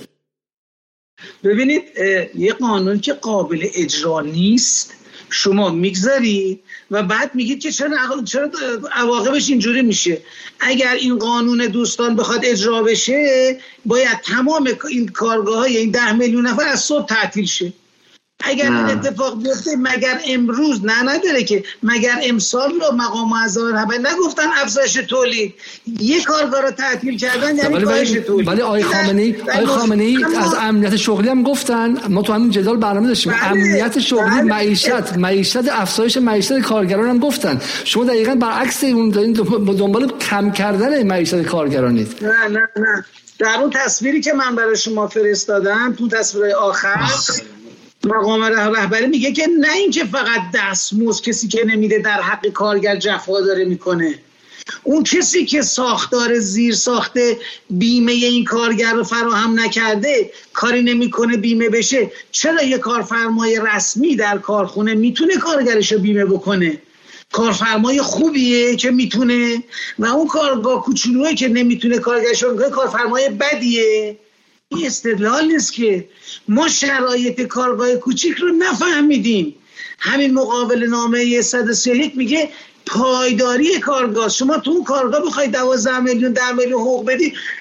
ببینید یه قانون که قابل اجرا نیست شما میگذارید و بعد میگید که چرا چرا عواقبش اینجوری میشه. اگر این قانون دوستان بخواد اجرا بشه باید تمام این کارگاه‌های این ده میلیون نفر از صبح تعطیل شه. اگر این اتفاق بیفته مگر امروز نه نداره که مگر امسال رو مقام معظم رهبری نگفتن افزایش تولید یک کارگاه رو تعطیل کردن یعنی کاهش تولید. ولی آقای خامنه‌ای آقای خامنه‌ای از امنیت شغلی هم گفتن. ما تو همین جدال برنامه داشتیم بله. امنیت شغلی بله. معیشت معیشت افزایش معیشت کارگران هم گفتن. شما دقیقاً برعکس اون دارین دنبال کم کردن معیشت کارگرانید. نه نه نه در اون تصویری که من برای شما فرستادم تو تصویر آخر مقام رهبری میگه که نه اینکه فقط دستمزد کسی که نمیده در حق کارگر جفا داره میکنه، اون کسی که ساختار زیر ساخته بیمه این کارگر رو فراهم نکرده کاری نمیکنه بیمه بشه. چرا یه کارفرمای رسمی در کارخونه میتونه کارگرش رو بیمه بکنه؟ کارفرمای خوبیه که میتونه و اون کارگاه کوچولوئه که نمیتونه کارگرش رو بکنه کارفرمای بدیه. این استدلال نیست که ما شرایط کارگاه کوچیک رو نفهمیدیم. همین مقابل نامه صد و سی و یک میگه پایداری کارگاه. شما تو اون کارگاه بخوای دوازده میلیون ده میلیون حقوق بدی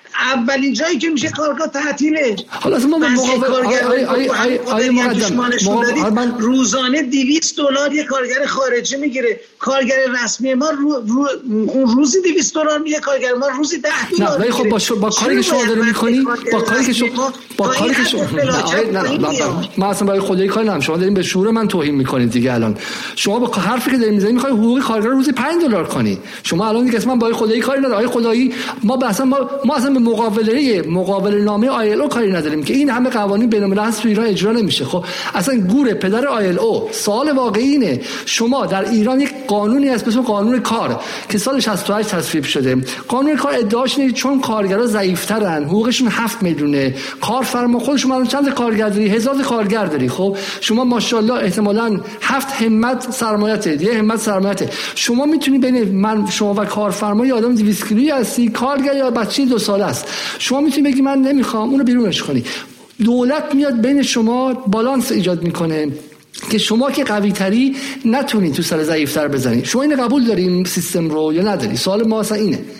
اولین جایی که میشه کارگاه تعطیله. حالا از ما مقابل آی مقدم روزانه دویست دلار یه کارگر خارجی میگیره، کارگر رسمی ما رو, رو اون روزی دویست دلار میگیره، کارگر ما روزی ده دلار. نه خب با, شو با کاری که شما داری میکنی، با کاری که شما با کاری که شما نه من اصلا برای خدای کاری نمی‌کنم، شما دارین به شعور من توهین میکنید دیگه. الان شما با حرفی که دارین میزنید میخوای حقوق کارگر روزی پنج دلار کنی. شما الان دیگه من با خدای کاری ندارم. آی خدایی ما اصلا ما, ما اصلا به مقابله مقابله نامه آی ال او کاری نداریم که این همه قوانین بین‌المللی هست تو ایران اجرا نمیشه. خب اصلا گور پدر آی ال او. سوال واقعی اینه شما در ایران یک قانونی هست به اسم قانون کار که سال شصت و هشت تصویب شده. قانون کار ادعاش اینه چون کارگرها ضعیف‌ترن، حقوقشون هفت میلیونه، کارفرما خودشون الان چند کارگر داری؟ هزار کارگر داری. خب شما ماشاءالله احتمالاً هفت همت سرمایه‌ته، یه همت سرمایه‌ته. شما میتونی بین من شما و کارفرما یه آدم دویست کیلویی هستی، کارگر یا بچه دو ساله است، شما میتونی بگی من نمیخوام اونو بیرونش کنی. دولت میاد بین شما بالانس ایجاد میکنه که شما که قوی تری نتونی تو سر ضعیف تر بزنی. شما اینو قبول داری این سیستم رو یا نداری؟ سوال ما اصلا اینه.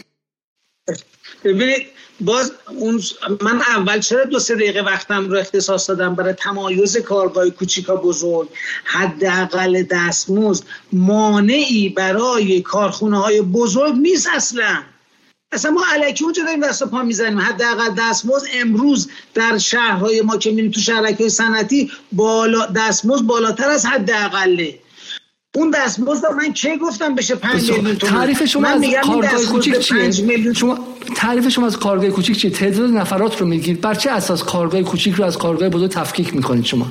ببینید باز اون من اول چرا دو سه دقیقه وقتم رو اختصاص دادم برای تمایز کارگاه کوچیک و بزرگ. حداقل دستمزد مانعی برای کارخونه های بزرگ نیست اصلا. اصلا ما الکی اونجا داریم دست و پا میزنیم. حداقل دستمزد امروز در شهرهای ما که میریم تو شهرهای صنعتی بالا دستمزد بالاتر از حداقله. اون دستمزد من کی گفتم بشه پنج میلیون تومان؟ تعریف شما از کارگاه کوچیک چیه؟ شما تعریف شما از کارگاه کوچیک چیه؟ تعداد نفرات رو میگید، بر چه اساس کارگاه کوچیک رو از کارگاه بزرگ تفکیک میکنید شما؟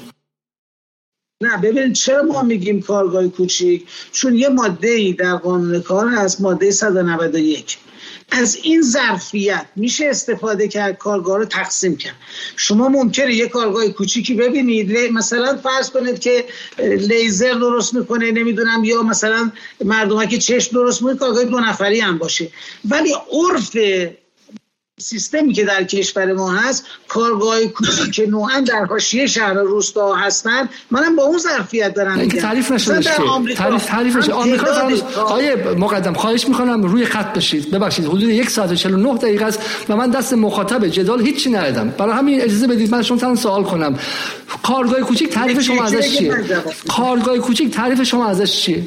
نه ببین چرا ما میگیم کارگاه کوچیک؟ چون یه ماده‌ای در قانون کار هست، ماده صد و نود و یک. از این ظرفیت میشه استفاده کرد، کارگاه رو تقسیم کرد. شما ممکنه یه کارگاه کوچیکی ببینید، مثلا فرض کنید که لیزر درست میکنه نمیدونم، یا مثلا مردمه که چشم درست میکنه، کارگاه دو نفری هم باشه، ولی عرف سیستمی که در کشور ما هست کارگاه کوچیک که نوعا در حاشیه شهر روستا هستن، منم با اون ظرفیت دارم میگم. تعریف نشده که تعریف تعریفش آمریکا تعریف. آیه مقدم خواهش میکنم روی خط بشید، ببخشید حدود یک ساعت و چهل و نه دقیقه است و من دست مخاطب جدال هیچی ندادم، برای همین اجازه بدید من شما تمام سوال کنم. کارگاه کوچیک تعریف شما ازش چیه؟ کارگاه کوچیک تعریف شما ازش چیه؟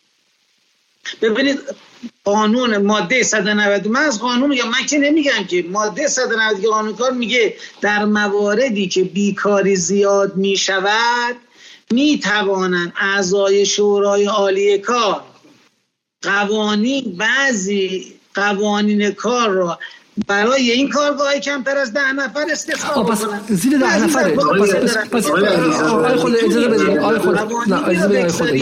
ببینید قانون ماده صد و نود من از قانون میگم، من که نمیگم که ماده صد و نود قانون کار میگه در مواردی که بیکاری زیاد میشود میتوانند اعضای شورای عالی کار قوانین بعضی قوانین کار را برای این کارگاه کمتر از ده نفر استثنا کنن. زیر ده نفره. پس آقای خود اجازه بدید. آقای خود نه اجازه بدید.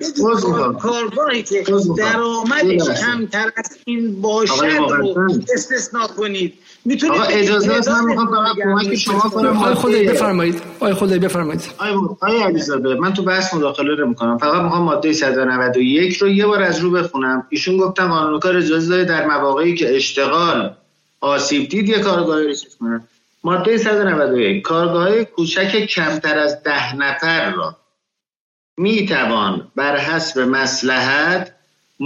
کارگاهی که درآمدش کمتر از این باشد رو استثنا کنید. میتونید اجازه بدید من میخوام فقط کمک شما کنم. آقای خدایی بفرمایید. آقای خدایی بفرمایید. آقای علیزاده من تو بحث مداخله نمی‌کنم، فقط میخوام ماده صد و نود و یک رو یه بار از رو بخونم. ایشون گفتن قانون کار اجازه داره در مواقعی که اشتغال آسیب دید یک کارگاهی رو چیز کنن. ماده صد و نود و یک کارگاه کوچک کمتر از ده نفر را میتوان بر حسب مصلحت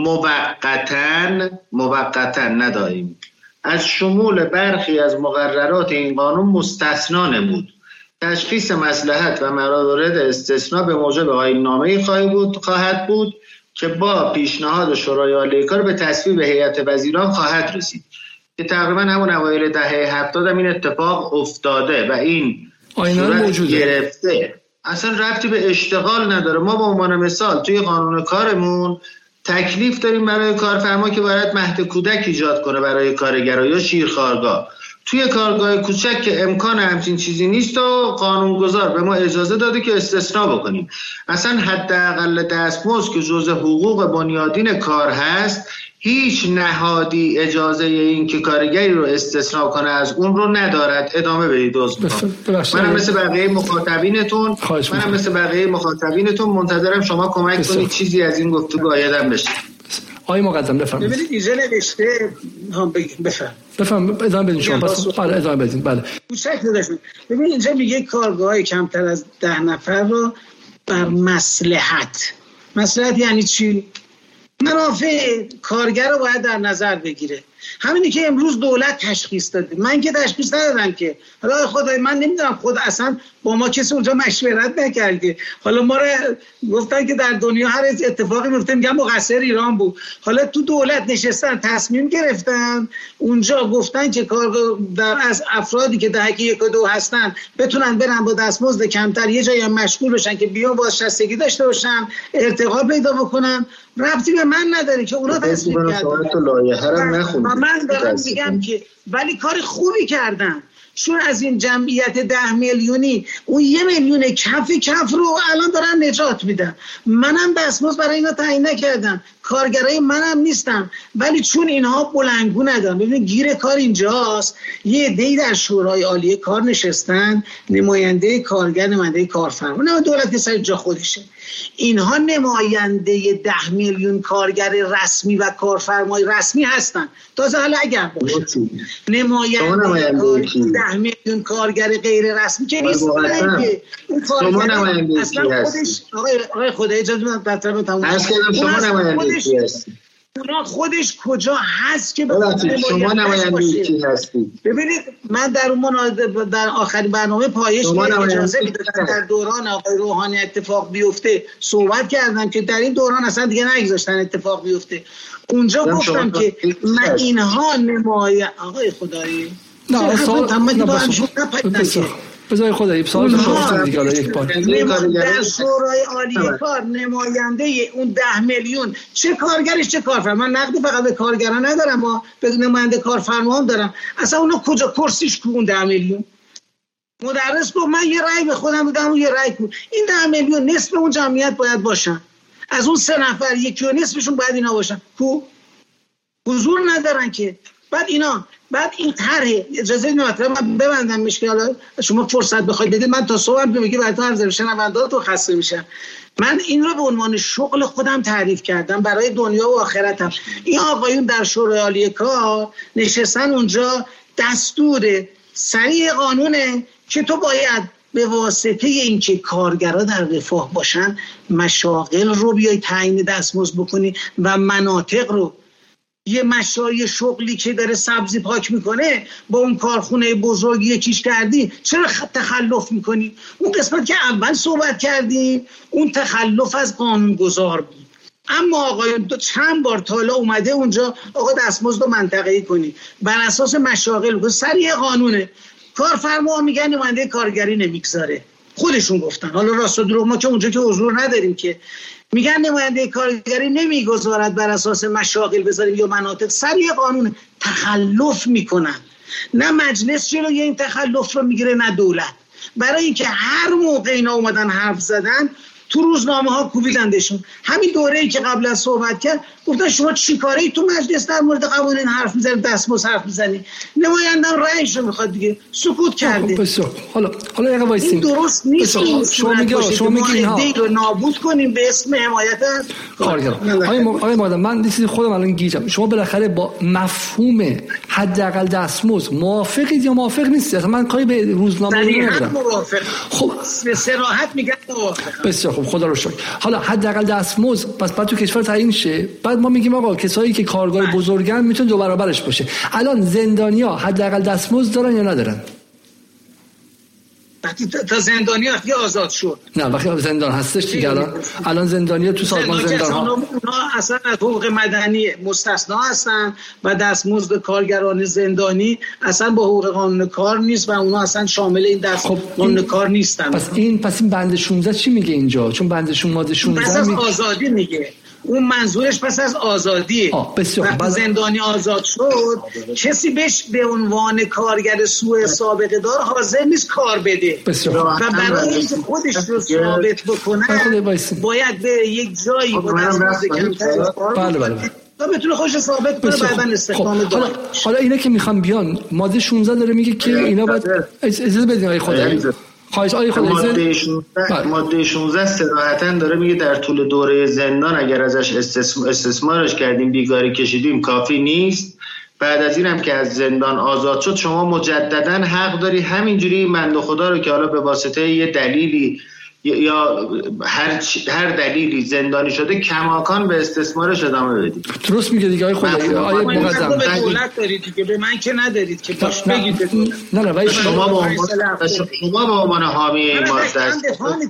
موقتاً موقتاً نداریم از شمول برخی از مقررات این قانون مستثنا نمود. تشخیص مصلحت و موارد استثناء به موجب آیین نامه‌ای خواهد بود خواهد بود که با پیشنهاد شورای عالی کار به تصویب هیئت وزیران خواهد رسید. که تقریبا همون اوایل دهه هفتاد هم این اتفاق افتاده و این صورت گرفته، اصلا ربطی به اشتغال نداره. ما به عنوان مثال توی قانون کارمون تکلیف داریم برای کارفرما که باید مهد کودک ایجاد کنه برای کارگرها یا شیرخوارگاه. توی کارگاه کوچک که امکان همچین چیزی نیست و قانونگذار به ما اجازه داده که استثناء بکنیم. اصلا حداقل دستمزد که جزء حقوق بنیادین کار هست، هیچ نهادی اجازه این که کارگری رو استثناء کنه از اون رو ندارد. ادامه بدید. منم مثل بقیه مخاطبینتون منم مثل بقیه مخاطبینتون منتظرم شما کمک کنید چیزی از این گفتگو آیدم بشه. آقای مقدم بفرمایید. ببینید اینجا نوشته هم بفرم بفرم ادامه بدین شما. پس بله ادامه بدین. بله کوچک نداشتم. ببین اینجا میگه کارگاه کمتر از ده نفر رو بر مصلحت. مصلحت یعنی چی؟ منافع کارگر رو باید در نظر بگیره. همینی که امروز دولت تشخیص داده. من که تشخیص ندادم که، حالا خدای من نمیدونم، خود اصلا با ما کسی اونجا مشورت نکرده. حالا ما را گفتن که در دنیا هر اتفاقی میفته میگن مقصر ایران بود. حالا تو دولت نشستن تصمیم گرفتن اونجا گفتن که کار در از افرادی که دهه یک و دو هستن بتونن برن با دستمزد کمتر یه جایی مشغول بشن که بیان بازنشستگی داشته باشن، ارتقا پیدا بکنن. ربطی به من نداره که اونا تصمیم کردن. من دارم میگم که ولی کار خوبی کردن، چون از این جمعیت ده میلیونی اون یه میلیون کف کف رو الان دارن نجات میدن. منم دستمزد برای اینا تعیین نکردم، کارگرای منم نیستم، ولی چون اینها بلندگو ندارن. ببین گیر کار اینجاست، یه عده‌ای در شورای عالی کار نشستن، نماینده کارگر، نماینده کارفرما، نه دولت که سر جا خودشه. اینها نماینده ده میلیون کارگر رسمی و کارفرمای رسمی هستن. تازه حالا اگر باشه نماینده ده میلیون کارگر غیر رسمی که نیست. اون کارگر اصلا خودش آقای آقای خدای اجازه بدید بهتر تموم شما نماینده کی هستی؟ اونا خودش کجا هست که شما نماینده کی هستی؟ ببینید من در اون در آخرین برنامه پایش اجازه میدادم در دوران آقای روحانی اتفاق بیفته صحبت کردم که در این دوران اصلا دیگه نگذاشتن اتفاق بیفته. اونجا گفتم که من اینها نماینده آقای خدایی نه سوال بذاری خدایی سوال شما دیگه حالا یک بار در شورای عالی کار نماینده اون ده میلیون چه کارگرش چه کارفرما، من نقدی فقط به کارگران ندارم، ما به نماینده کارفرما هم دارم. اصلا اونا کجا کرسیش کو اون ده میلیون؟ مدرس گفت من یه رأی به خودم میدم و یه رأی کو. این ده میلیون نصف اون جمعیت باید باشن، از اون سه نفر یکی و نصفشون باید اینا باشن. کو حضور ندارن که. بعد اینا بعد این طرح اجازه بدید من ببندم مشکل، حالا شما فرصت بخواید بدید من تا صبح میگم براتون عرض بشه شنونده‌ها خسته میشن. من این رو به عنوان شغل خودم تعریف کردم برای دنیا و آخرتم. این آقایون در شورای عالی کار نشستن اونجا، دستور سریع قانونه که تو باید به واسطه اینکه کارگرها در رفاه باشن مشاغل رو بیای تعیین دستمزد بکنی و مناطق رو. یه مشای شغلی که داره سبزی پاک میکنه با اون کارخونه بزرگ یکیش کردی، چرا تخلف میکنی؟ اون قسمت که اول صحبت کردیم اون تخلف از قانونگذار بود. اما آقایون دو چند بار تالا اومده اونجا آقا دستمزد رو منطقه‌ای کنی بر اساس مشاغل کنی. سریع قانونه. کارفرما میگن نماینده کارگری نمیگذاره، خودشون گفتن. حالا راست و دروغ ما که اونجا که حضور نداریم که میگن نماینده کارگری نمیگذارد بر اساس مشاغل بذاریم یا مناطق. سریع قانون تخلف میکنن. نه مجلس جلوی این تخلف رو میگیره نه دولت. برای اینکه هر موقع اینا اومدن حرف زدن تو روزنامه ها کوبیدندشون. همین دوره‌ای که قبل از صحبت کرد گفتن شما چیکاره‌ای تو مجلس در مورد قوانین حرف میزنید، دستمزد حرف میزنید. نماینده رأیش رو میخواد دیگه، سکوت کرده. بسیار حالا حالا یه وایسیم. درست نیست. شما میگید شما میگید اینها رو نابود کنیم به اسم حمایت کارگران. آقای آقای مادام من چیزی خودم الان گیجم. شما بالاخره با مفهوم حداقل دستمزد موافقید یا موافق نیستید؟ من کاری به روزنامه ندارم. خب به صراحت میگم موافقم. بسیار خب خدا رو شکر. حالا حداقل دستمزد پس بعد تو کشور تعیین شه، بعد ما میگیم آقا کسایی که کارگاه بزرگن میتونه دو برابرش باشه. الان زندانیا حداقل دستمزد دارن یا ندارن؟ وقتی تا زندانی وقتی آزاد شد. نه وقتی زندان هستش دیگه. الان الان زندانیا تو سازمان زندان ها اونا اصلا از حقوق مدنی مستثنا هستن و دستمزد کارگران زندانی اصلا با حقوق قانون کار نیست و اونا اصلا شامل این دست خب قانون کار نیستن. پس این پس این بند شانزده چی میگه اینجا؟ چون بند ماده شانزده پس از آزادی میگه. اون منظورش پس از آزادیه. وقتی زندانی آزاد شد کسی بهش به عنوان کارگر سوء سابقه دار حاضر نیست کار بده بسیار. و برای اینکه خودش رو ثابت بکنه باید به یک جایی با دستمزد کمتر کار بله بله تا بتونه خودش ثابت کنه بعداً استخدام خب. حالا حالا اینا که میخوان بیان ماده شانزده داره میگه که اینا باید اجازه بدین آقای خدایی خواهش آقای خدایی ماده شانزده ماده شانزده صراحتاً داره میگه در طول دوره زندان اگر ازش استثمارش کردیم بیگاری کشیدیم کافی نیست، بعد از این هم که از زندان آزاد شد شما مجدداً حق داری همینجوری بنده خدا رو که حالا به واسطه یه دلیلی یا هر هر دلیلی زندانی شده کماکان به استثمارش ادامه بدید. درست میگه دیگه آقای خدایی. آقای مقدم به دولت دارید دیگه، به من که ندارید که باش بگید. نه نه ولی شما با شما با عنوان حامی این ماده است.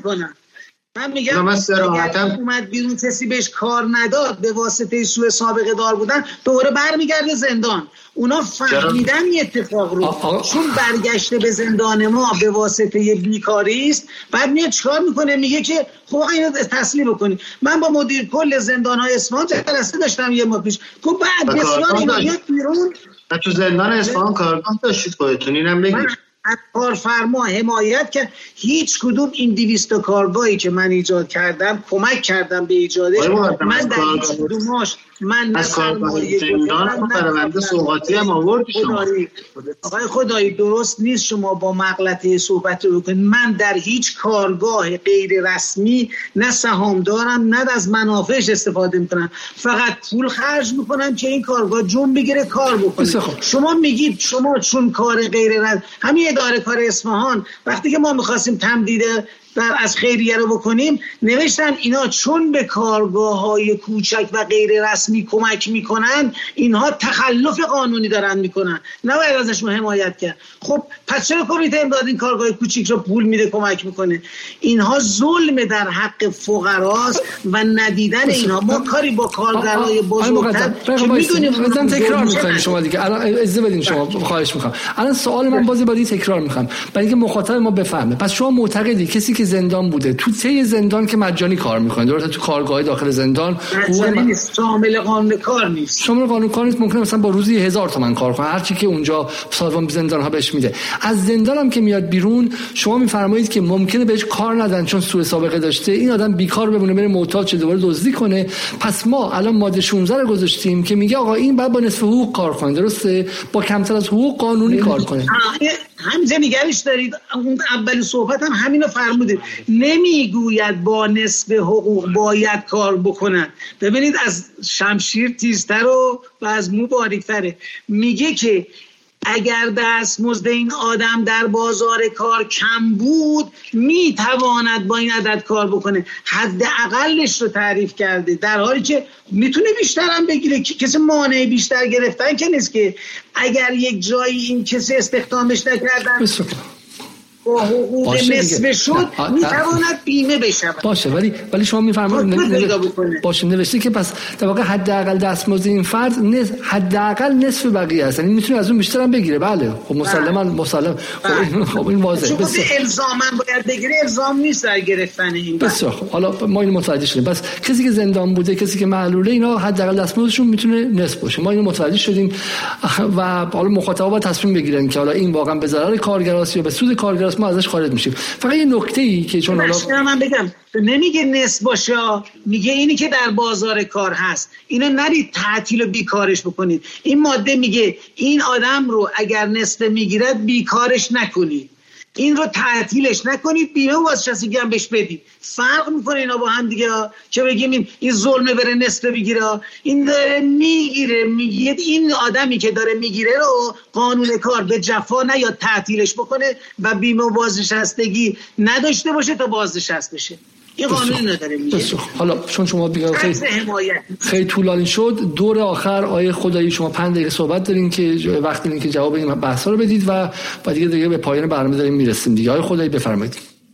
من میگم من صراحتاً اومد بیرون کسی بهش کار نداد به واسطه سوء سابقه دار بودن دوباره برمیگرده زندان. اونا فهمیدن این اتفاق رو آه. چون برگشته به زندان ما به واسطه بیکاری است، بعد میاد چیکار میکنه؟ میگه که خب اینو تسلیم بکنید. من با مدیر کل زندان‌های اصفهان جلسه داشتم یه ماه پیش، گفت بعد بسیار اینا میاد بیرون. تو زندان اصفهان کارگاه داشتید خودتون، اینم بگید. کارفرما حمایت که هیچ کدوم این دویست کارگاهی که من ایجاد کردم کمک کردم به ایجادش. من در هیچ کدومش من از کارگاه زندان پرونده سوغاتی هم آوردی شما. آقای خدایی درست نیست شما با مغلطه صحبت رو بکنید. من در هیچ کارگاه غیر رسمی نه سهام دارم نه از منافعش استفاده میکنم، فقط پول خرج میکنم که این کارگاه جون بگیره کار بکنه. شما میگید شما چون کار غیر رسمی، همین اداره کار اصفهان وقتی که ما میخواستیم تمدید در از خیریه رو بکنیم نوشتن اینا چون به کارگاه‌های کوچک و غیر رسمی کمک میکنن اینها تخلف قانونی دارن میکنن، نباید ازشون حمایت کرد. خب پس چرا کمیته امداد این کارگاه کوچیک رو پول میده کمک میکنه؟ اینها ظلم در حق فقراست و ندیدن اینها. ما کاری با کارگرای بزرگتر که میدونیم مثلا تکرار میکنیم شما دیگه. الان اجازه بدین شما، خواهش میکنم. الان سوال من بازی بازی تکرار میکنم برای اینکه مخاطب ما بفهمه. پس شما معتقدی کسی که زندان بوده تو طی زندان که مجانی کار میکنه، درسته؟ تو کارگاه داخل زندان مجانی نیست، شامل قانون کار نیست. شامل قانون کار نیست، ممکنه مثلا با روزی هزار تومان کار کنه، هر چی که اونجا سازمان زندان ها بهش میده. از زندان هم که میاد بیرون شما میفرمایید که ممکنه بهش کار ندن چون سوء سابقه داشته، این آدم بیکار بمونه بره معتاد شه دوباره دزدی کنه. پس ما الان ماده شانزده رو گذاشتیم که میگه آقا این بعد با نصف حقوق کار کنه، درسته؟ با کمتر از حقوق قانونی کار کنه. همین نگرش دارید. اون اول صحبت هم همینو فرمودید، نمیگوید با نصف حقوق باید کار بکنن. ببینید از شمشیر تیزتر و, و از مو باریکتره. میگه که اگر دستمزد این آدم در بازار کار کم بود میتواند با این عدد کار بکنه. حد اقلش رو تعریف کرده، در حالی که میتونه بیشتر هم بگیره. کسی مانع بیشتر گرفتن که نیست که اگر یک جایی این کسی استخدامش نکردن با حقوق نصف شد میتواند بیمه بشه. باشه ولی ولی شما میفرمایید باشه نوشته که پس در واقع حداقل دستمزد این فرد حداقل نصف بقیه است، یعنی میتونه از اون بیشتر هم بگیره. بله خب مسلما مسلم خب, خب این واضحه. چون الزاما باید بگیره، الزام نیست در گرفتن این. بسیار خب حالا ما اینو متوجه شدیم. پس کسی که زندان بوده، کسی که معلوله، اینا حداقل دستمزدشون میتونه نصف باشه. ما اینو متوجه شدیم و حالا مخاطبا باید تصمیم بگیرن که حالا این واقعا به ضرر کارگراست یا به سود کارگراست. ما ازش خارج میشیم. فقط یه نکته‌ای که چون حالا من بگم نمیگه نصف باشه، میگه اینی که در بازار کار هست اینو نرید تعطیل و بیکارش بکنید. این ماده میگه این آدم رو اگر نصف میگیرد بیکارش نکنید، این رو تعطیلش نکنید، بیمه بازنشستگی هم بهش بدید. فرق میکنه اینا با هم دیگه. که بگیم این این ظلمه بره نصف بگیره، این داره میگیره. میگه این آدمی که داره میگیره رو قانون کار به جفا نیاد تعطیلش بکنه و بیمه و بازنشستگی نداشته باشه تا بازنشسته بشه. این قانون نداره میگه. حالا چون شما بگید خیلی خیلی طولانی شد، دور آخر آیه خدایی شما پنج دقیقه صحبت دارین که وقت دارین که جواب این بحثا رو بدید و بعد دیگه دیگه به پایان برنامه داریم میرسیم دیگه. آیه خدایی بفرمایید.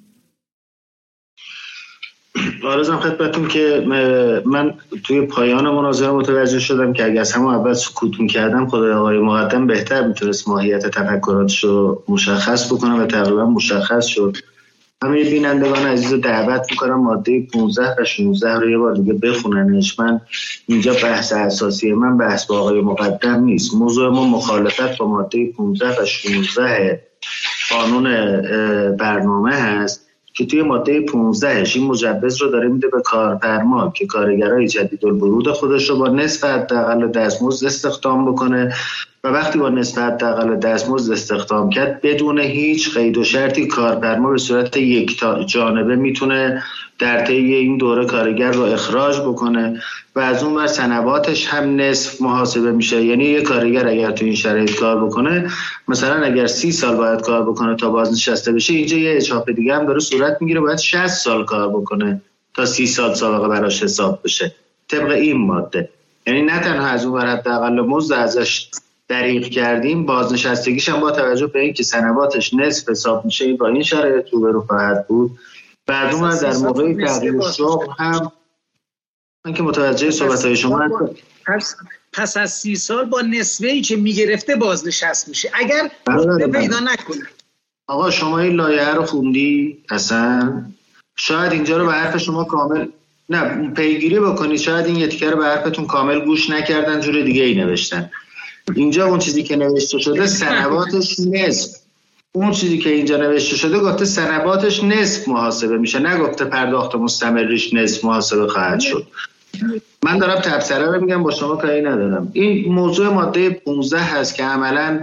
عرضم خدمتتون که من توی پایان مناظره متوجه شدم که اگه از همون اول سکوت می‌کردم خدای آقای مقدم بهتر میتونست ماهیت تفکراتش رو مشخص بکنه و تقریبا مشخص شد. همه بینندگان عزیز رو دعوت میکنم ماده پانزده و شانزده رو یه بار دیگه بخوننش. من اینجا بحث اساسی من بحث با آقای مقدم نیست. موضوع ما مخالفت با ماده پانزده و شانزده قانون برنامه هست که توی ماده پانزدهش این مجوز رو داره میده به کارفرما که کارگرای جدید الورود خودش رو با نصف حداقل دستمزد استخدام بکنه و وقتی با نصف حداقل دستمزد استخدام کرد بدون هیچ قید و شرطی کارفرما به صورت یک جانبه میتونه در طی این دوره کارگر رو اخراج بکنه و از اون ور سنواتش هم نصف محاسبه میشه. یعنی یه کارگر اگر تو این شرایط کار بکنه، مثلا اگر سی سال باید کار بکنه تا بازنشسته بشه، اینجا یه اچاپ دیگه هم داره صورت میگیره، باید شصت سال کار بکنه تا سی سال سابقه براش حساب بشه طبق این ماده. یعنی نه تنها از اون ور حداقل مزد ازش دریغ کردیم، بازنشستگیش هم با توجه به اینکه سنواتش نصف حساب میشه با این شرایط روبرو خواهد بود. بعد اون در موقع تغییر شغل هم من که متوجه صحبت‌های شما پس, پس از سی سال با نصفه‌ای که میگرفته بازنشست میشه اگر مدت پیدا نکنه. آقا شما این لایحه رو خوندی اصلا؟ شاید اینجا رو به حرف شما کامل نه پیگیری بکنید، شاید این یتیکه رو به حرفتون کامل گوش نکردن، جور دیگه ای نوشتن. اینجا اون چیزی که نوشته شده سنواتش نصف، اون چیزی که اینجا نوشته شده گفته سنواتش نصف محاسبه میشه، نگفته پرداخت مستمریش نصف محاسبه خواهد شد. من دارم تبصره رو میگم، با شما کاری ندارم. این موضوع ماده پانزده هست که عملاً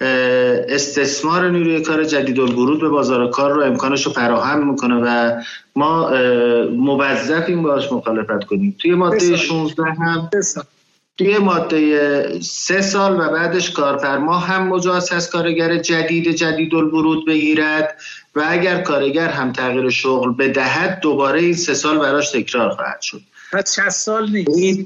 استثمار نیروی کار جدیدالورود به بازار کار رو امکانش رو فراهم میکنه و ما موظفیم باش مخالفت کنیم. توی ماده شانزده هم توی ماده سه سال و بعدش کارفرما هم مجاز هست کارگر جدید جدیدالورود بگیرد و اگر کارگر هم تغییر شغل بدهد دوباره این سه سال براش تکرار خواهد شد. پس شصت سال نیست.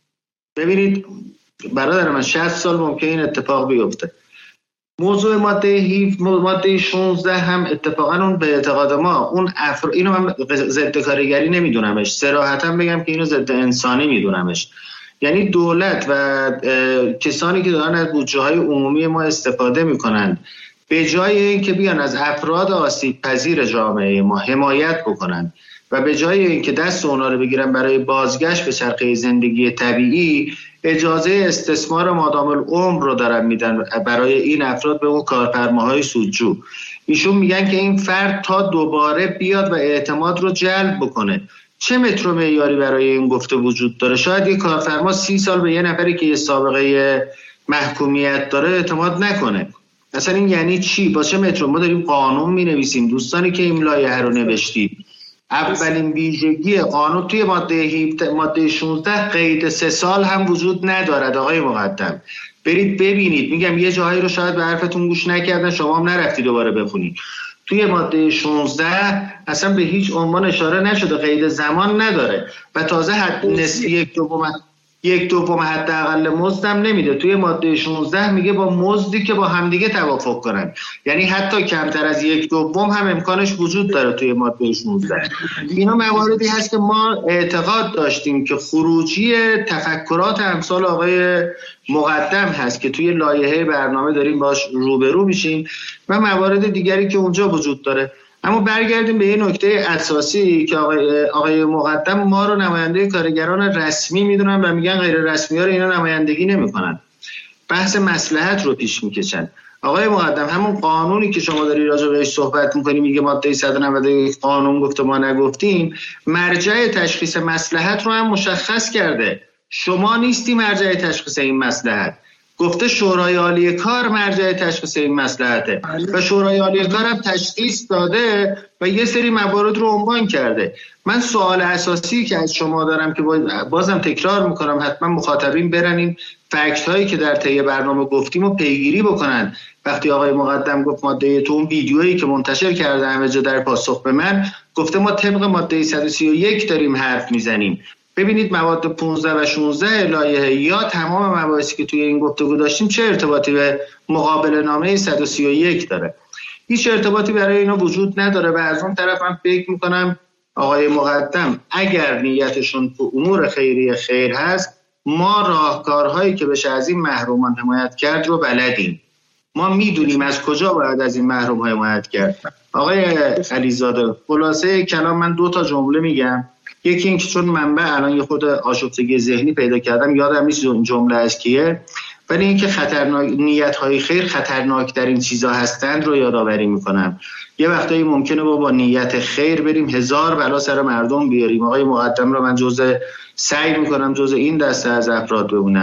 ببینید برادر من، شصت سال ممکن این اتفاق بیفته. موضوع ماده هفده ماده شانزده هم اتفاقا اون به اعتقاد ما اون افر... اینو من ضد کارگری نمیدونمش، صراحتا بگم که اینو ضد انسانی میدونمش. یعنی دولت و کسانی که دارن از بودجه‌های عمومی ما استفاده میکنن به جای اینکه بیان از افراد آسیب پذیر جامعه ما حمایت بکنن و به جای اینکه دست اونا رو بگیرن برای بازگشت به چرخه زندگی طبیعی، اجازه استثمار مادام العمر رو دارن میدن برای این افراد به اون کارفرماهای سودجو. ایشون میگن که این فرد تا دوباره بیاد و اعتماد رو جلب بکنه. چه متر معیاری برای این گفته وجود داره؟ شاید یک کارفرما سی سال به یه نفری که یه سابقه محکومیت داره اعتماد نکنه. اصلا این یعنی چی؟ با چه متر؟ ما داریم قانون می‌نویسیم. دوستانی که این لایحه رو نوشتید، اولین ویژگی قانون توی ماده هفده ماده شانزده قید سه سال هم وجود ندارد. آقای مقدم برید ببینید، میگم یه جایی رو شاید به حرفتون گوش نکردن، شما هم نرفتی دوباره بخونید. توی ماده شانزده اصلا به هیچ عنوان اشاره نشده، قید زمان نداره و تازه حد نصف یک دوم یک دوم حداقل مزدم نمیده. توی ماده شانزده میگه با مزدی که با همدیگه توافق کنن، یعنی حتی کمتر از یک دوم هم امکانش وجود داره توی ماده شانزده. اینا مواردی هست که ما اعتقاد داشتیم که خروجی تفکرات امثال آقای مقدم هست که توی لایحه برنامه داریم باش روبرو میشیم و موارد دیگری که اونجا وجود داره. اما برگردیم به یه نکته اساسی که آقای, آقای مقدم ما رو نماینده کارگران رسمی میدونن و میگن غیر رسمی ها رو اینا نمایندگی نمیکنن، بحث مصلحت رو پیش میکشن. آقای مقدم همون قانونی که شما داری راجع بهش صحبت میکنی، میگه ماده صد و نود و یک قانون گفته ما نگفتیم، مرجع تشخیص مصلحت رو هم مشخص کرده. شما نیستی مرجع تشخیص این مصلحت، گفته شورای عالی کار مرجع تشخیص این مصلحته و شورای عالی کار هم تشخیص داده و یه سری موارد رو عنوان کرده. من سوال اساسی که از شما دارم که بازم تکرار میکنم، حتما مخاطبین برن این فکت هایی که در طی برنامه گفتیم و پیگیری بکنن. وقتی آقای مقدم گفت ماده تو اون ویدیویی که منتشر کرده همه جا در پاسخ به من گفته ما طبق ماده صد و سی و یک داریم حرف میزنیم. ببینید مواد پانزده و شانزده لایحه یا تمام مباحثی که توی این گفتگو داشتیم چه ارتباطی به مقابل نامه صد و سی و یک داره؟ هیچ ارتباطی برای اینا وجود نداره. و از اون طرف من فکر میکنم آقای مقدم اگر نیتشون تو امور خیریه خیر هست، ما راهکارهایی که بشه از این محرومان حمایت کرد رو بلدیم. ما میدونیم از کجا باید از این محروم حمایت کرد. آقای علیزاده خلاصه کلام من دو تا جمله میگم. یکی اینکه چون منبع الان یه خود آشفتگی ذهنی پیدا کردم یادم نیست جمله از کیه، ولی اینکه خطرناک نیت‌های خیر خطرناک‌ترین چیزا هستند رو یادآوری میکنم. یه وقتایی ممکنه با با نیت خیر بریم هزار بلا سر مردم بیاریم. آقای مقدم رو من جزء سعی میکنم جزء این دسته از افراد بمونم.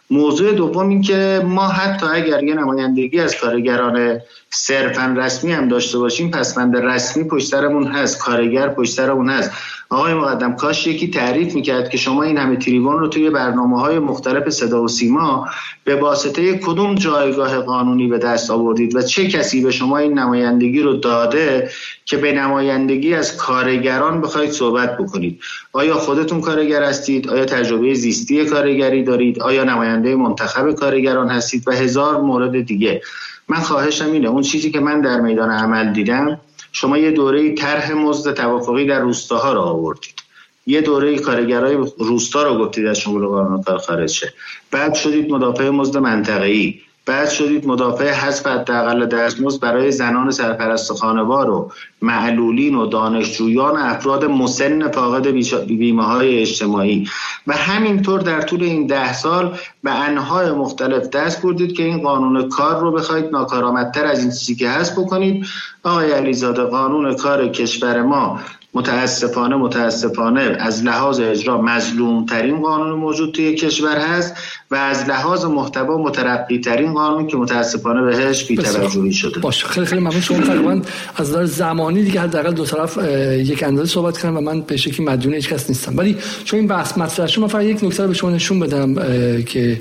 موضوع دوم این که ما حتی اگر یه نمایندگی از کارگران صرفاً رسمی هم داشته باشیم، پسوند رسمی پشت سرمون هست، کارگر پشت سرمون هست. آقای مقدم، کاش یکی تعریف میکرد که شما این همه تریبون رو توی برنامه‌های مختلف صدا و سیما به واسطه کدوم جایگاه قانونی به دست آوردید و چه کسی به شما این نمایندگی رو داده که به نمایندگی از کارگران بخواید صحبت بکنید. آیا خودتون کارگر هستید؟ آیا تجربه زیستی کارگری دارید؟ آیا نماینده منتخب کارگران هستید؟ و هزار مورد دیگه. من خواهشم اینه، اون چیزی که من در میدان عمل دیدم، شما یه دوره طرح مزد توافقی در روستاها رو آوردید، یه دوره کارگرای روستا رو گفتید از شمول قانون کار خارج شه، بعد شدید مدافع مزد منطقه‌ای، بعد شدید مدافع حذف حداقل دستمزد برای زنان سرپرست خانوار و معلولین و دانشجویان و افراد مسن فاقد بیمه‌های اجتماعی و همینطور در طول این ده سال به انواع مختلف دست بردید که این قانون کار رو بخواید ناکارآمدتر از این چیزی که هست بکنید. آقای علیزاده، قانون کار کشور ما متاسفانه متاسفانه از لحاظ اجرا مظلوم ترین قانون موجود توی کشور هست و از لحاظ محتوا مترقی ترین قانون که متاسفانه بهش بی‌توجهی شده. باشه، خیلی خیلی ممنون. شما تقریبا از نظر زمانی دیگه حداقل دو طرف یک اندازه صحبت کردن و من به شکلی مدیون هیچ کس نیستم، ولی چون این بحث مطرح شد من فقط یک نکته رو به شما نشون بدم که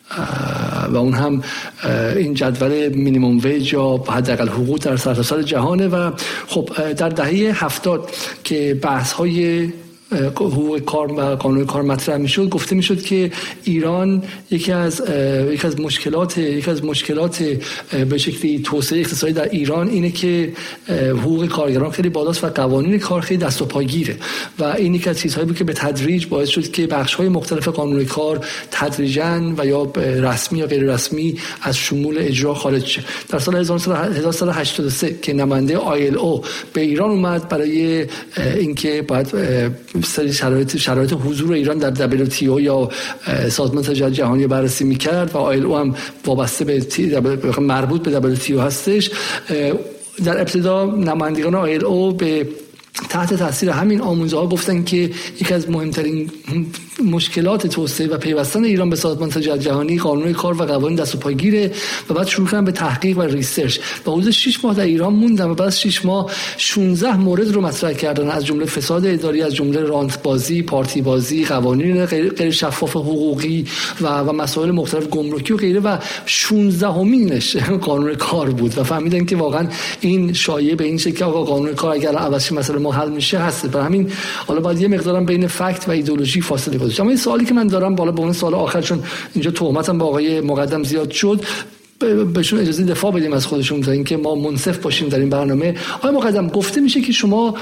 و اون هم این جدول مینیمم ویج یا حداقل حقوق در سرتاسر جهانه. و خب در دهه هفتاد که بحث های حقوق کار و قانون کار مطرح میشد، گفته میشد که ایران یکی از یکی از مشکلات یکی از مشکلات به شکلی توسعه اقتصادی در ایران اینه که حقوق کارگران خیلی بالاست و قوانین کار خیلی دست و پاگیره و این یکی از چیزهایی بود که به تدریج باعث شد که بخش‌های مختلف قانون کار تدریجاً و یا رسمی یا غیر رسمی از شمول اجرا خارج شه. در سال هزار و سیصد و هشتاد و سه که نماینده آی ال او به ایران اومد برای اینکه باید سری شرایط شرایط حضور ایران در دبلیو تی او یا سازمان تجارت جهانی بررسی می‌کرد و آی ال او هم وابسته به مربوط به دبلیو تی او هستش. در ابتدا نمایندگان آی ال او به تحت تاثیر همین آموزه‌ها گفتن که یکی از مهمترین مشکلات توسعه و پیوستن ایران به سازمان تجارت جهانی قانون کار و قوانین دست و پاگیره و بعد شروع کردن به تحقیق و ریسرچ و حدود شش ماه در ایران موندن و بعد از شش ماه شانزده مورد رو مطرح کردن، از جمله فساد اداری، از جمله رانت بازی، پارتی بازی، قوانین غیر شفاف حقوقی و و مسائل مختلف گمرکی و غیره و شانزدهمینش قانون کار بود و فهمیدن که واقعا این شایعه به این شکل که آقا قانون کار اگر عوض مثلا ما حل میشه هست. برای همین حالا باید یه مقدارم بین فکت و ایدئولوژی فاصله گذاشت. اما این سوالی که من دارم بالا به اون سوال آخر، چون اینجا تهمتم با آقای مقدم زیاد شد، بهشون اجازه دفاع بدیم از خودشون تا اینکه ما منصف باشیم در این برنامه. آقای مقدم، گفته میشه که شما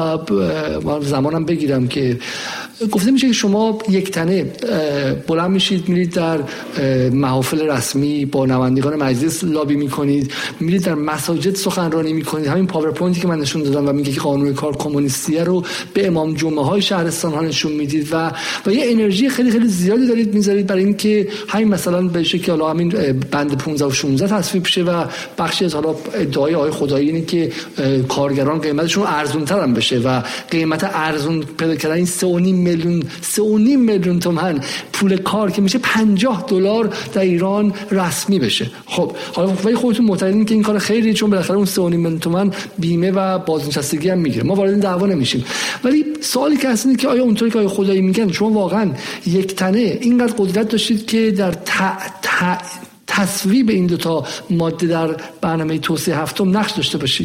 زمانم بگیرم که گفته میشه که شما یک تنه بلند میشید میرید در محافل رسمی با نمایندگان مجلس لابی میکنید، میرید در مساجد سخنرانی میکنید، همین پاورپوینتی که من نشون دادم و میگه که قانون کار کمونیستیه رو به امام جمعه های شهرستان ها نشون میدید و و یه انرژی خیلی خیلی زیادی دارید میذارید برای اینکه همین مثلا به شکلی حالا همین بند پانزده و شانزده تصویب شه و بخشی از حالا ادعای آقای خدایی اینه که کارگران قیمتشون ارزان‌تر هم بشه و قیمت ارزون پیدا کردن این سه و نیم میلیون سه و نیم میلیون تومان پول کار که میشه پنجاه دلار در ایران رسمی بشه. خب حالا ولی خودتون معتقدین که این کار خیریه چون بالاخره اون سه و نیم میلیون تومان بیمه و بازنشستگی هم میگیره. ما وارد این دعوا نمیشیم، ولی سوالی که هست اینه که آیا اونطوری که آقای خدایی میگن شما واقعا یک تنه اینقدر قدرت داشتید که در ت... ت... تصویب این دوتا ماده در برنامه توسعه هفتم نقش داشته باشید؟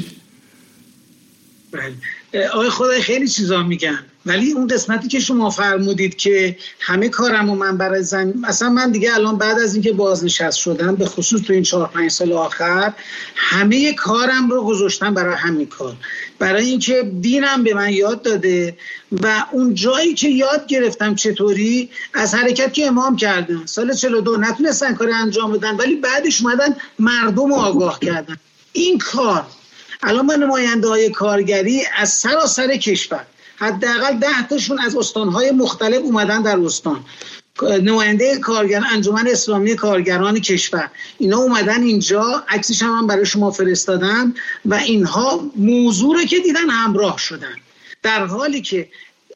بله، آقای خدایی خیلی چیزا میگن، ولی اون قسمتی که شما فرمودید که همه کارمو من برای زن، اصلا من دیگه الان بعد از اینکه بازنشست شدم به خصوص تو این چهار پنج سال آخر همه کارم رو گذاشتم برای همین کار، برای اینکه دینم به من یاد داده و اون جایی که یاد گرفتم چطوری از حرکت که امام کردن سال چهل و دو نتونستن کار انجام بدن ولی بعدش اومدن مردم رو آگاه کردن. این کار الان من نماینده های کارگری از سراسر کشور حداقل ده تاشون از استانهای مختلف اومدن در استان، نماینده کارگر انجمن اسلامی کارگران کشور اینا اومدن اینجا، عکسش هم, هم برای شما فرستادن و اینها موضوع رو که دیدن همراه شدن، در حالی که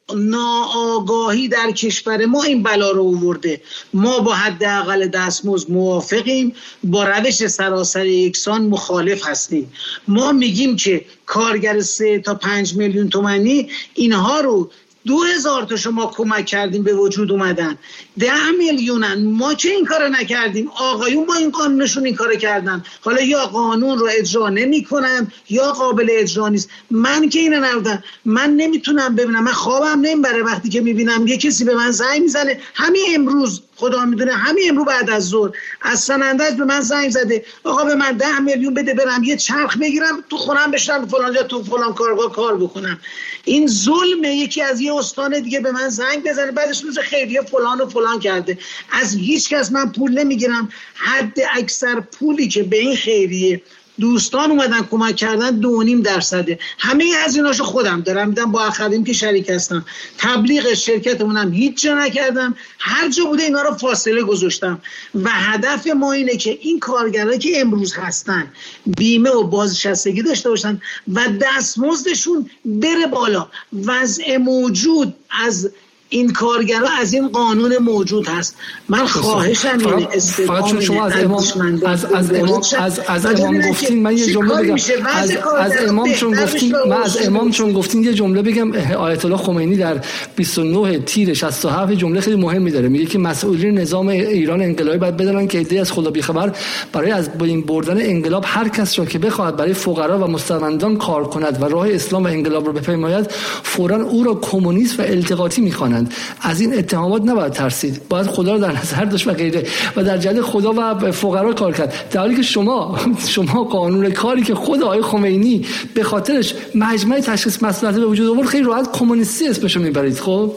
ناآگاهی در کشور ما این بلا رو آورده. ما با حداقل دستمزد موافقیم، با روش سراسر یکسان مخالف هستیم. ما میگیم که کارگر سه تا پنج میلیون تومانی اینها رو دو هزار تا شما کمک کردیم به وجود اومدن، ده میلیونن. ما چه این کار نکردیم؟ آقایون با این قانونشون این کار کردن. حالا یا قانون رو اجرا نمی کنن یا قابل اجرا نیست. من که اینو نبودم، من نمیتونم ببینم، من خوابم نمیبره وقتی که میبینم یه کسی به من زنگ میزنه همین امروز، خدا میدونه همین امروز بعد از ظهر از سنندج به من زنگ زده آقا به من ده میلیون بده برم یه چرخ بگیرم تو خونم بشم فلان جا تو فلان کارگاه کار بکنم. این ظلمه. یکی از یه استان دیگه به من زنگ بزنه بعدش روز خیریه فلان و فلان کرده. از هیچ کس من پول نمیگیرم. حد اکثر پولی که به این خیریه دوستان اومدن کمک کردن دو نیم درصده. همه هزینه‌اشو خودم دارم میدم، با اخریم که شریک هستم. تبلیغ شرکتمونم هیچ جا نکردم، هر جا بوده اینا رو فاصله گذاشتم. و هدف ما اینه که این کارگرایی که امروز هستن بیمه و بازنشستگی داشته باشن و دستمزدشون بره بالا. وضع موجود از این کارگرها از این قانون موجود هست. من خواهشم اینه استفاده شما از امام از از امام از از امام گفتین، من یه جمله بگم. از از امام چون گفتین من از امام چون گفتین یه جمله بگم. آیت الله خمینی در بیست و نه تیر شصت و هفت جمله خیلی مهمی داره. میگه که مسئولین نظام ایران انقلابی باید بدونن که ایده از خدا بیخبر برای از این بردن انقلاب هر کس را که بخواهد برای فقرا و مستمندان کار کند و راه اسلام و انقلاب رو بپیماید فوراً او را کمونیست و التقاطی می‌خوانند. از این اتهامات نباید ترسید، باید خدا رو در نظر داشت و غیره و در جهت خدا و فقرا کار کرد. در حالی که شما شما قانون کاری که خود آقای خمینی به خاطرش مجمع تشخیص مصلحت به وجود آورد خیلی راحت کمونیستی اسمشو میبرید. خب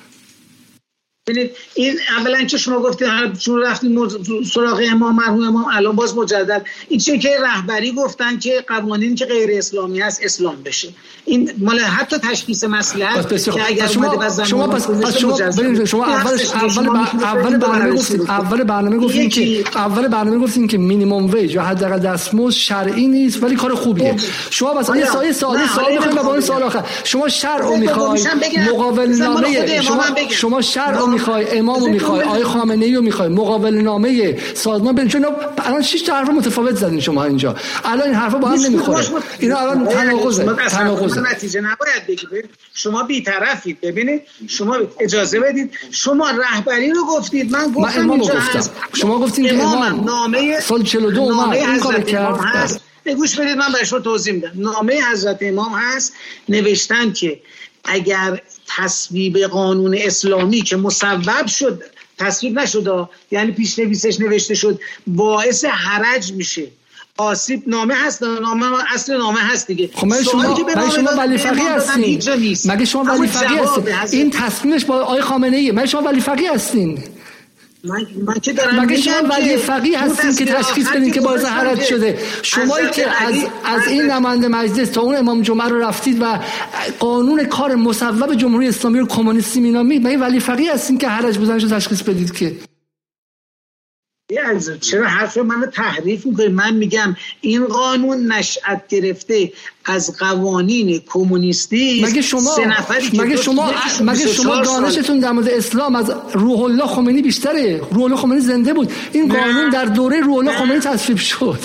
ببینید این اولا که شما گفتید چون رفتیم سراغ امام مرحوم امام الان باز مجدد این چیه که رهبری گفتن که قوانین که غیر اسلامی هست اسلام بشه. این مال حتی تشخیص مصلحت که اگر شما اومده شما پس شما ببینید شما اولش اول اول برنامه گفتید اول برنامه گفتین که اول برنامه گفتین که مینیمم ویج یا حداقل دستمزد شرعی نیست ولی کار خوبیه. شما مثلا یه سوال سوال سوال میخواید با این سوال آخر شما شرع میخواید مقابل نامه شما شما شرع میخوای امامو میخوای آقای خامنه‌ای رو میخوای مقابل نامه سازمان ببین چون الان شش تا حرف متفاوت زدین شما اینجا. الان این حرفا با هم نمیخوره. اینا الان تناقضه تناقضه. نتیجه نباید بگید. شما بی‌طرفید. ببینید شما اجازه بدید شما رهبری رو گفتید من گفتم اینجا هست. شما گفتین که امام نامه سال چهل و دو اومد این کارو کرد. گوش بدید من برای شما توضیح میدم. نامه حضرت امام هست نوشتن که اگر تصویب قانون اسلامی که مصوب شد تصویب نشد یعنی پیشنویسش نوشته شد باعث حرج میشه آسیب نامه هست نامه اصل نامه هست دیگه. خب مگه شما مگه شما ولی فقیه هستین؟ مگه شما ولی فقیه هستین؟ این تصمیمش با آقای خامنه ای مگه شما ولی فقیه هستین؟ من من که دارم مگه شما ولی فقیه هستین که تشخیص بدین که باعث حرج شده؟ شمایی که از از این نماینده مجلس تا اون امام جمعه رو رفتید و قانون کار مصوب جمهوری اسلامی رو کمونیستی مینامید مگه ولی فقیه هستین که حرج بزنش رو تشخیص بدید که؟ چرا حرف منو تحریف میکنی؟ من میگم این قانون نشأت گرفته از قوانین کمونیستی. مگه شما مگه شما مگه شما دانشتون در مورد اسلام از روح الله خمینی بیشتره؟ روح الله خمینی زنده بود. این قانون در دوره روح الله خمینی تصویب شد.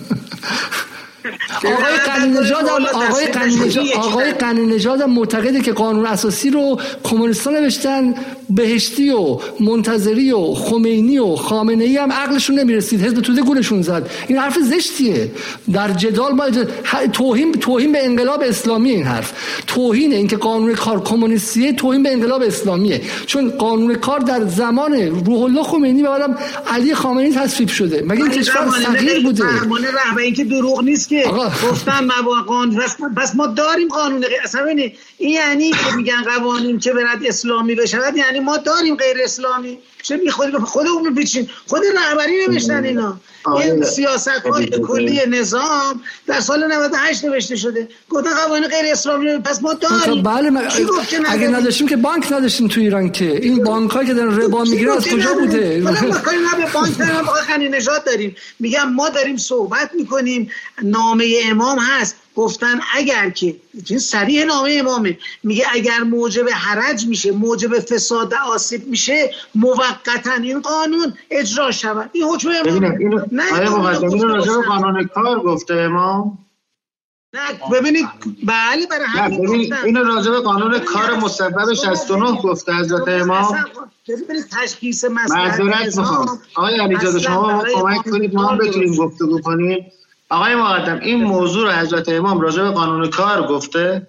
آقای قنی‌نژاد آقای قنی‌نژاد آقای قنی‌نژاد معتقده که قانون اساسی رو کمونیست‌ها نوشتن. بهشتی و منتظری و خمینی و خامنه‌ای هم عقلشون نمیرسید حزب توده گولشون زد. این حرف زشتیه. در جدال ما توهین توهین به انقلاب اسلامی این حرف. توهین اینکه قانون کار کمونیستیه توهین به انقلاب اسلامیه. چون قانون کار در زمان روح الله خمینی و بعدم علی خامنه‌ای تصویب شده. مگه این کشور صغیر بوده؟ فرمان رهبری که دروغ نیست که گفتن قانون پس ما داریم قانون اصلا این یعنی که میگن قوانین که برد اسلامی بشود یعنی ما داریم غیر اسلامی. چه میخواد خودمون بچین خود رهبری نوشتن اینا. این سیاست‌های کلی نظام در سال نود و هشت نوشته شده گفتن قوانین غیر اسلامی پس ما داریم. بله ما اگه نداشتیم که بانک نداشتیم تو ایران که این بانک‌هایی که دارن ربا میگیرن از کجا بوده؟ ما کاری نه به بانک داریم با قنی‌نژاد داریم. میگم ما داریم صحبت میکنیم نامه امام هست، گفتن اگر که این صریح نامه امامه، میگه اگر موجب حرج میشه، موجب فساد و آسیب میشه، موقتا این قانون اجرا شود. این حکم امام. اینو آیا مقدم اینو راجع به قانون کار گفته امام؟ نه ببینید، بله برای همین ببینید اینو راجع به قانون کار مصوب شصت و نه گفته حضرت امام. ببینید تشخیص مسئله معذرت میخوام آقای علیزاده، شما ما کمک کنید ما هم بتونیم گفتگو کنیم. آقای مقدم این موضوع رو حضرت امام راجع به قانون کار گفته؟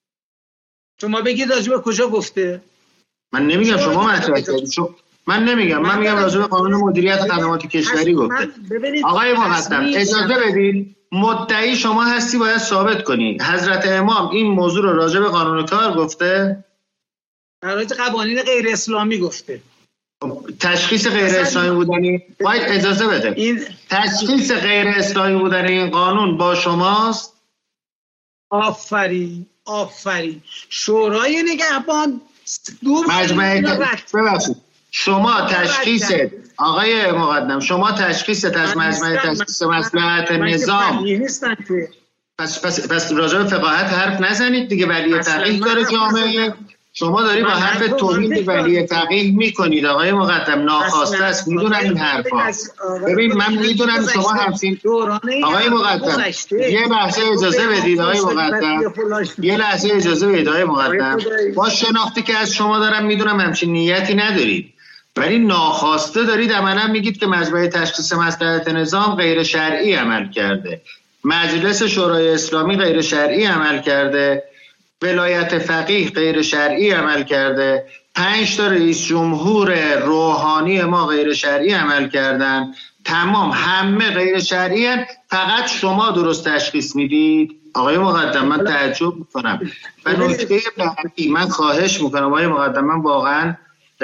شما بگید راجع به کجا گفته؟ من نمیگم، شما مطرح کردید. من نمیگم، من میگم راجع به قانون مدیریت خدمات کشوری گفته. آقای مقدم اجازه بدید، مدعی شما هستی، باید ثابت کنی حضرت امام این موضوع رو راجع به قانون کار گفته؟ راجع به قوانین غیر اسلامی گفته. تشخیص غیر اسلامی بودنی، باید اجازه بده، این تشخیص غیر اسلامی بودن این قانون با شماست؟ آفرین آفرین. شورای نگهبان دو مجمع ببخشید شما تشخیص آقای مقدم شما تشخیص از مجمع تشخیص مصلحت نظام، پس پس پس راجع به فقاهت حرف نزنید دیگه. ولی فقیه داره جامعه، شما داری با حرف توهین به ولی فقیه میکنید. آقای مقدم ناخواسته است، میدونم این حرفا. ببین من میدونم شما همچین. آقای مقدم یه لحظه اجازه بدید آقای مقدم، یه لحظه اجازه بدید آقای مقدم. با شناختی که از شما دارم میدونم همچین نیتی ندارید، ولی ناخواسته دارید عملا میگید که مجمع تشخیص مصلحت نظام غیر شرعی عمل کرده، مجلس شورای اسلامی غیر شرعی عمل کرده، ولایت فقیه غیر شرعی عمل کرده، پنج تا رئیس جمهور روحانی ما غیر شرعی عمل کردن، تمام همه غیر شرعی هن. فقط شما درست تشخیص میدید. آقای مقدم من تعجب میکنم و نکته بعدی من خواهش میکنم آقای مقدم، من واقعا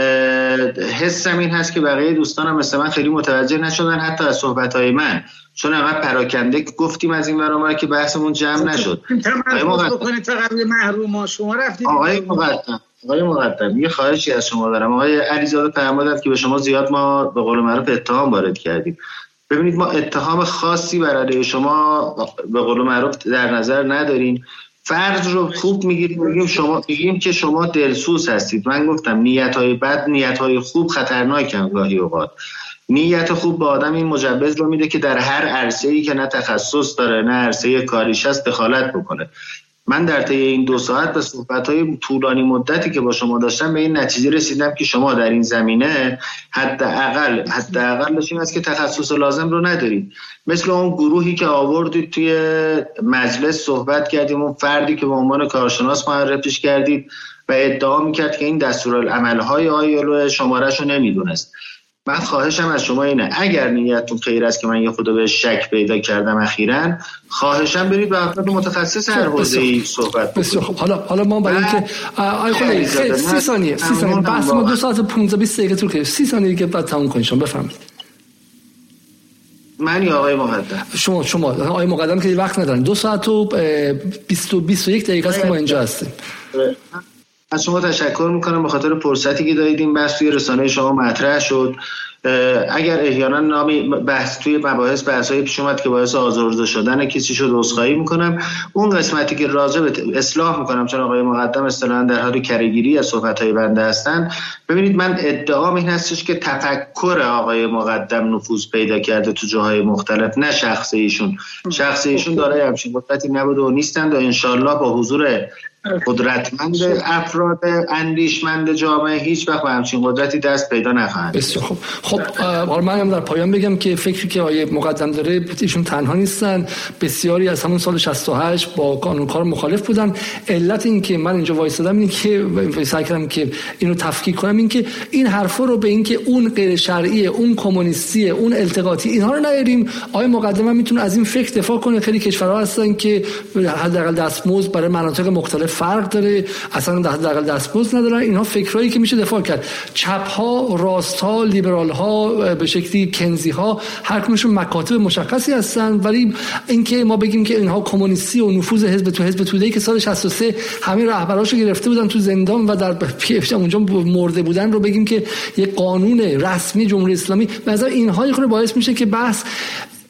حسم این هست که بقیه دوستانم مثل من خیلی متوجه نشدن حتی از صحبتهای من، چون انقدر پراکنده گفتیم از این برامر که بحثمون جمع نشد. آقای مقدم تا قبل محروم شما رفتید. آقای مقدم آقای مقدم یه خواهشی از شما دارم. آقای علیزاده فرمودند که به شما زیاد ما به قول معروف اتهام وارد کردیم. ببینید ما اتهام خاصی بر علیه شما به قول معروف در نظر نداریم. فرض رو خوب میگیریم، میگیم شما میگیم که شما دلسوز هستید. من گفتم نیت‌های بد، نیت‌های خوب خطرناکن گاهی اوقات. نیت خوب به آدم این مجوز رو میده که در هر عرصه‌ای که نه تخصص داره نه عرصه کاریش هست دخالت بکنه. من در طی این دو ساعت به صحبت‌های طولانی مدتی که با شما داشتم به این نتیجه رسیدم که شما در این زمینه حداقل حداقلش این است که تخصص لازم رو ندارید. مثل اون گروهی که آوردید توی مجلس صحبت کردیم، اون فردی که به عنوان کارشناس معرفیش کردید و ادعا می‌کرد که این دستورالعمل‌های آیلو شماره‌شو نمی‌دونست. من خواهشم از شما اینه اگر نیتتون خیر است که من یه خود به شک پیدا کردم اخیراً، خواهشم برید به افراد متخصص هر حوزه‌ای صحبت بسیار خب. حالا حالا ما برای اینکه آی خدایی سی ثانیه سی ثانیه بحث ما دو ساعت و پانزده بیست دقیقه طول کشید، سی ثانیه دیگه بعد تموم کنید. شما بفرمایید. من یا آقای مقدم؟ شما شما آقای مقدم که وقت ندارن. دو ساعت و بیست و بیست و یک دقیقه است که ما اینجا هستیم. از شما تشکر میکنم به خاطر فرصتی که دادید این بحث توی رسانه شما مطرح شد. اگر احیانا نامی بحث توی مباحث بحث‌های پیش اومد که باعث آزرده شدن کسی شد عذرخواهی میکنم. اون قسمتی که راجع به اصلاح میکنم چون آقای مقدم اصطلاحاً در حال کره‌گیری از صحبت‌های بنده هستن. ببینید من ادعام این هستش که تفکر آقای مقدم نفوذ پیدا کرده تو جاهای مختلف، نه شخص ایشون. شخص ایشون دارای همچین قدرتی نبوده و نیستند و انشالله با حضور قدرتمند افراد اندیشمند جامعه هیچ وقت به همچین قدرتی دست پیدا نخواهند. بسیار خوب. خب حالا من هم در پایان بگم که فکری که آیه مقدم داره ایشون تنها نیستن، بسیاری از همون سال شصت و هشت با قانونکار مخالف بودن. علت این که من اینجا وایسادم اینه که سعی کردم که اینو تفکیک کنم، این که این حرفا رو به این که اون غیر شرعیه، اون کمونیستیه، اون التقاطی، اینها رو نیاریم. آیه مقدم هم میتونه از این فکر دفاع کنه. خیلی کشورها هستن که حداقل دستمزد برای مناطق مختلف فرق داره، اصلا حداقل دستمزد ندارن. اینها فکرایی که میشه دفاع کرد. چپ ها، راست ها، لیبرال ها، به شکلی کنزی ها، هر کدومشون مکاتب مشخصی هستن. ولی اینکه ما بگیم که اینها کمونیستی و نفوذ حزب تو حزب توده که سال شصت و سه همه رهبراشو گرفته بودن تو زندان و در پیش اونجا مرده بودن رو بگیم که یک قانون رسمی جمهوری اسلامی، مثلا اینها خود باعث میشه که بحث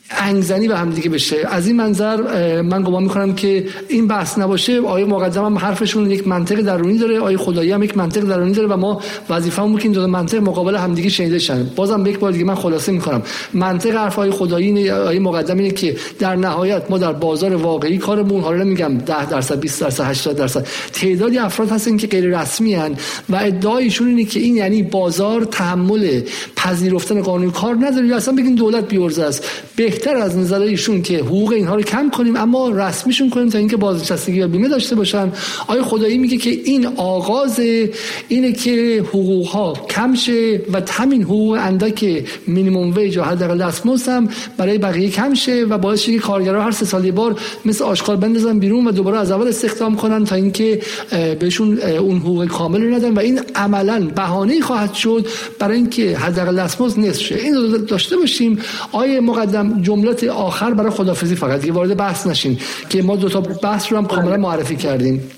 انگزنی به هم دیگه بشه. از این منظر من گمان میکنم که این بحث نباشه. آیه مقدم هم حرفشون یک منطق درونی داره، آیه خدایی هم یک منطق درونی داره و ما وظیفه‌مون بود که این دو منطق مقابل هم دیگه شنیده شن. بازم یک بار دیگه من خلاصه میکنم، منطق حرف آیه خدایی، آیه مقدم اینه که در نهایت ما در بازار واقعی کارمون، حالا نمیگم ده درصد بیست درصد هشتاد درصد، تعدادی افراد هستن که غیر رسمی ان و ادعایشون اینه که این یعنی بازار تحمل پذیرفتن قانون کار نداره، یا اصلا بگین دولت بی‌عرضه است. بهتر از نظر ایشون که حقوق اینها رو کم کنیم اما رسمیشون کنیم تا اینکه بازنشستگی یا بیمه داشته باشن. آیه خدایی میگه که این آغاز اینه که حقوق ها کم شه و همین حقوق اندک مینیمم ویج یا حداقل دستمزد هم برای بقیه کم شه و باعث شه که کارگرها هر سه سال یه بار مثل آشغال بندازن بیرون و دوباره از اول استخدام کنن تا اینکه بهشون اون حقوق کامل رو ندن و این عملاً بهانه‌ای خواهد شد برای اینکه حداقل دستمزد نصف شه. این رو داشته باشیم. آیه مقدم جملات آخر برای خداحافظی فقط دیگه وارد بحث نشین که ما دو تا بحث رو هم کاملا معرفی کردیم.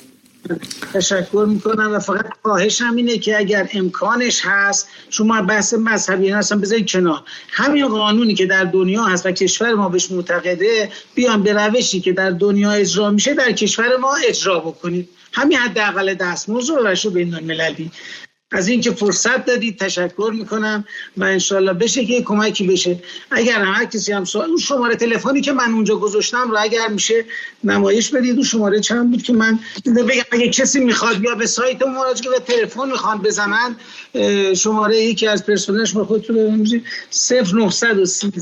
تشکر میکنم و فقط خواهشم اینه که اگر امکانش هست شما بحث مذهبی هستن بذارید کنار، همین قانونی که در دنیا هست و کشور ما بهش معتقده بیان به روشی که در دنیا اجرا میشه در کشور ما اجرا بکنید. همین حداقل دستمزد رو روش بین المللی. از اینکه فرصت دادید تشکر میکنم و انشالله بشه که کمکی بشه. اگر هر کسی هم سوال، اون شماره تلفنی که من اونجا گذاشتم رو اگر میشه نمایش بدید. اون شماره چند بود که من بگم اگه کسی میخواد یا به سایت مراجعه و تلفن میخوان بزنن، شماره یکی از پرسنلش ما خودتون بنویسید صفر نه یک سه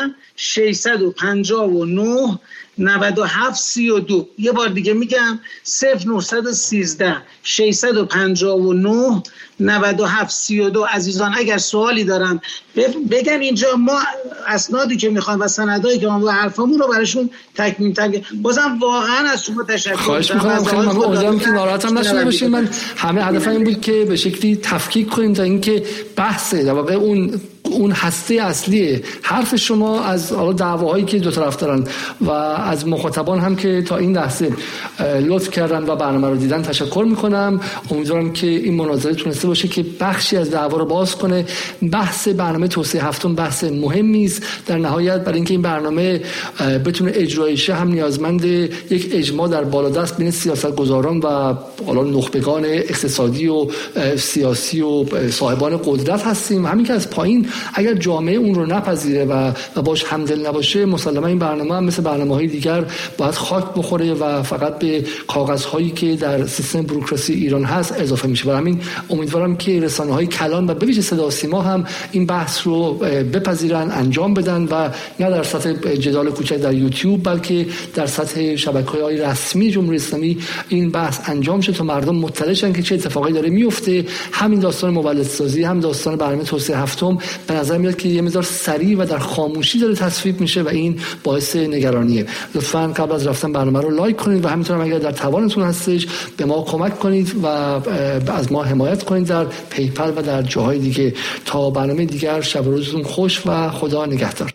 ششصد و پنجاه و نه نود و هفت سی و دو. یه بار دیگه میگم صفر نه یک سه ششصد و پنجاه و نه نود و هفت سی و دو. عزیزان اگر سوالی دارن بگن اینجا، ما اسنادی که میخوان و سندایی که ما با حرفمون رو براشون تکمیل تک. بازم واقعا از شما تشکر خواهش میکنم. خیلی ممنون. امیدوارم که ناراحت هم نشده باشین. من همه هدفم این بود که به شکلی تفکیک کنیم تا اینکه بحث در واقع اون اون هسته اصلی حرف شما از دعواهایی که دو طرف دارن و از مخاطبان هم که تا این لحظه لطف کردن و برنامه رو دیدن تشکر میکنم. امیدوارم که این مناظره تونسته باشه که بخشی از دعوا رو باز کنه. بحث برنامه توسعه هفتم بحث مهمی است. در نهایت برای اینکه این برنامه بتونه اجرایی شه هم نیازمند یک اجماع در بالادست بین سیاستگزاران و حالا نخبگان اقتصادی و سیاسی و صاحبان قدرت هستیم. همین که از پایین اگر جامعه اون رو نپذیره و باش همدل نباشه، مسلما این برنامه هم مثل برنامه‌های دیگر باید خاک بخوره و فقط به کاغذهایی که در سیستم بوروکراسی ایران هست اضافه میشه. برای همین امیدوارم که رسانه‌های کلان و به ویژه صدا و سیما هم این بحث رو بپذیرن، انجام بدن و نه در سطح جدال کوچک در یوتیوب بلکه در سطح شبکه‌های رسمی جمهوری اسلامی این بحث انجام شه تا مردم مطلع شن که چه اتفاقی داره میفته. همین داستان مولدسازی، هم داستان برنامه توسعه هفتم به نظر میاد که یه مقدار سریع و در خاموشی داره تصویب میشه و این باعث نگرانیه. لطفاً قبل از رفتن برنامه رو لایک کنید و همینطور اگر در توانتون هستش به ما کمک کنید و از ما حمایت کنید در پیپل و در جاهای دیگه. تا برنامه دیگر شب و روزتون خوش و خدا نگهدار.